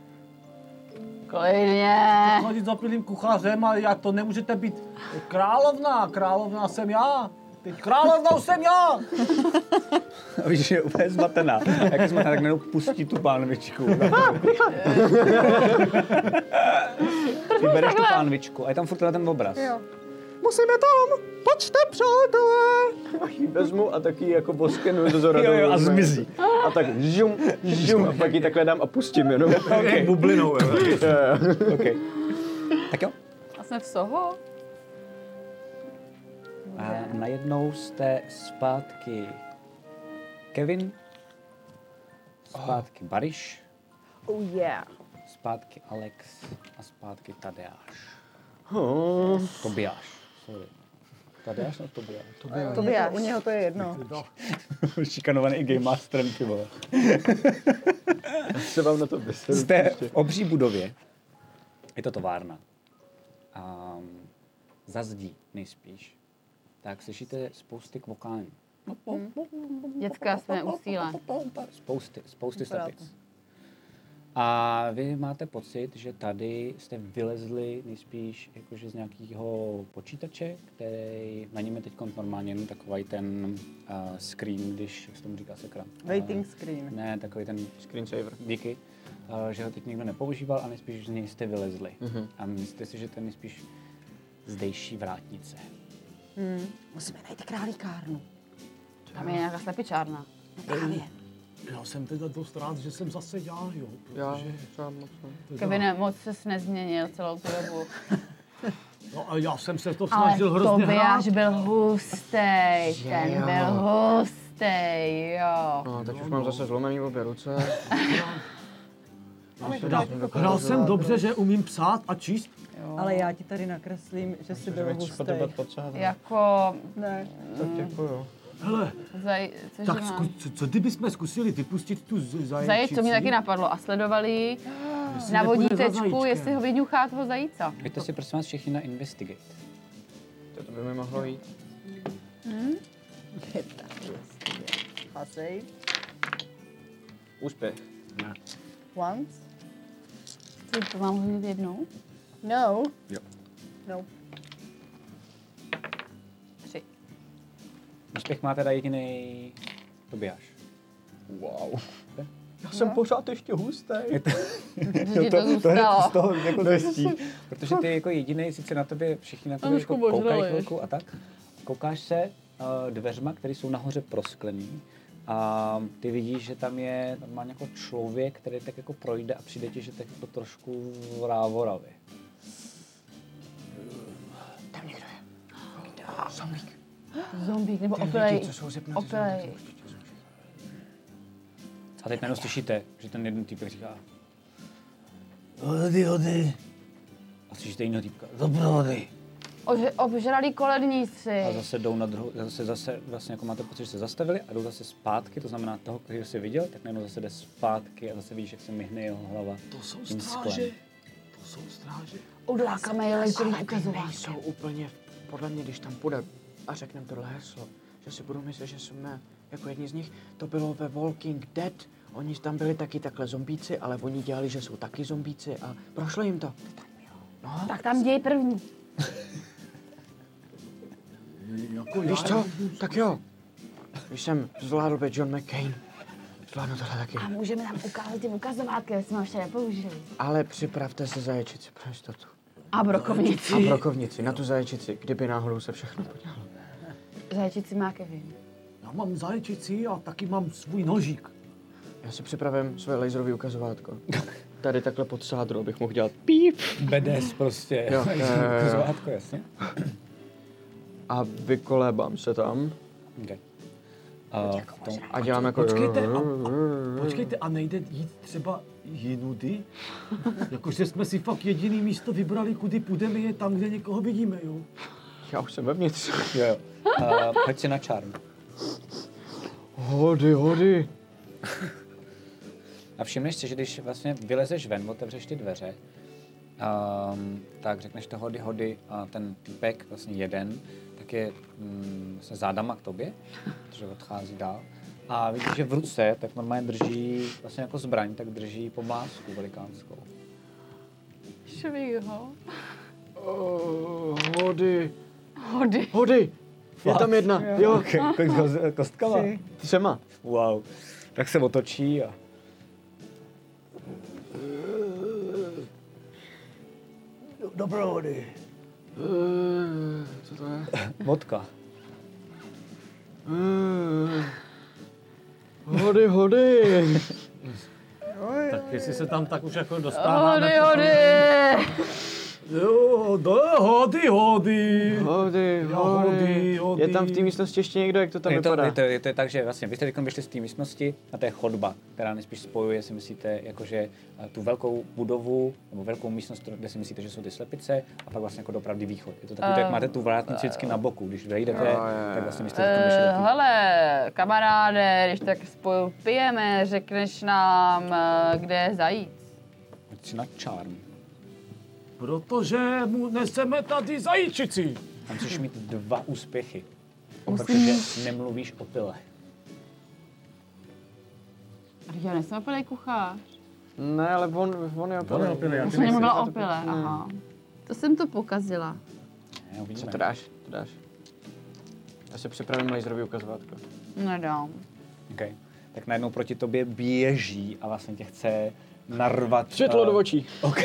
Klidně. Chodit za pilým kuchařem a jak to nemůžete být královna jsem já. Teď královnou jsem já. A víš, že je úplně zmatená. Jak je zmatená, tak najednou pustí tu pánvičku. Ty bereš tu pánvičku a je tam furt ten obraz. Jo. Musíme tam. Pojďte, přátelé. A ji vezmu a taky jako boskenu do zora. Jo, a zmizí. A tak žum, a pak ji takhle dám a pustím jenom. Okay. Bublinou, jo. Okay. Tak jo. A jsme v Soho? A najednou jste zpátky Kevin, zpátky Bariš, Oh yeah. zpátky Alex a zpátky Tadeáš. Oh. Tobiáš. Sorry. Tadeáš nebo Tobiáš? Tobiáš. U něho to je jedno. Šikanovaný i Game Masterem, ty vole. Se vám na to vyseru. Jste v obří budově. Je to továrna. A za zdí nejspíš, tak slyšíte spousty kvokání. Děcka jsme u cíle. Spousty slepic. A vy máte pocit, že tady jste vylezli nejspíš jakože z nějakého počítače, který na něm je teď normálně jenom takový ten screen, když, jak se tomu říká sekra? Waiting screen. Ne, takový ten Screensaver. díky, že ho teď nikdo nepoužíval a nejspíš z něj jste vylezli. A myslíte si, že to je nejspíš zdejší vrátnice. Musíme najít králíkárnu. Tam je nějaká slepičárna. Právě. Já jsem teda dost rád, že jsem zase já, jo. Já třeba moc ne. Kevine, moc ses nezměnil celou tu dobu. No a já jsem se to Ale snažil hrozně hrát. Tobiáš byl hustej, ten jo. byl hustej, jo. No, teď už mám zase zlomený obě ruce. Hrál jsem dobře, že umím psát a číst. Ale já ti tady nakreslím, že jsi byl hustej. Jako, Ne. Tak děkuju. Hele, cože tak mám? co kdybychom zkusili vypustit tu zaječící? Zajíc, to mě taky napadlo. A sledovali ji Jestli na nepůjde za vodítečku, zajíčkem. jestli ho vyňuchá toho zajíca. Pojďte si prosím vás všichni na investigate. To by mi mohlo jít. Asi. Úspěch. Once? To mám hodit jednou? No. Jo. No. 3. Úspěch má teda jediný Tobiáš. Wow. Já jsem pořád ještě hustej. Že ti to zůstalo. toho jako zjistí. Protože ty jako jediný sice na tobě, všichni na tobě jako koukají chvilku a tak. Koukáš se dveřma, které jsou nahoře prosklený. A ty vidíš, že tam má nějaký člověk, který tak jako projde a přijde ti, že tak jako trošku vrávoravě. Tam někdo je. Zombík. Zombík nebo Ty opilej. lidi, co jsou zepnatí, Opilej. A teď najednou slyšíte, že ten jeden týpek říká Hody. a slyšíte jiného týpka. Dobrody. Obžralí koledníci. A zase jdou na druhou, zase vlastně jako máte pocit, že se zastavili a jdou zase zpátky, to znamená toho, kterého jsi viděl, tak najednou zase jde zpátky a zase vidíš, jak se myhne jeho hlava. To jsou tím stráže. sklem. To jsou stráže. Udlákáme je laserový Ale ty ukazovák. nejsou úplně, podle mě, když tam půjde a řekneme tohle heslo, že si budou myslet, že jsme jako jedni z nich. To bylo ve Walking Dead. Oni tam byli taky takhle zombíci, ale oni dělali, že jsou taky zombíci a prošlo jim to. No, Tak tam děj první. Jako víš co? Tak jo. Když jsem zvládl být John McCain, zvládnu tohle taky. A můžeme tam ukázat ty ukazováky, jsme ho ještě nepoužili. Ale připravte se zaječici pro jistotu. A brokovnici. A brokovnici, na tu zaječici, kdyby náhodou se všechno podělalo. Zajčici má Kevin. Já mám zajčici a taky mám svůj nožík. Já si připravím svoje laserový ukazovátko. Tady takhle pod sádru, abych mohl dělat píp. BDS prostě, Jo, kazovátko, jasně. A vykolébám se tam Okay. a dělám jako... Počkejte, a nejde jít třeba jinudy? Jakože jsme si fakt jediný místo vybrali, kudy půjdeme, je tam, kde někoho vidíme, jo? Já už jsem vevnitř. Jo. Hoď si na charm. Hody. A všimneš si, že když vlastně vylezeš ven, otevřeš ty dveře, tak řekneš to hody a ten týpek, vlastně jeden, tak je se zádama k tobě, protože odchází dál. A vidíš, že v ruce tak normálně drží, vlastně jako zbraň, tak drží pomlásku velikánskou. Švih ho. Hody. Hody. Je tam jedna, jo. Kolik kostkama? 3. Wow. Tak se otočí a... Dobrody. Co to je? Motka. Hody. Tak jestli se tam tak už jako dostáváme. Hody. Jo, hody. Hody. Je tam v té místnosti ještě někdo, jak to tam vypadá? Je to tak, že vlastně vy jste teď vyšli z té místnosti a to je chodba, která nejspíš spojuje, si myslíte, jakože tu velkou budovu, nebo velkou místnost, kde si myslíte, že jsou ty slepice, a pak vlastně jako dopravdy východ. Je to takový, jak máte tu vrátnici vždycky na boku, když vejdete, tak vlastně myslíte, že to vyšli. Hele, kamaráde, když tak spolu pijeme, řekneš nám, kde je zajíc. Hoď si na charm. Protože mu neseme tady zajíčici. A musíš mít 2 úspěchy, protože nemluvíš o pile. Já nejsem opilej kuchař. Ne, ale on je opilý. Já jsem nemluvila o pile, aha. To jsem to pokazila. Co to dáš? Já se připravím laserový ukazovátko. Nedám. Okay. Tak najednou proti tobě běží a vlastně tě chce narvat. Světlo do očí. OK.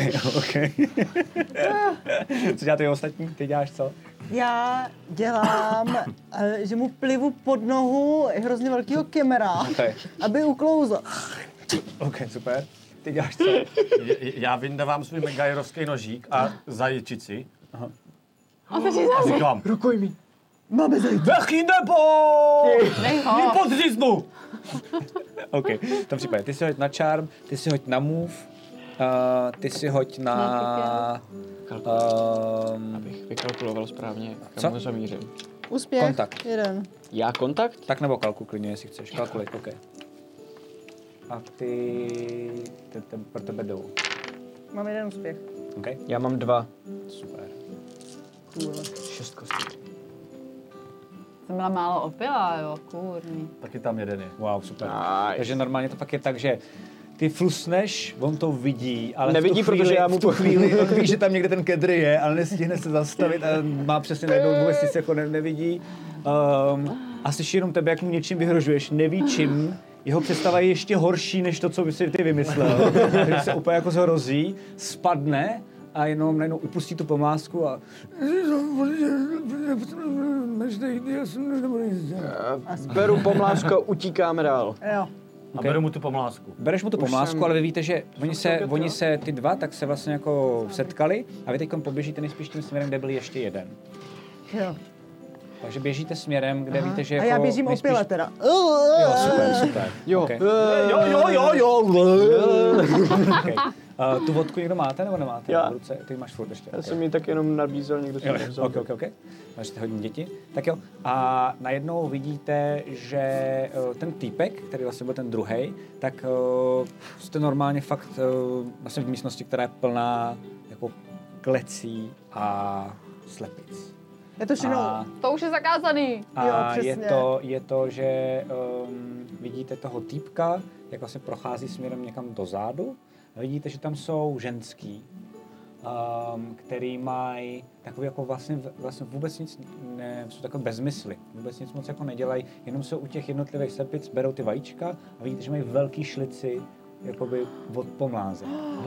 Co dělá ty ostatní? Ty děláš co? Já dělám, že mu plivu pod nohu hrozně velkýho kemera, Okay. aby uklouzl. OK, super. Ty děláš co? Já vyndávám svůj megajrovský nožík a zajíčici. A to si A zase. říkám, Rukuj mi. Máme zajít. Bechy nebo Dej mi ho. podříznu. OK, v tom případě ty si hoď na charm, ty si hoď na move, ty si hoď na... Abych vykalkuloval správně, Co? kam ho zamířím. Úspěch. Kontakt. 1. Já kontakt? Tak nebo kalkul klidně, jestli chceš. Kalkuluj, OK. A ty pro tebe jdou. Mám 1 úspěch. OK? Já mám 2. Super. 6 kostí. Jsem byla málo opila, jo, kurní. Taky tam jeden je. Wow, super. Nice. Takže normálně to pak je tak, že ty flusneš, on to vidí, ale Nevidí, v tu chvíli, protože já mu v tu chvíli on ví, že tam někde ten kedr je, ale nestihne se zastavit a má přesně najednou vůbec nic jako nevidí. A slyší jenom tebe, jak mu něčím vyhrožuješ, neví čím. Jeho představa je ještě horší, než to, co by si ty vymyslel. Takže se úplně jako zhrozí, spadne a jenom najednou upustí tu pomlásku a... Beru pomlásku a utíkáme dál. Jo. A beru mu tu pomlásku. Bereš mu tu pomlásku, ale vy víte, že oni se ty dva tak se vlastně jako setkali a vy teď poběžíte nejspíš tím směrem, kde byl ještě jeden. Jo. Takže běžíte směrem, kde víte, že A jako já běžím nejspíš... opile teda. Jo, super. Jo. Okay. Jo. Okay. Tu vodku někdo máte nebo nemáte? Já. V ruce? Ty máš furt ještě. Já jsem jí tak jenom nabízel, někdo si Jo, nevzal. OK. Máte hodně děti. Tak jo. A najednou vidíte, že ten týpek, který vlastně byl ten druhej, tak jste normálně fakt vlastně v místnosti, která je plná jako klecí a slepic. Je to všechno. To už je zakázaný. A Jo, přesně. je to, že vidíte toho týpka, jak vlastně prochází směrem někam dozadu. A vidíte, že tam jsou ženský, který mají takový jako vlastně vůbec nic, jsou takové bezmysly. Vůbec nic moc jako nedělají, jenom jsou u těch jednotlivých slepic, berou ty vajíčka a vidíte, že mají velký šlici jakoby od pomláze.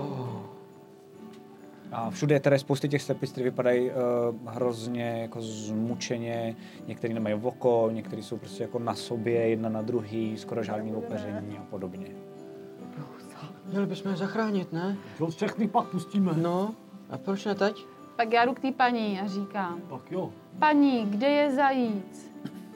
A všude je tady spousty těch slepic, které vypadají hrozně jako zmučeně, některý nemají oko, některý jsou prostě jako na sobě, jedna na druhý, skoro žádný opeření a podobně. Měli bychom je zachránit, ne? Jo, všechny pak pustíme. No, a proč ne teď? Tak já jdu k té paní a říkám, Tak jo. paní, kde je zajíc?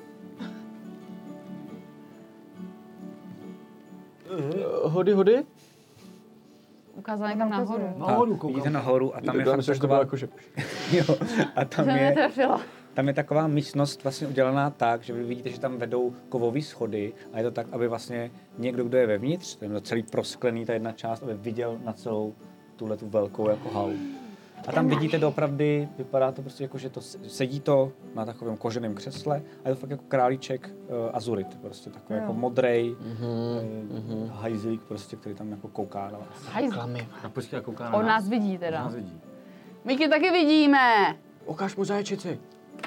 Hody? Ukázala někam nahoru. Nahoru Vidíte koukám. nahoru a tam je Já fakt myslím, že to bylo taková, jako že... jo, a To mě netrefilo. tam je taková místnost vlastně udělaná tak, že vy vidíte, že tam vedou kovové schody a je to tak, aby vlastně někdo, kdo je vevnitř, to je celý prosklený ta jedna část, aby viděl na celou tuhletu velkou jako halu. A tam vidíte doopravdy, vypadá to prostě jako, že to sedí to na takovém koženém křesle a je to fakt jako králíček azurit, prostě takový jako modrej hajzlík prostě, který tam jako kouká na vás. Hajzl. A počkej, a kouká na On nás vidí teda. nás vidí. My tě taky vidíme. Ukáž mu zajčici.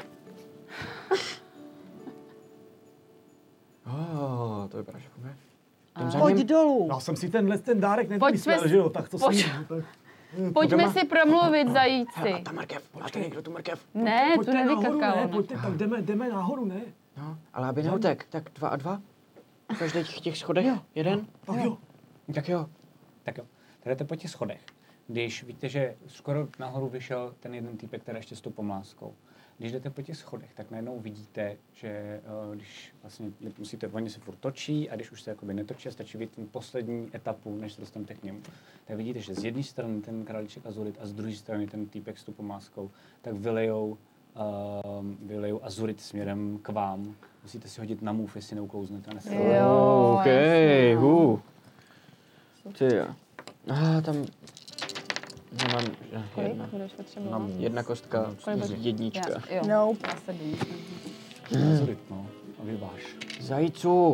To vypadá, že funguje. Jdem za Pojď ním. dolů. Já jsem si ten dárek Pojďme nevymyslel, si- že jo, tak to pojď. jsem... tak- Pojďme si promluvit, zajíci. Ta mrkev, máte někdo tu mrkev? Ne, to Pojďte nahoru, nevykakalo. ne, pojďte, tak jdeme nahoru, ne? No, ale aby neutek, tak 2 a 2. V každých těch schodech jeden. Tak jo. Tak jo, tady jdete po těch schodech. Když víte, že skoro nahoru vyšel ten jeden týpek, který ještě s tou pomláskou. Když jdete po těch schodech, tak najednou vidíte, že když vlastně musíte, oni se furt točí a když už se jakoby netočí, stačí vidět ten poslední etapu, než se dostanete k němu. Tak vidíte, že z jedné strany ten králíček azurit a z druhé strany ten týpek s tou pomláskou, tak vylejou azurit směrem k vám. Musíte si hodit na move, jestli neuklouznete. Jo, OK, Ty jo. Tam... Já mám Kolik budeš potřebovat? jedna kostka, jednička. Jo, Nope. já 7. Azurit, no. A vyváž. Zajícu!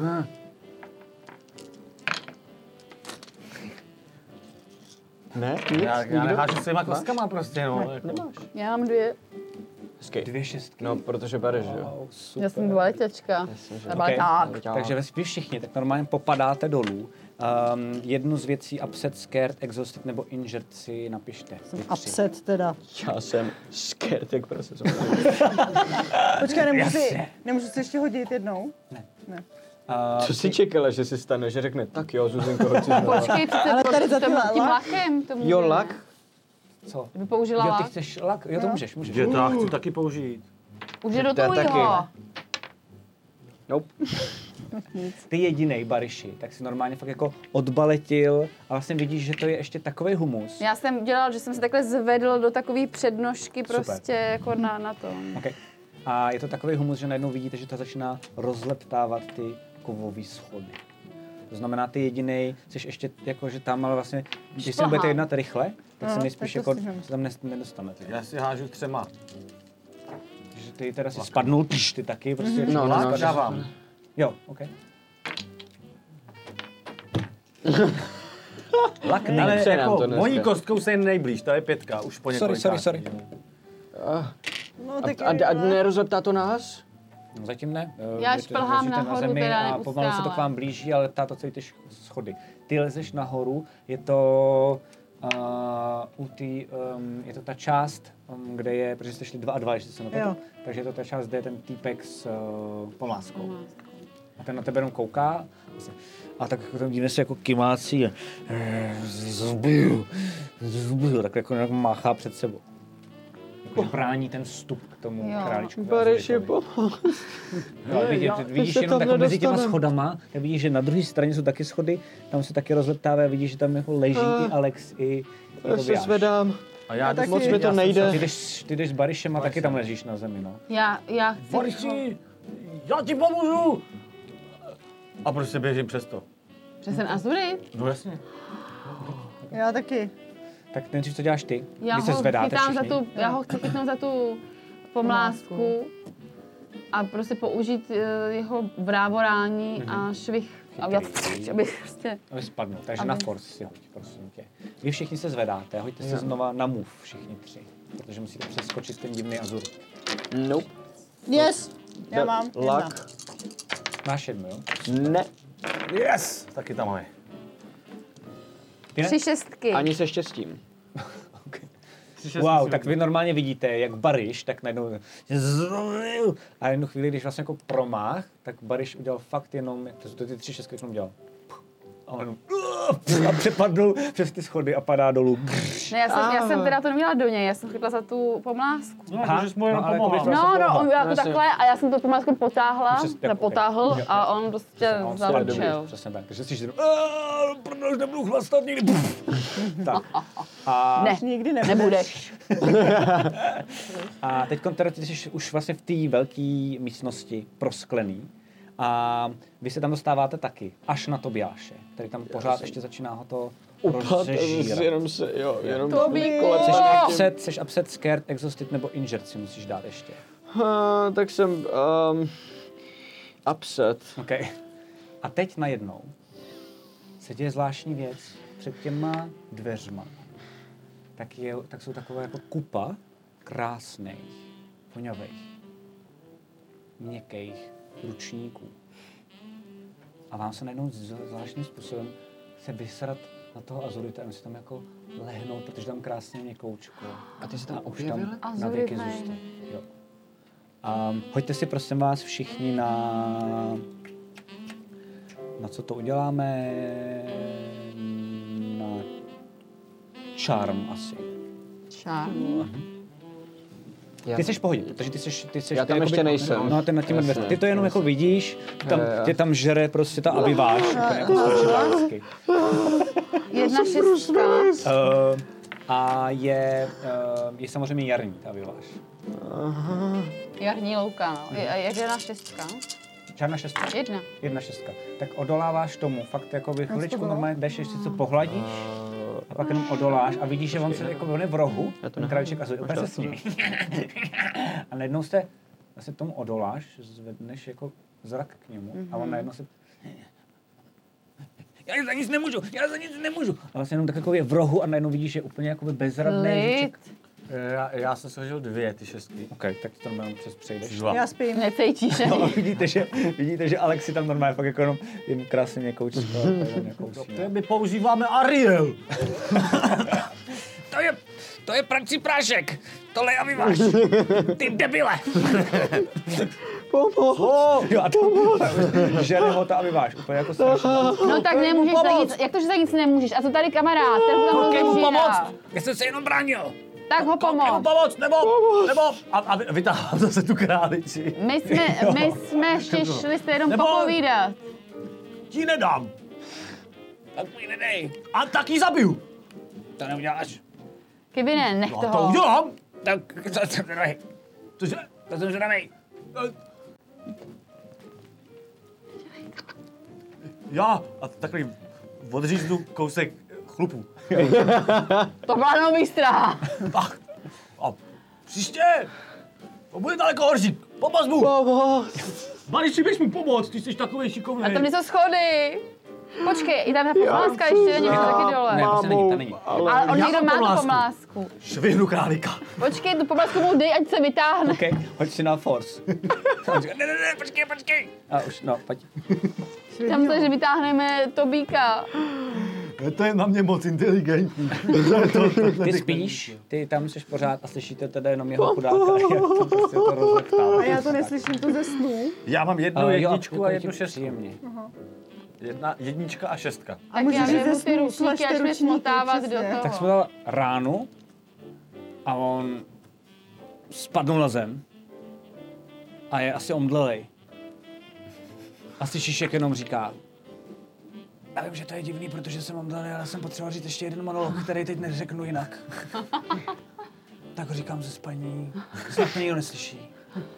Ne? Nic? Já Nikdo? nehážu s těma kostkama prostě, no. Ne, nemáš. Já mám 2. Hezky. 2 šestky. No, protože bereš, že jo? Wow, super. Já jsem kvalitěčka. že- Nebo Okay. tak. Takže vy všichni tak normálně popadáte dolů. Jednu z věcí upset, scared, exhausted nebo injured si napište. Vy 3. Upset teda. Já jsem scared, jak prostě jsem. Počkej, nemůžu si ještě hodit jednou? Co jsi čekala, že si stane, že řekne, tak jo, Zuzenko, hoď si znova. Počkej, přece Ale tady za tím tím lakem to může. Jo, lak? Co? Kdyby použila Jo, ty lak. chceš lak? Jo, to můžeš. Že to já chci taky použít. Už je do To je taky. tvojho. Nope. Ty jedinej, Bariši, tak si normálně fakt jako odbaletil a vlastně vidíš, že to je ještě takovej humus. Já jsem dělal, že jsem se takhle zvedl do takové přednožky prostě jako na to. Okay. A je to takový humus, že najednou vidíte, že to začíná rozleptávat ty kovové schody. To znamená, ty jedinej, jsi ještě jako, že tam, ale vlastně, když se Šplhám. budete jednat rychle, tak se No, nejspíš tak to jako stihneme. se tam nedostanete. Já si hážu 3. Takže ty teda si spadnul, ty taky, prostě. No, Lak dávám. Jo, OK. Lak Ale Nechce nám jako to dneska. mojí kostkou se jen nejblíž, to je 5, už po několik. Sorry. No, tak A nerozleptá to nás? No, zatím ne. Já Vy šplhám ležíte na nahoru zemi teda a pomalu se to neustále. k vám blíží, ale táto celý ty schody. Ty lezeš nahoru, je to je to ta část, kde je, protože jste šli 2 a 2, ještě se na Jo. to, takže je to ta část, kde je ten týpek s pomláskou. A ten na tebe jenom kouká a tak jako tam divně se jako kymácí a zubiju, tak jako nějak máchá před sebou. Jako brání ten vstup k tomu Jo. králičku. Bareš je Azuritovi. No, vidíš se jenom tam tak mezi těma nedostanem. schodama, tak vidíš, že na druhé straně jsou taky schody, tam se taky rozleptává, vidíš, že tam jako leží i Alex, i Já se Tobiáš. zvedám. A já taky. Moc mi to nejde. Ty jdeš s Barišem a taky tam ležíš na zemi, no. Já chci... Boriši, já ti pomůžu! A prostě běžím přes to. Přes ten azurit? No jasně. Já taky. Tak nejdřív, co děláš ty? Já Vy se ho zvedáte chytám za všichni. já ho chci chytnout za tu pomlásku a prostě použít jeho vrávorání a švih. A udělat, aby prostě... Aby spadnul, takže na force si hoď, prosím tě. Vy všichni se zvedáte, hoďte se znova na move, všichni 3. Protože musíte přeskočit ten divný azur. Nope. Yes! Já mám jedna. Lak. Máš jednu, jo? Ne. Yes! Taky tam máme. Ty ne? 3 šestky. Ani se štěstím. Wow, tak vy normálně vidíte, jak Bariš, tak najednou a jednu chvíli, když vlastně jako promáh, tak Bariš udělal fakt jenom, to ty 3 šestky, jsem udělal. A on a přepadnul přes ty schody a padá dolů. Ne, já jsem teda to neměla do něj, já jsem chytla za tu pomlásku. No, takže jsi mu jenom ale jako pomohla. bys No, on jako Jasně. takhle a já jsem tu pomlásku potáhla, Přes- jako, nepotáhl okay. a on prostě A on se zavrčel. přesně tak. Takže jsi říct, prdel, už nebudu chlastat nikdy. Tak. A, Ne, Nikdy nebudeš. nebudeš. a teď teda ty jsi už vlastně v té velké místnosti prosklený. A vy se tam dostáváte taky, až na Tobiáše, který tam pořád ještě začíná ho to rozžírat. Jenom se, jo, jenom Tobíku! Seš upset, scared, exhausted nebo injured si musíš dát ještě. Tak jsem upset. OK. A teď najednou se děje zvláštní věc. Před těma dveřma tak jsou takové jako kupa krásných, voňavých, měkkých ručníků. A vám se najednou zvláštním způsobem chce vysrat na toho azurita a on si tam jako lehnout, protože tam krásně měkoučko. A ty jsi tam už objevil? tam na Azurit věky najde. zůstat. Jo. Hoďte si prosím vás všichni na co to uděláme? Na charm asi. Ty jsi v pohodě, protože ty jsi Já tam ty ještě jakoby- nejsem. No, ty nad těmi Jasně. dveřmi. Ty to jenom jako vidíš, tam, Jo. tě tam žere prostě ta abiváš, jako strašně. Jedna šestka. A je samozřejmě jarní ta abiváš. Jarní louka, no. Jedna šestka. Černá šestka. Jedna. 1,6. Tak odoláváš tomu, fakt jako chviličku normálně jdeš, ještě co pohladíš a pak jenom odoláš a vidíš, že on se jako on je v rohu, ten králíček a úplně se smějí. A najednou se tomu odoláš, zvedneš jako zrak k němu a on najednou se... Já za nic nemůžu. A vlastně jenom tak jako je v rohu a najednou vidíš, že je úplně jakoby bezradný. Já jsem složil 2 ty 6. OK, tak to normálně přes přejdeš. Já spím. Necítíš, No, vidíte, že Alex si tam normálně fakt jako jen krásně někoučí. To my používáme Ariel. To je prací prášek. Tohle já vyváš. Ty debile. Jo, a to žene ho to a vyváš. Úplně jako strašně. No tak nemůžeš za nic, jak to, že za nic nemůžeš? A co tady kamarád, ten ho tam mu pomoct. Já jsem se jenom bránil. Tak ho pomoct. Pomoc, nebo a vytáhám zase tu králici. My jsme ještě šli se jenom Nebo- popovídat. Ti nedám. Tak mi nedej. A tak ji zabiju. To neuděláš. Kevine, nech No to toho. udělám. Tak to jsem zvědavej. Cože? To jsem zvědavej. Já a takový odříznu kousek chlupu. To byla jenom výstraha. A příště to bude daleko horší. Pomoz mu. Maliči, běž mi pomoct, ty jsi takový šikovný. A tam nejsou schody. Počkej, je tam ta pomlázka ještě, není to taky dole. Ne, to není. Ale on Já někdo mám má tu pomlázku. pomlázku. Švihnu králíka. Počkej, tu pomlázku mu dej, ať se vytáhne. OK, hoď si na force. Ne, počkej. A už, no, pojď. Tam se, že vytáhneme Tobíka. To je na mě moc inteligentní. Ty spíš, ty tam jsi pořád a slyšíte teda jenom jeho chudáka, jak to prostě to rozlektá. A já to neslyším tu ze snu. Já mám jednu jedničku a jednu 6. Příjemně. Jednička a 6. Tak já říct vezmu ze ty snu, ručníky, slažte až mě ručníky, smotávat do přesně. toho. Tak jsme dal ránu a on spadnul na zem a je asi omdlelej. A slyšíš, jak jenom říká: já vím, že to je divný, protože jsem omdlelej, ale jsem potřeboval říct ještě jeden monolog, který teď neřeknu jinak. Tak ho říkám ze spaní, snad to nikdo neslyší.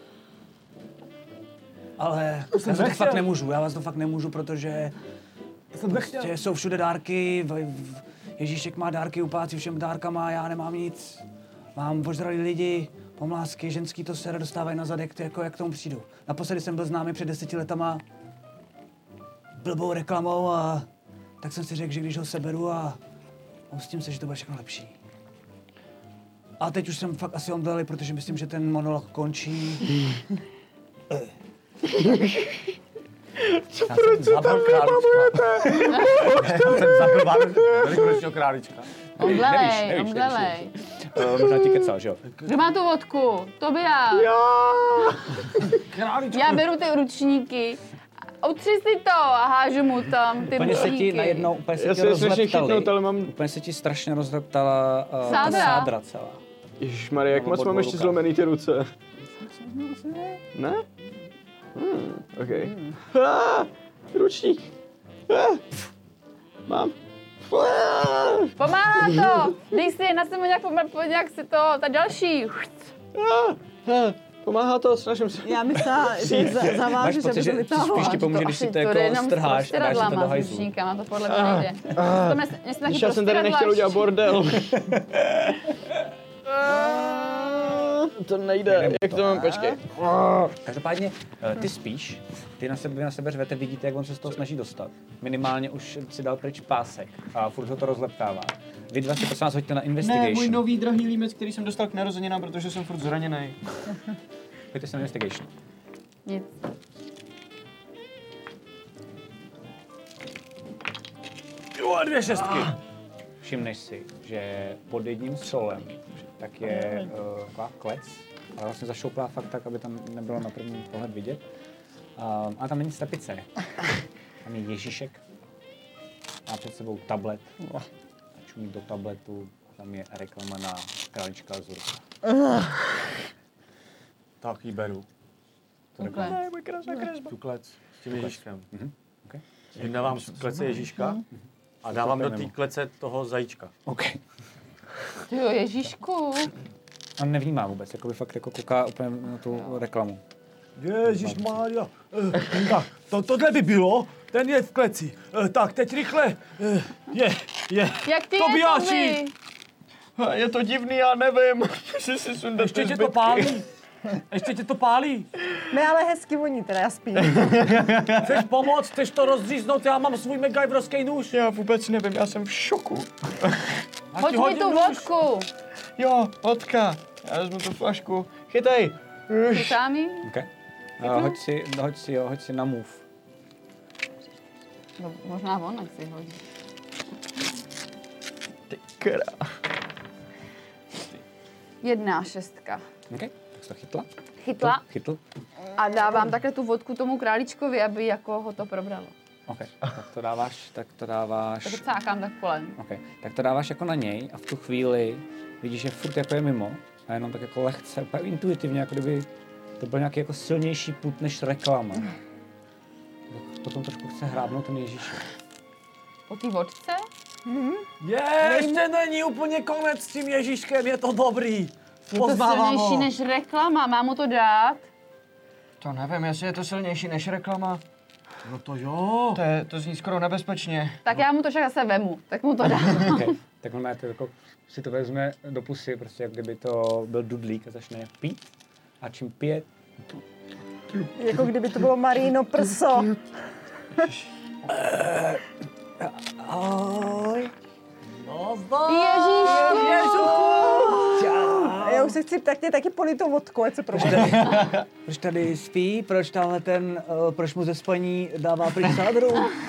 Ale já vás to fakt nemůžu, protože prostě jsou všude dárky, Ježíšek má dárky, uplácí všem dárkama, já nemám nic. Mám ožralý lidi, pomlásky, ženský to se dostávají na zadek, jako jak k tomu přijdu. Naposledy jsem byl známý před 10 letama blbou reklamou a tak jsem si řekl, že když ho seberu a pomstím se, že to bude všechno lepší. A teď už jsem fakt asi omdlelý, protože myslím, že ten monolog končí. Proč se tam vybavujete? Já jsem zabil velikonočního králička. Omdlelej. Možná ti kecal, že jo? Kdo má tu vodku? Tobiáš. Já beru ty ručníky, utři si to a hážu mu tam ty Úplně se ti ručníky. najednou, úplně se Já ti se snažím chytnout, ale rozleptali. mám... Úplně se ti strašně rozleptala ta Sádra. sádra celá. Ježišmarja, jak Nebo moc od mám ještě ruka. zlomený ty ruce? Ne? OK. Ručník. Mám. Pomáhá to! Dej si je na sebe nějak si to, ta další. Pomáhá to, snažím se. Já myslela, že zavážu, že by to vytáhlo. spíš ti pomůže, když si to jako strháš a dáš si to do hajzlu. ručníkama, to podle mě nejde. To mě taky Když já jsem tady nechtěl udělat bordel. To nejde, jak to mám, počkej. Každopádně ty spíš, vy na sebe řvete, vidíte, jak on se z toho snaží dostat. Minimálně už si dal pryč pásek a furt ho to rozleptává. Vy dva si prosím vás hoďte na investigation. Ne, můj nový drahý límec, který jsem dostal k narozeninám, protože jsem furt zraněný. Hoďte si na investigation. Nic. Jo, 2 6. Všimneš si, že pod jedním stolem tak je taková klec, ale vlastně zašouplá fakt tak, aby tam nebylo na první pohled vidět. A tam není slepice. Tam je Ježíšek. Má před sebou tablet. A čumí do tabletu. Tam je reklama na králička Azurka. Tak ji beru. Tu klec s tím Ježíškem. Okay. Vydávám z klece Ježíška a dávám do té klece toho zajíčka. OK. Ty jo, Ježíšku. On nevnímá vůbec, jako by fakt jako kouká úplně na tu reklamu. Ježišmarja. Tak, tohle by bylo, ten je v kleci. Tak, teď rychle. Je. Jak ty Tobiáši! je Je to divný, já nevím. Musím si sundat Ještě tě to pálí. Ještě tě to pálí. Ne, ale hezky voní, teda já spím. Chceš pomoct? Chceš to rozříznout? Já mám svůj MacGyverovský nůž. Já vůbec nevím, já jsem v šoku. Hoď mi tu vodku. Jo, vodka. Já vezmu tu flašku. Chytej. Chytámi? Okay. Hoď si na move. No, možná on, ať si hodí. Ty krá. 1,6. OK, tak jsi to chytla. Chytla Chytl. a dávám takhle tu vodku tomu králíčkovi, aby jako ho to probralo. OK, tak to dáváš. Tak cákám tak kolem. OK, tak to dáváš jako na něj a v tu chvíli vidíš, že furt jako je mimo a jenom tak jako lehce, úplně intuitivně, jako kdyby to byl nějaký jako silnější put než reklama. Tak potom trošku chce hrábnout ten Ježíšek. Po té vodce? Ještě není úplně konec s tím Ježíškem, je to dobrý. Je to Poznávám silnější ho. než reklama, mám mu to dát? To nevím, jestli je to silnější než reklama. No to jo. To zní skoro nebezpečně. Tak já mu to však zase vemu, tak mu to dám. Okay. Tak on to jako, si to vezme do pusy, prostě jak kdyby to byl dudlík a začne pít. A čím pije, Jako kdyby to bylo Marino prso. Ahoj. Ježíšku! Já už se chci taky polit tou vodku, ať se probudí. Proč tady spí? Proč tamhle ten, proč mu ze spaní dává pryč sádru?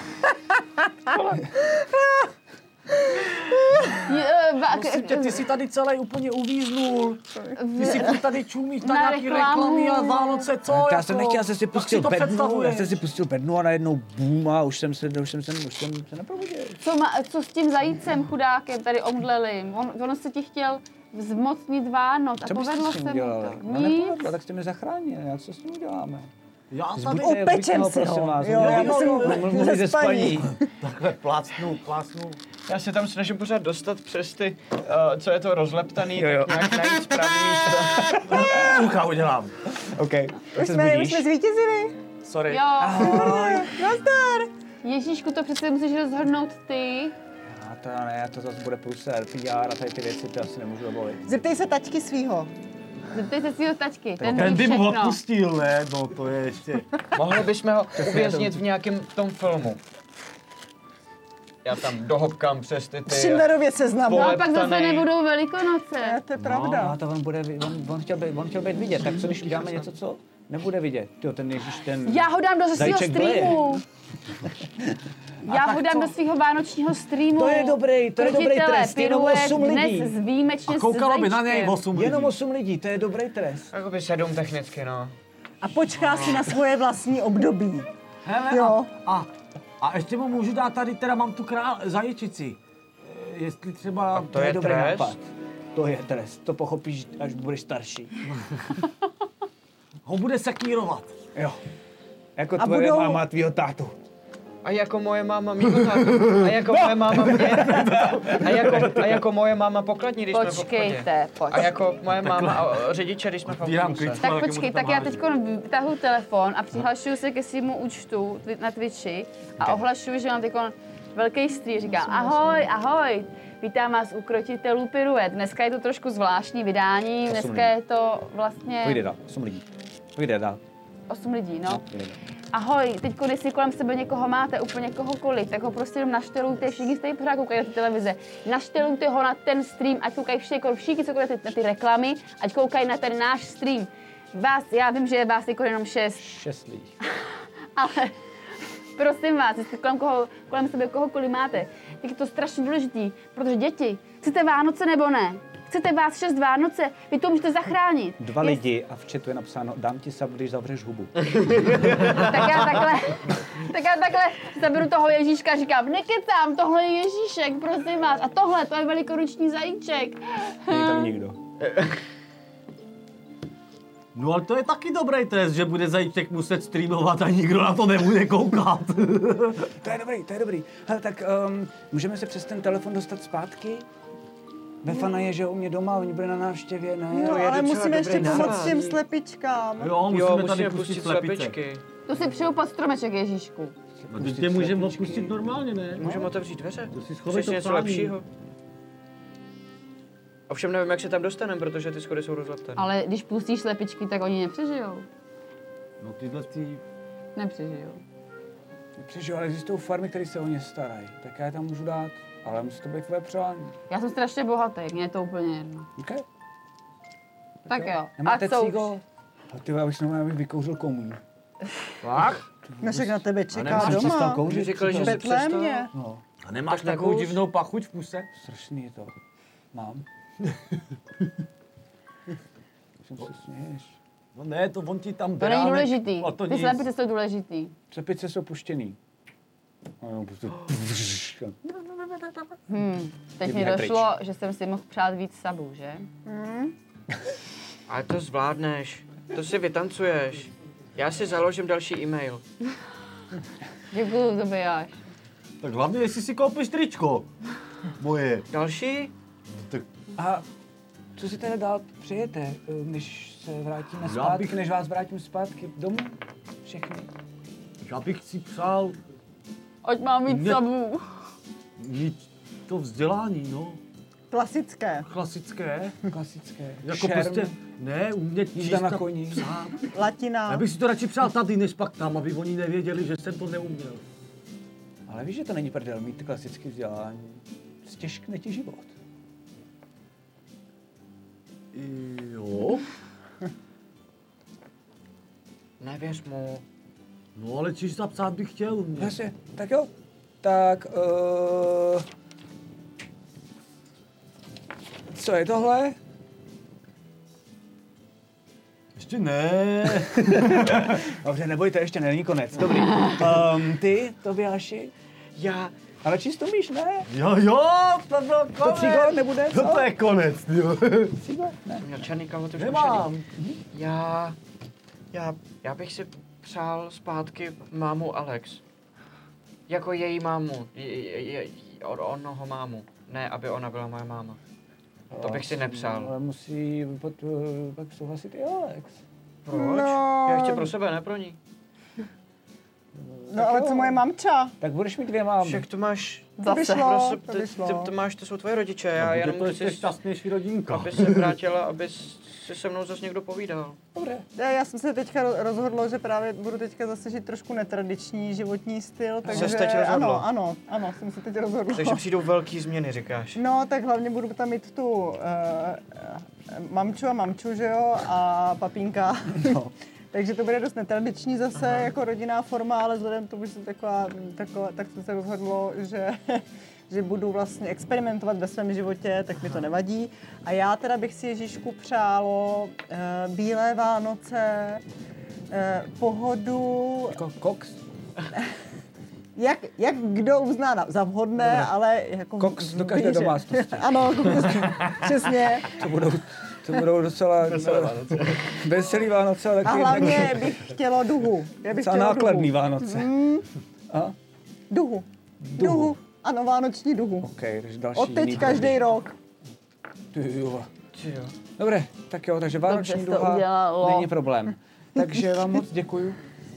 Prosím tě, ty jsi tady celý úplně uvíznul. Ty si furt tady čumíš na Na nějaký reklamu. reklamy a Vánoce, co? Já jako? jsem nechtěl, já jsem si Jak pustil to bednu, představuješ? já jsem si pustil bednu a najednou boom a už jsem se neprobudil. Co s tím zajícem chudákem tady omdlelým? On se ti chtěl zmocnit Vánoc a Co byste povedlo s se tím mu udělali? to. No Nic. nepovedlo, tak jste mě zachránili, jak co s tím uděláme? Já tady Zbuďte, Upečem si prosím ho. vás, Jo, já mluví ze spaní. takhle plácnu. Já se tam snažím pořád dostat přes ty, co je to rozleptaný, Jo. tak nějak najít správný místo. Půlka udělám. OK, tak se Už zbudíš. jsme zvítězili. Sorry. Jo, Nazdar. Ježíšku, to přece musíš rozhodnout ty. A to ne, to zase bude průser, PR a tady ty věci, to asi nemůžu dovolit. Zeptej se tačky svýho. Zeptej se svýho tačky, ten Ten ví by mu všechno. odpustil, ne? No to je ještě. Mohli bychom ho uvěznit v nějakém tom filmu. Já tam dohopkám přes ty Schindlerově seznam. No a pak zase Poleptanej. nebudou Velikonoce. To je No, pravda. a to on chtěl být vidět, tak co když uděláme něco, co nebude vidět? Tyjo, ten Ježíš, ten... Já ho dám do svého Zajíček streamu. Já ho dám do svého vánočního streamu. To je dobrý Krutitele, trest, jenom piruet, 8 lidí. Dnes výjimečně A koukalo by na něj zajíčkem. 8 lidí. Jenom 8 lidí, to je dobrý trest. Jakoby 7 technicky, no. A počká si na svoje vlastní období. Hele, Jo. a ještě mu můžu dát tady, teda mám tu zajičici. Jestli třeba... To je dobrý trest? nápad. To je trest, to pochopíš, až budeš starší. Ho bude sekírovat. Jo. Jako A tvoje budou- máma, tvýho tátu. A jako moje máma mýho tátu. A jako moje máma mě. A jako moje máma pokladní, když jsme v obchodě. Počkejte, A jako moje máma a řidiče, když jsme v Dírám autobuse. klid. Tak Taky počkej, mu to tak já má teď vytahuji telefon a přihlašuju se ke svému účtu na Twitchi a ohlašuju, že mám teď velký stream. Říkám, ahoj, vítám vás u Krotitelů piruet. Dneska je to trošku zvláštní vydání, dneska je to vlastně Pojde dál, 8 lidí. Pojde dál. 8 lidí, no. Pojde dál. Ahoj, teď když si kolem sebe někoho máte, úplně kohokoliv, tak ho prostě jenom naštelujte, všichni jste pořád koukají na ty televize. Naštelujte ho na ten stream, ať koukají všichni, co koukají na ty reklamy, ať koukají na ten náš stream. Já vím, že je vás jako jenom 6, 6 lidí. ale prosím vás, jestli kolem sebe kohokoliv máte, tak je to strašně důležitý, protože děti, chcete Vánoce nebo ne? Chcete vás 6 Vánoce, vy to můžete zachránit. 2 lidi a v chatu je napsáno, dám ti sub, když zavřeš hubu. Tak já takhle zaberu toho Ježíška a říkám, nekecám, tohle je Ježíšek, prosím vás. A tohle, to je velikonoční zajíček. Není tam nikdo. No ale to je taky dobrý trest, že bude zajíček muset streamovat a nikdo na to nebude koukat. To je dobrý. Hele, tak můžeme se přes ten telefon dostat zpátky? Befana je, že u mě doma, oni byli na návštěvě, ne? No, je ale docela musíme ještě dobrý pomoct nápad. těm slepičkám. Jo, musíme tady pustit slepice. Tu si přijou pod stromeček, Ježíšku. No, teď tě můžeme opustit normálně, ne? Můžeme otevřít dveře. To si schovej to něco psání. lepšího. Ovšem nevím, jak se tam dostaneme, protože ty schody jsou rozleptané. Ale když pustíš slepičky, tak oni nepřežijou. No tyhle ty... Nepřežijou. Přežiju, ale existují farmy, které se o ně starají. Tak já je tam můžu dát, ale musí to být tvoje přání. Já jsem strašně bohatý, mně je to úplně jedno. Okay. Tak jo. Nemáte co už? cígo? A ty, abych vykouřil komůň. Fakt? No však na tebe čeká Přestal doma. kouřit? Říkali, že se přestal. Betlémě. No, A nemáš Tak takovou nekouř. divnou pachuť v puse? strašný je to. Mám. Jsem se směješ. No ne, to on ti tam To beránek. není důležitý. A to Ty nic. slepice jsou důležitý. Slepice jsou puštěný. A jo, prostě... Teď mi došlo, že jsem si mohl přát víc sabů, že? Ale to zvládneš. To si vytancuješ. Já si založím další e-mail. Děkuju, Tobiáš. Tak hlavně, jestli si koupíš tričko. Moje. Další? A co si teda dál přejete, než se vrátíme Já zpátky, bych- než vás vrátím zpátky domů? Všechny. Já bych si přál Ať mám víc Mě- sabů. mít to vzdělání, no. Klasické. Klasické. Klasické. Jako prostě, ne, umět Jízda číst na a koni. psát. Latina. Já bych si to radši přál tady, než pak tam, aby oni nevěděli, že jsem to neuměl. Ale víš, že to není prdel mít klasické vzdělání. Stěžkne ti život. Jo, Nevěř mu. no ale číst a psát bych chtěl umět. Jasně, tak jo. Tak, co je tohle? Ještě ne. Dobře, nebojte, ještě není konec. Dobrý. Ty, Tobiáši? Já... Ale číst umíš, ne? Jo, to byl konec. To cígo nebude, co? To je konec, jo. Cígo? Ne. Jsem měl černý kávu, to už Nemám. Já bych si přál zpátky mámu Alex. Jako její mámu. Onoho mámu. Ne, aby ona byla moje máma. To bych si nepřál. Ale musí pak souhlasit i Alex. Proč? No. Já chci pro sebe, ne pro ní. No ale co moje mamča? Tak budeš mít dvě mámy. Však to máš... To by Zase. šlo, to by Ty šlo. to máš, to jsou tvoje rodiče. Já Bude jenom to ještě chci, šťastnější rodinka. aby se vrátila, aby si se mnou zase někdo povídal. Dobré. Já jsem se teďka rozhodla, že právě budu teďka zase žít trošku netradiční životní styl, takže Jsi teď rozhodla? ano, jsem se teď rozhodla. Takže přijdou velký změny, říkáš. No, tak hlavně budu tam mít tu mamču a mamču, že jo, a papínka. No. Takže to bude dost netradiční zase, jako rodinná forma, ale vzhledem k tomu, že jsem taková, tak jsem se rozhodlo, že budu vlastně experimentovat ve svém životě, tak mi to nevadí. A já teda bych si Ježíšku přálo bílé Vánoce, pohodu, Jako koks? jak kdo uzná za vhodné, ale jako... Koks do každé že- domácnosti. Ano, přesně. To budou docela veselý Vánoce, ale A takový hlavně bych chtěla duhu. Já bych docela chtěla nákladný duhu. Vánoce. A? Duhu. Duhu. Ano, vánoční duhu. OK, takže další Od teď jiný každý rok. Ty jo. Jo. Dobré, tak jo, takže vánoční jsi to duha udělalo. není problém. Takže vám moc děkuju.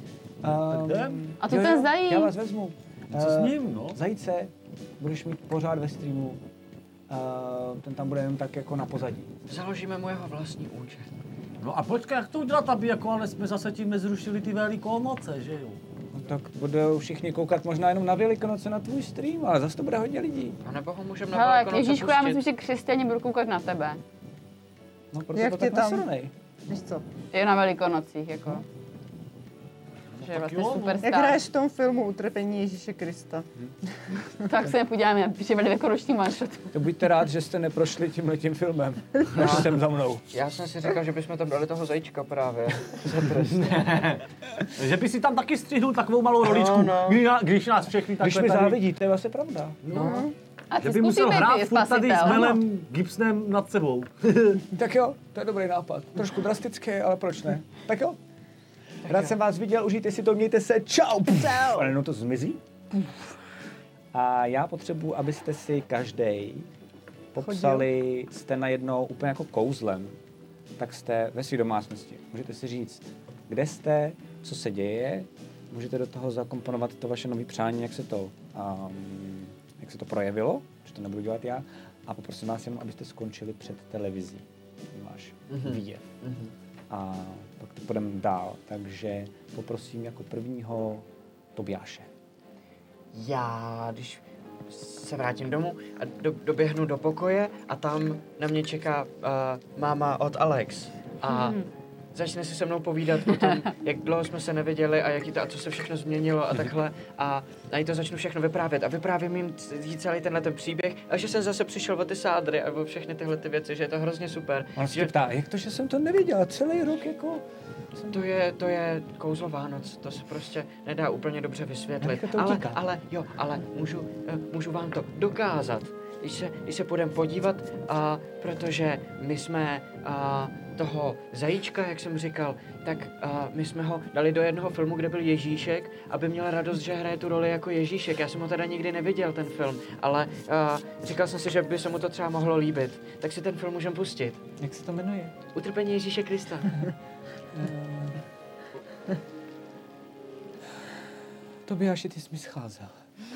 A tu ten zajíc. Já vás vezmu. Co s ním, no? Zajíce budeš mít pořád ve streamu. Ten tam bude jen tak jako na pozadí. Založíme mu jeho vlastní účet. No a počkej, jak to udělat, aby jako, ale jsme zase tím nezrušili ty Velikonoce, že jo? No, tak budou všichni koukat možná jenom na Velikonoce na tvůj stream, ale zase to bude hodně lidí. A nebo ho můžeme na Hele, Velikonoce Ježíšku, já myslím, pustit. že křesťani budou koukat na tebe. No, proto Jak to tě tak tam- nasranej. Víš co? Je na Velikonocích, jako. Že je tak vlastně jo, no. superstar. Jak hraješ v tom filmu Utrpení Ježíše Krista? Tak se nepodíváme, přijde velikonoční one-shot. To buďte rád, že jste neprošli tímhletím filmem, než jsem za mnou. Já jsem si říkal, že bychom tam dali toho zajíčka právě. Za trest. Že by si tam taky střihnul takovou malou roličku, no. když nás všechny Když takhle mi tady... závidí, to je vlastně pravda. No. A Že ty by zkusí musel být hrát ty furt tady s spasitel. Melem Gibsonem nad sebou. Tak jo, to je dobrý nápad. Trošku drastický, ale proč ne? Tak jo. Rád jsem vás viděl, užijte si to, mějte se, čau! Čau. Ale no to zmizí. A já potřebuji, abyste si každý popsali, jste najednou úplně jako kouzlem, tak jste ve své domácnosti. Můžete si říct, kde jste, co se děje, můžete do toho zakomponovat to vaše nové přání, jak se to projevilo, že to nebudu dělat já. A poprosím vás jenom, abyste skončili před televizí. Máš výjev. A pak to půjdeme dál. Takže poprosím jako prvního Tobiáše. Já, když se vrátím domů a doběhnu do pokoje a tam na mě čeká máma od Alex. A začne si se mnou povídat o tom, jak dlouho jsme se neviděli a a co se všechno změnilo a takhle. A jí to začnu všechno vyprávět. A vyprávím jim celý tenhle ten příběh. A že jsem zase přišel o ty sádry a o všechny tyhle ty věci, že je to hrozně super. On se ptá, jak to, že jsem to neviděl celý rok jako... To je kouzlo Vánoc, to se prostě nedá úplně dobře vysvětlit. Ale můžu vám to dokázat. Když se půjdeme podívat, protože my jsme toho zajíčka, jak jsem říkal, tak my jsme ho dali do jednoho filmu, kde byl Ježíšek, aby měl radost, že hraje tu roli jako Ježíšek. Já jsem ho teda nikdy neviděl, ten film, ale říkal jsem si, že by se mu to třeba mohlo líbit. Tak si ten film můžeme pustit. Jak se to jmenuje? Utrpení Ježíše Krista. Tobiáši, ty jsi mi scházel.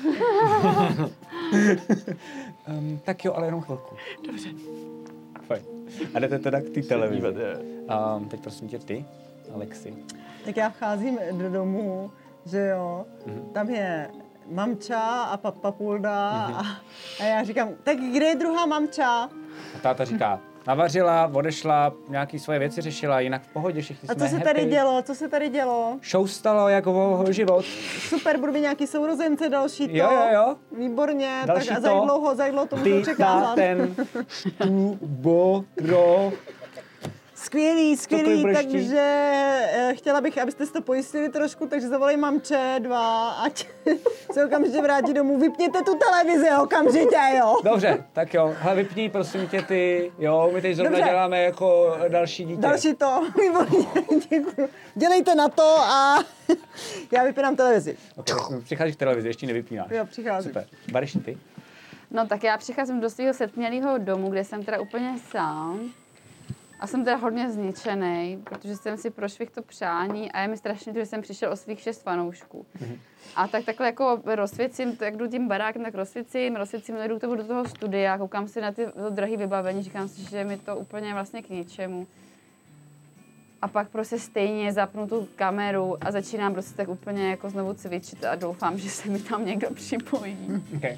Tak jo, ale jenom chvilku. Dobře. Fajn. A jdete teda k té televizi. Teď prosím tě ty, Alexi. Tak já vcházím do domu, že jo, tam je mamča a papulda a já říkám, tak kde je druhá mamča? A táta říká, navařila, odešla, nějaký svoje věci řešila, jinak v pohodě, všichni jsme A co se happy. tady dělo? Co se tady dělo? Show stalo jako život. Super, budu mít nějaký sourozence další to. Jo. Výborně, Další tak a to. za jak dlouho to můžu Ty očekávat? ten štuboro. Skvělý, budeš takže chtěla bych, abyste si to pojistili trošku, takže zavolej mamče 2, ať se okamžitě vrátí domů. Vypněte tu televizi okamžitě, jo. Dobře, tak jo. Hele, vypni prosím tě ty, jo, my teď zrovna děláme jako další dítě. Další to, výborně, děkuji. Dělejte na to a já vypínám televizi. Okay, přicházíš k televizi, ještě nevypínáš. Jo, přicházím. Super. Bareši ty? No tak já přicházím do svého setmělého domu, kde jsem teda úplně sám. A jsem teda hodně zničený, protože jsem si prošvih to přání a je mi strašně, že jsem přišel o svých 6 fanoušků. A tak takhle jako rozsvěcím, jak jdu tím barákem, tak rozsvěcím, jdu k tomu do toho studia, koukám si na to drahé vybavení, říkám si, že mi to úplně vlastně k ničemu. A pak prostě stejně zapnu tu kameru a začínám prostě tak úplně jako znovu cvičit a doufám, že se mi tam někdo připojí. Okay.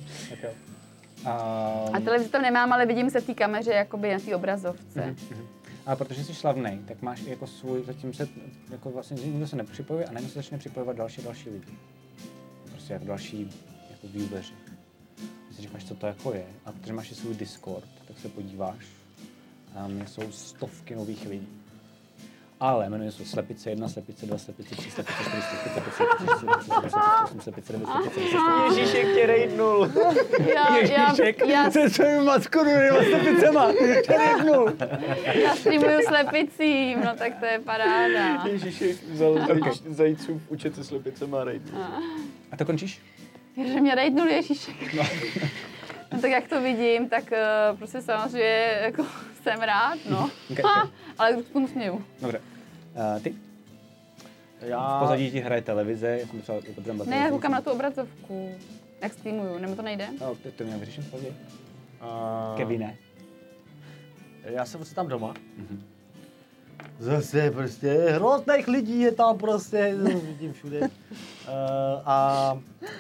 A televizi tam nemám, ale vidím se v té kameře jakoby na té obrazovce. A protože jsi slavnej, tak máš jako svůj, zatím se jako vlastně nikdo se nepřipojuje a najednou se začne připojovat další lidi. Prostě jako další jako vieweři. Ty si říkáš, co to jako je, a protože máš i svůj Discord, tak se podíváš a tam jsou stovky nových lidí. Ale jmenuje se Slepice 1, Slepice 2, Slepice 3, Slepice 4, Slepice 5, Slepice 6, Slepice 8, Slepice 9, Slepice 10. Ježíšek tě rejdnul. Ježíšek se svými maskorunými slepicema tě rejdnul. Já streamuju slepicím, no tak to je paráda. Ježíšek vzal zajíců v učet slepicema a rejdnul. A to končíš? Že mě rejdnul Ježíšek. No tak jak to vidím, tak prostě samozřejmě jako jsem rád, no. Okay. Ale k tomu směju. Dobře. Ty? Já... V pozadí ti hraje televize, já jsem třeba jako Ne, já koukám na tu obrazovku, jak streamuju, nebo to nejde? No, to mě vyřeším později. Kevine. Já jsem vlastně tam doma. Zase prostě hrozných lidí je tam prostě, vidím všude. A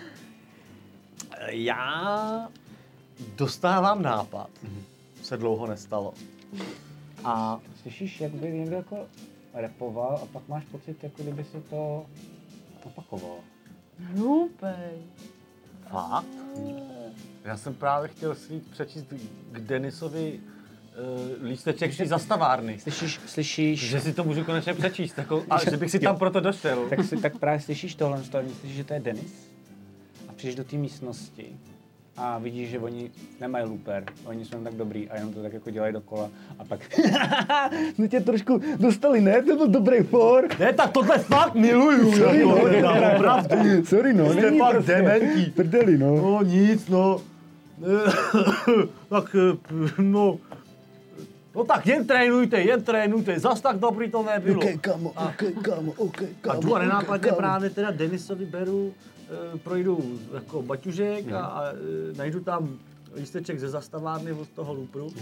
já dostávám nápad, se dlouho nestalo. A slyšíš, jak by někdo jako rapoval a pak máš pocit, jako kdyby se to opakovalo. Hloupej. fakt? Já jsem právě chtěl si přečíst k Denisovi lísteček z zastavárny. Slyšíš? Že si to můžu konečně přečíst, jako, a že bych si tam proto došel. Tak právě slyšíš tohle, slyšíš, že to je Denis a přijdeš do té místnosti a vidíš, že oni nemají looper, oni jsou tak dobrý a jenom to tak jako dělají dokola a pak jsme tě trošku dostali, ne? To byl dobrý for. Ne, tak tohle fakt miluju, sorry, no, opravdu. Sorry, no, jste fakt dementí. Prdeli, no. No nic, no. Tak, no, No tak jen trénujte, zas tak dobrý to nebylo. OK, kámo. A jdu a nenápadně právě teda Denisovi beru, projdu jako baťužek a najdu tam lísteček ze zastavárny od toho lupru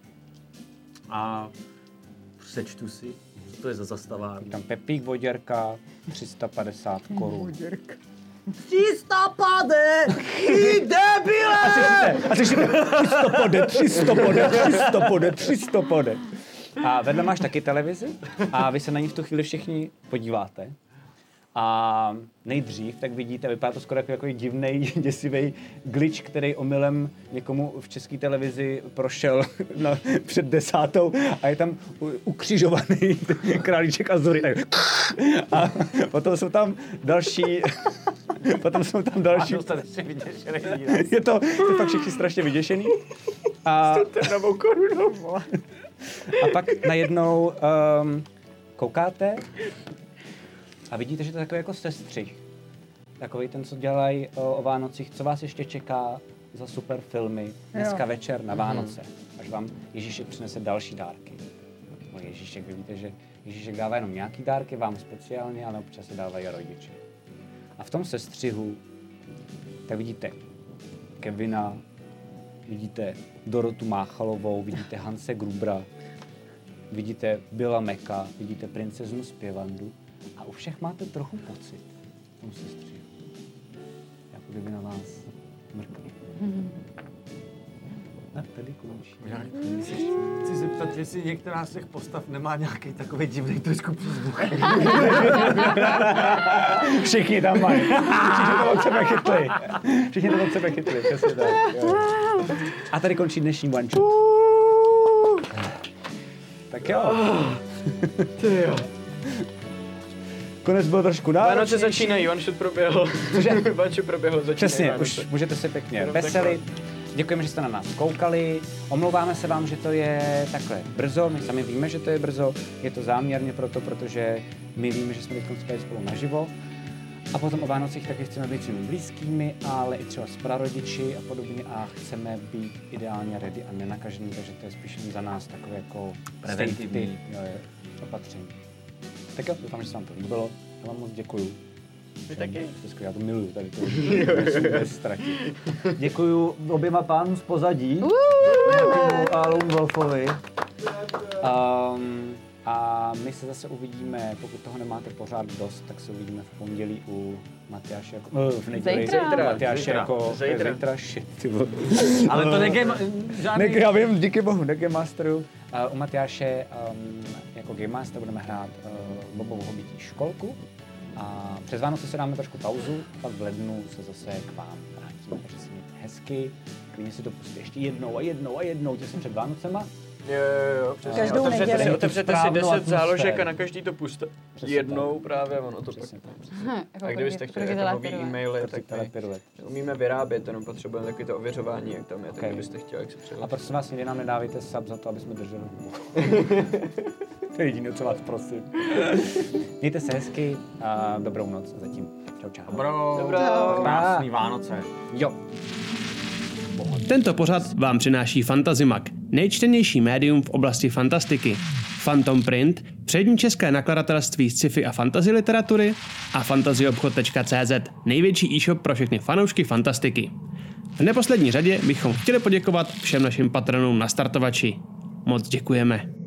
a přečtu si, co to je za zastavárnu. Tam Pepík Voděrka, 350 korun. 350! Ty debile! A slyšíte, 300 pode. A vedle máš taky televizi a vy se na ní v tu chvíli všichni podíváte. A nejdřív tak vidíte, vypadá to skoro jako takový divnej, děsivý glitch, který omylem někomu v české televizi prošel před 10. a je tam ukřižovaný králíček Azury. A potom jsou tam další... Je to fakt všichni strašně vyděšený. A pak najednou koukáte a vidíte, že to je takový jako sestřih. Takový ten, co dělají o Vánocích, co vás ještě čeká za super filmy dneska večer na Vánoce. Až vám Ježíšek přinese další dárky. No Ježíšek, vy víte, že Ježíšek dává jenom nějaký dárky, vám speciálně, ale občas se dávají rodiče. A v tom sestřihu tak vidíte Kevina, vidíte Dorotu Máchalovou, vidíte Hanse Grubera, vidíte Billa Meka, vidíte princeznu Zpěvandu a u všech máte trochu pocit v tom sestřihu. Jako kdyby na vás mrkli. A tady končí. Já chci zeptat, jestli některá z těch postav nemá nějaký takový divný trošku přízvuk. Všichni tam mají. Všichni to od sebe chytli. Přesně tak. A tady končí dnešní one shot. Tak jo. Ty jo. Konec byl trošku náročnější. Vánoce začínají, one shot proběhl. Cože? One shot proběhl, začínají Přesně, Vánoce. už můžete se pěkně veselit. Děkujeme, že jste na nás koukali. Omlouváme se vám, že to je takhle brzo. My sami víme, že to je brzo. Je to záměrně proto, protože my víme, že jsme teď spolu naživo. A potom o Vánocích taky chceme být svými blízkými, ale i třeba s prarodiči a podobně. A chceme být ideálně ready a nenakažený, takže to je spíš za nás takové jako Preventivní opatření. Tak jo, doufám, že se vám to líbilo. Já vám moc děkuju. Vy taky. Já to miluju, tady to bez ztratit. Děkuju oběma pánům z pozadí. A Lone Wolfovi. A my se zase uvidíme, pokud toho nemáte pořád dost, tak se uvidíme v pondělí u Matyáše jako... Matyáše jako... Zítra, shit, ty vole. Ale to žádný... Já vím, díky bohu, na Game Masteru. U Matyáše jako Game Master budeme hrát Bobovu hobití školku. A přes Vánoce se dáme trošku pauzu, pak v lednu se zase k vám vrátíme. Takže si mějte hezky, klidně si to pustí ještě jednou, těsně před Vánocema. Jo, přesně. Každou neděli. Otevřete si 10 záložek a na každý to puste. Jednou právě, ono to pak. A kdybyste chtěli jako nový e-maily, tak my umíme vyrábět, jenom potřebujeme takový to ověřování, jak tam je, tak kdybyste chtěli, jak se přihlásit. A prosím vás, nikdy nám nedávejte sub za to, aby jsme drželi hubu. To je jediné, co vás prosím. Mějte se hezky a dobrou noc a zatím. Čau. Dobrou. Krásný Vánoce. Jo. Tento pořad vám přináší Fantazimak, nejčtenější médium v oblasti fantastiky. Phantom Print, přední české nakladatelství z sci-fi a fantasy literatury a fantazyobchod.cz, největší e-shop pro všechny fanoušky fantastiky. V neposlední řadě bychom chtěli poděkovat všem našim patronům na startovači. Moc děkujeme.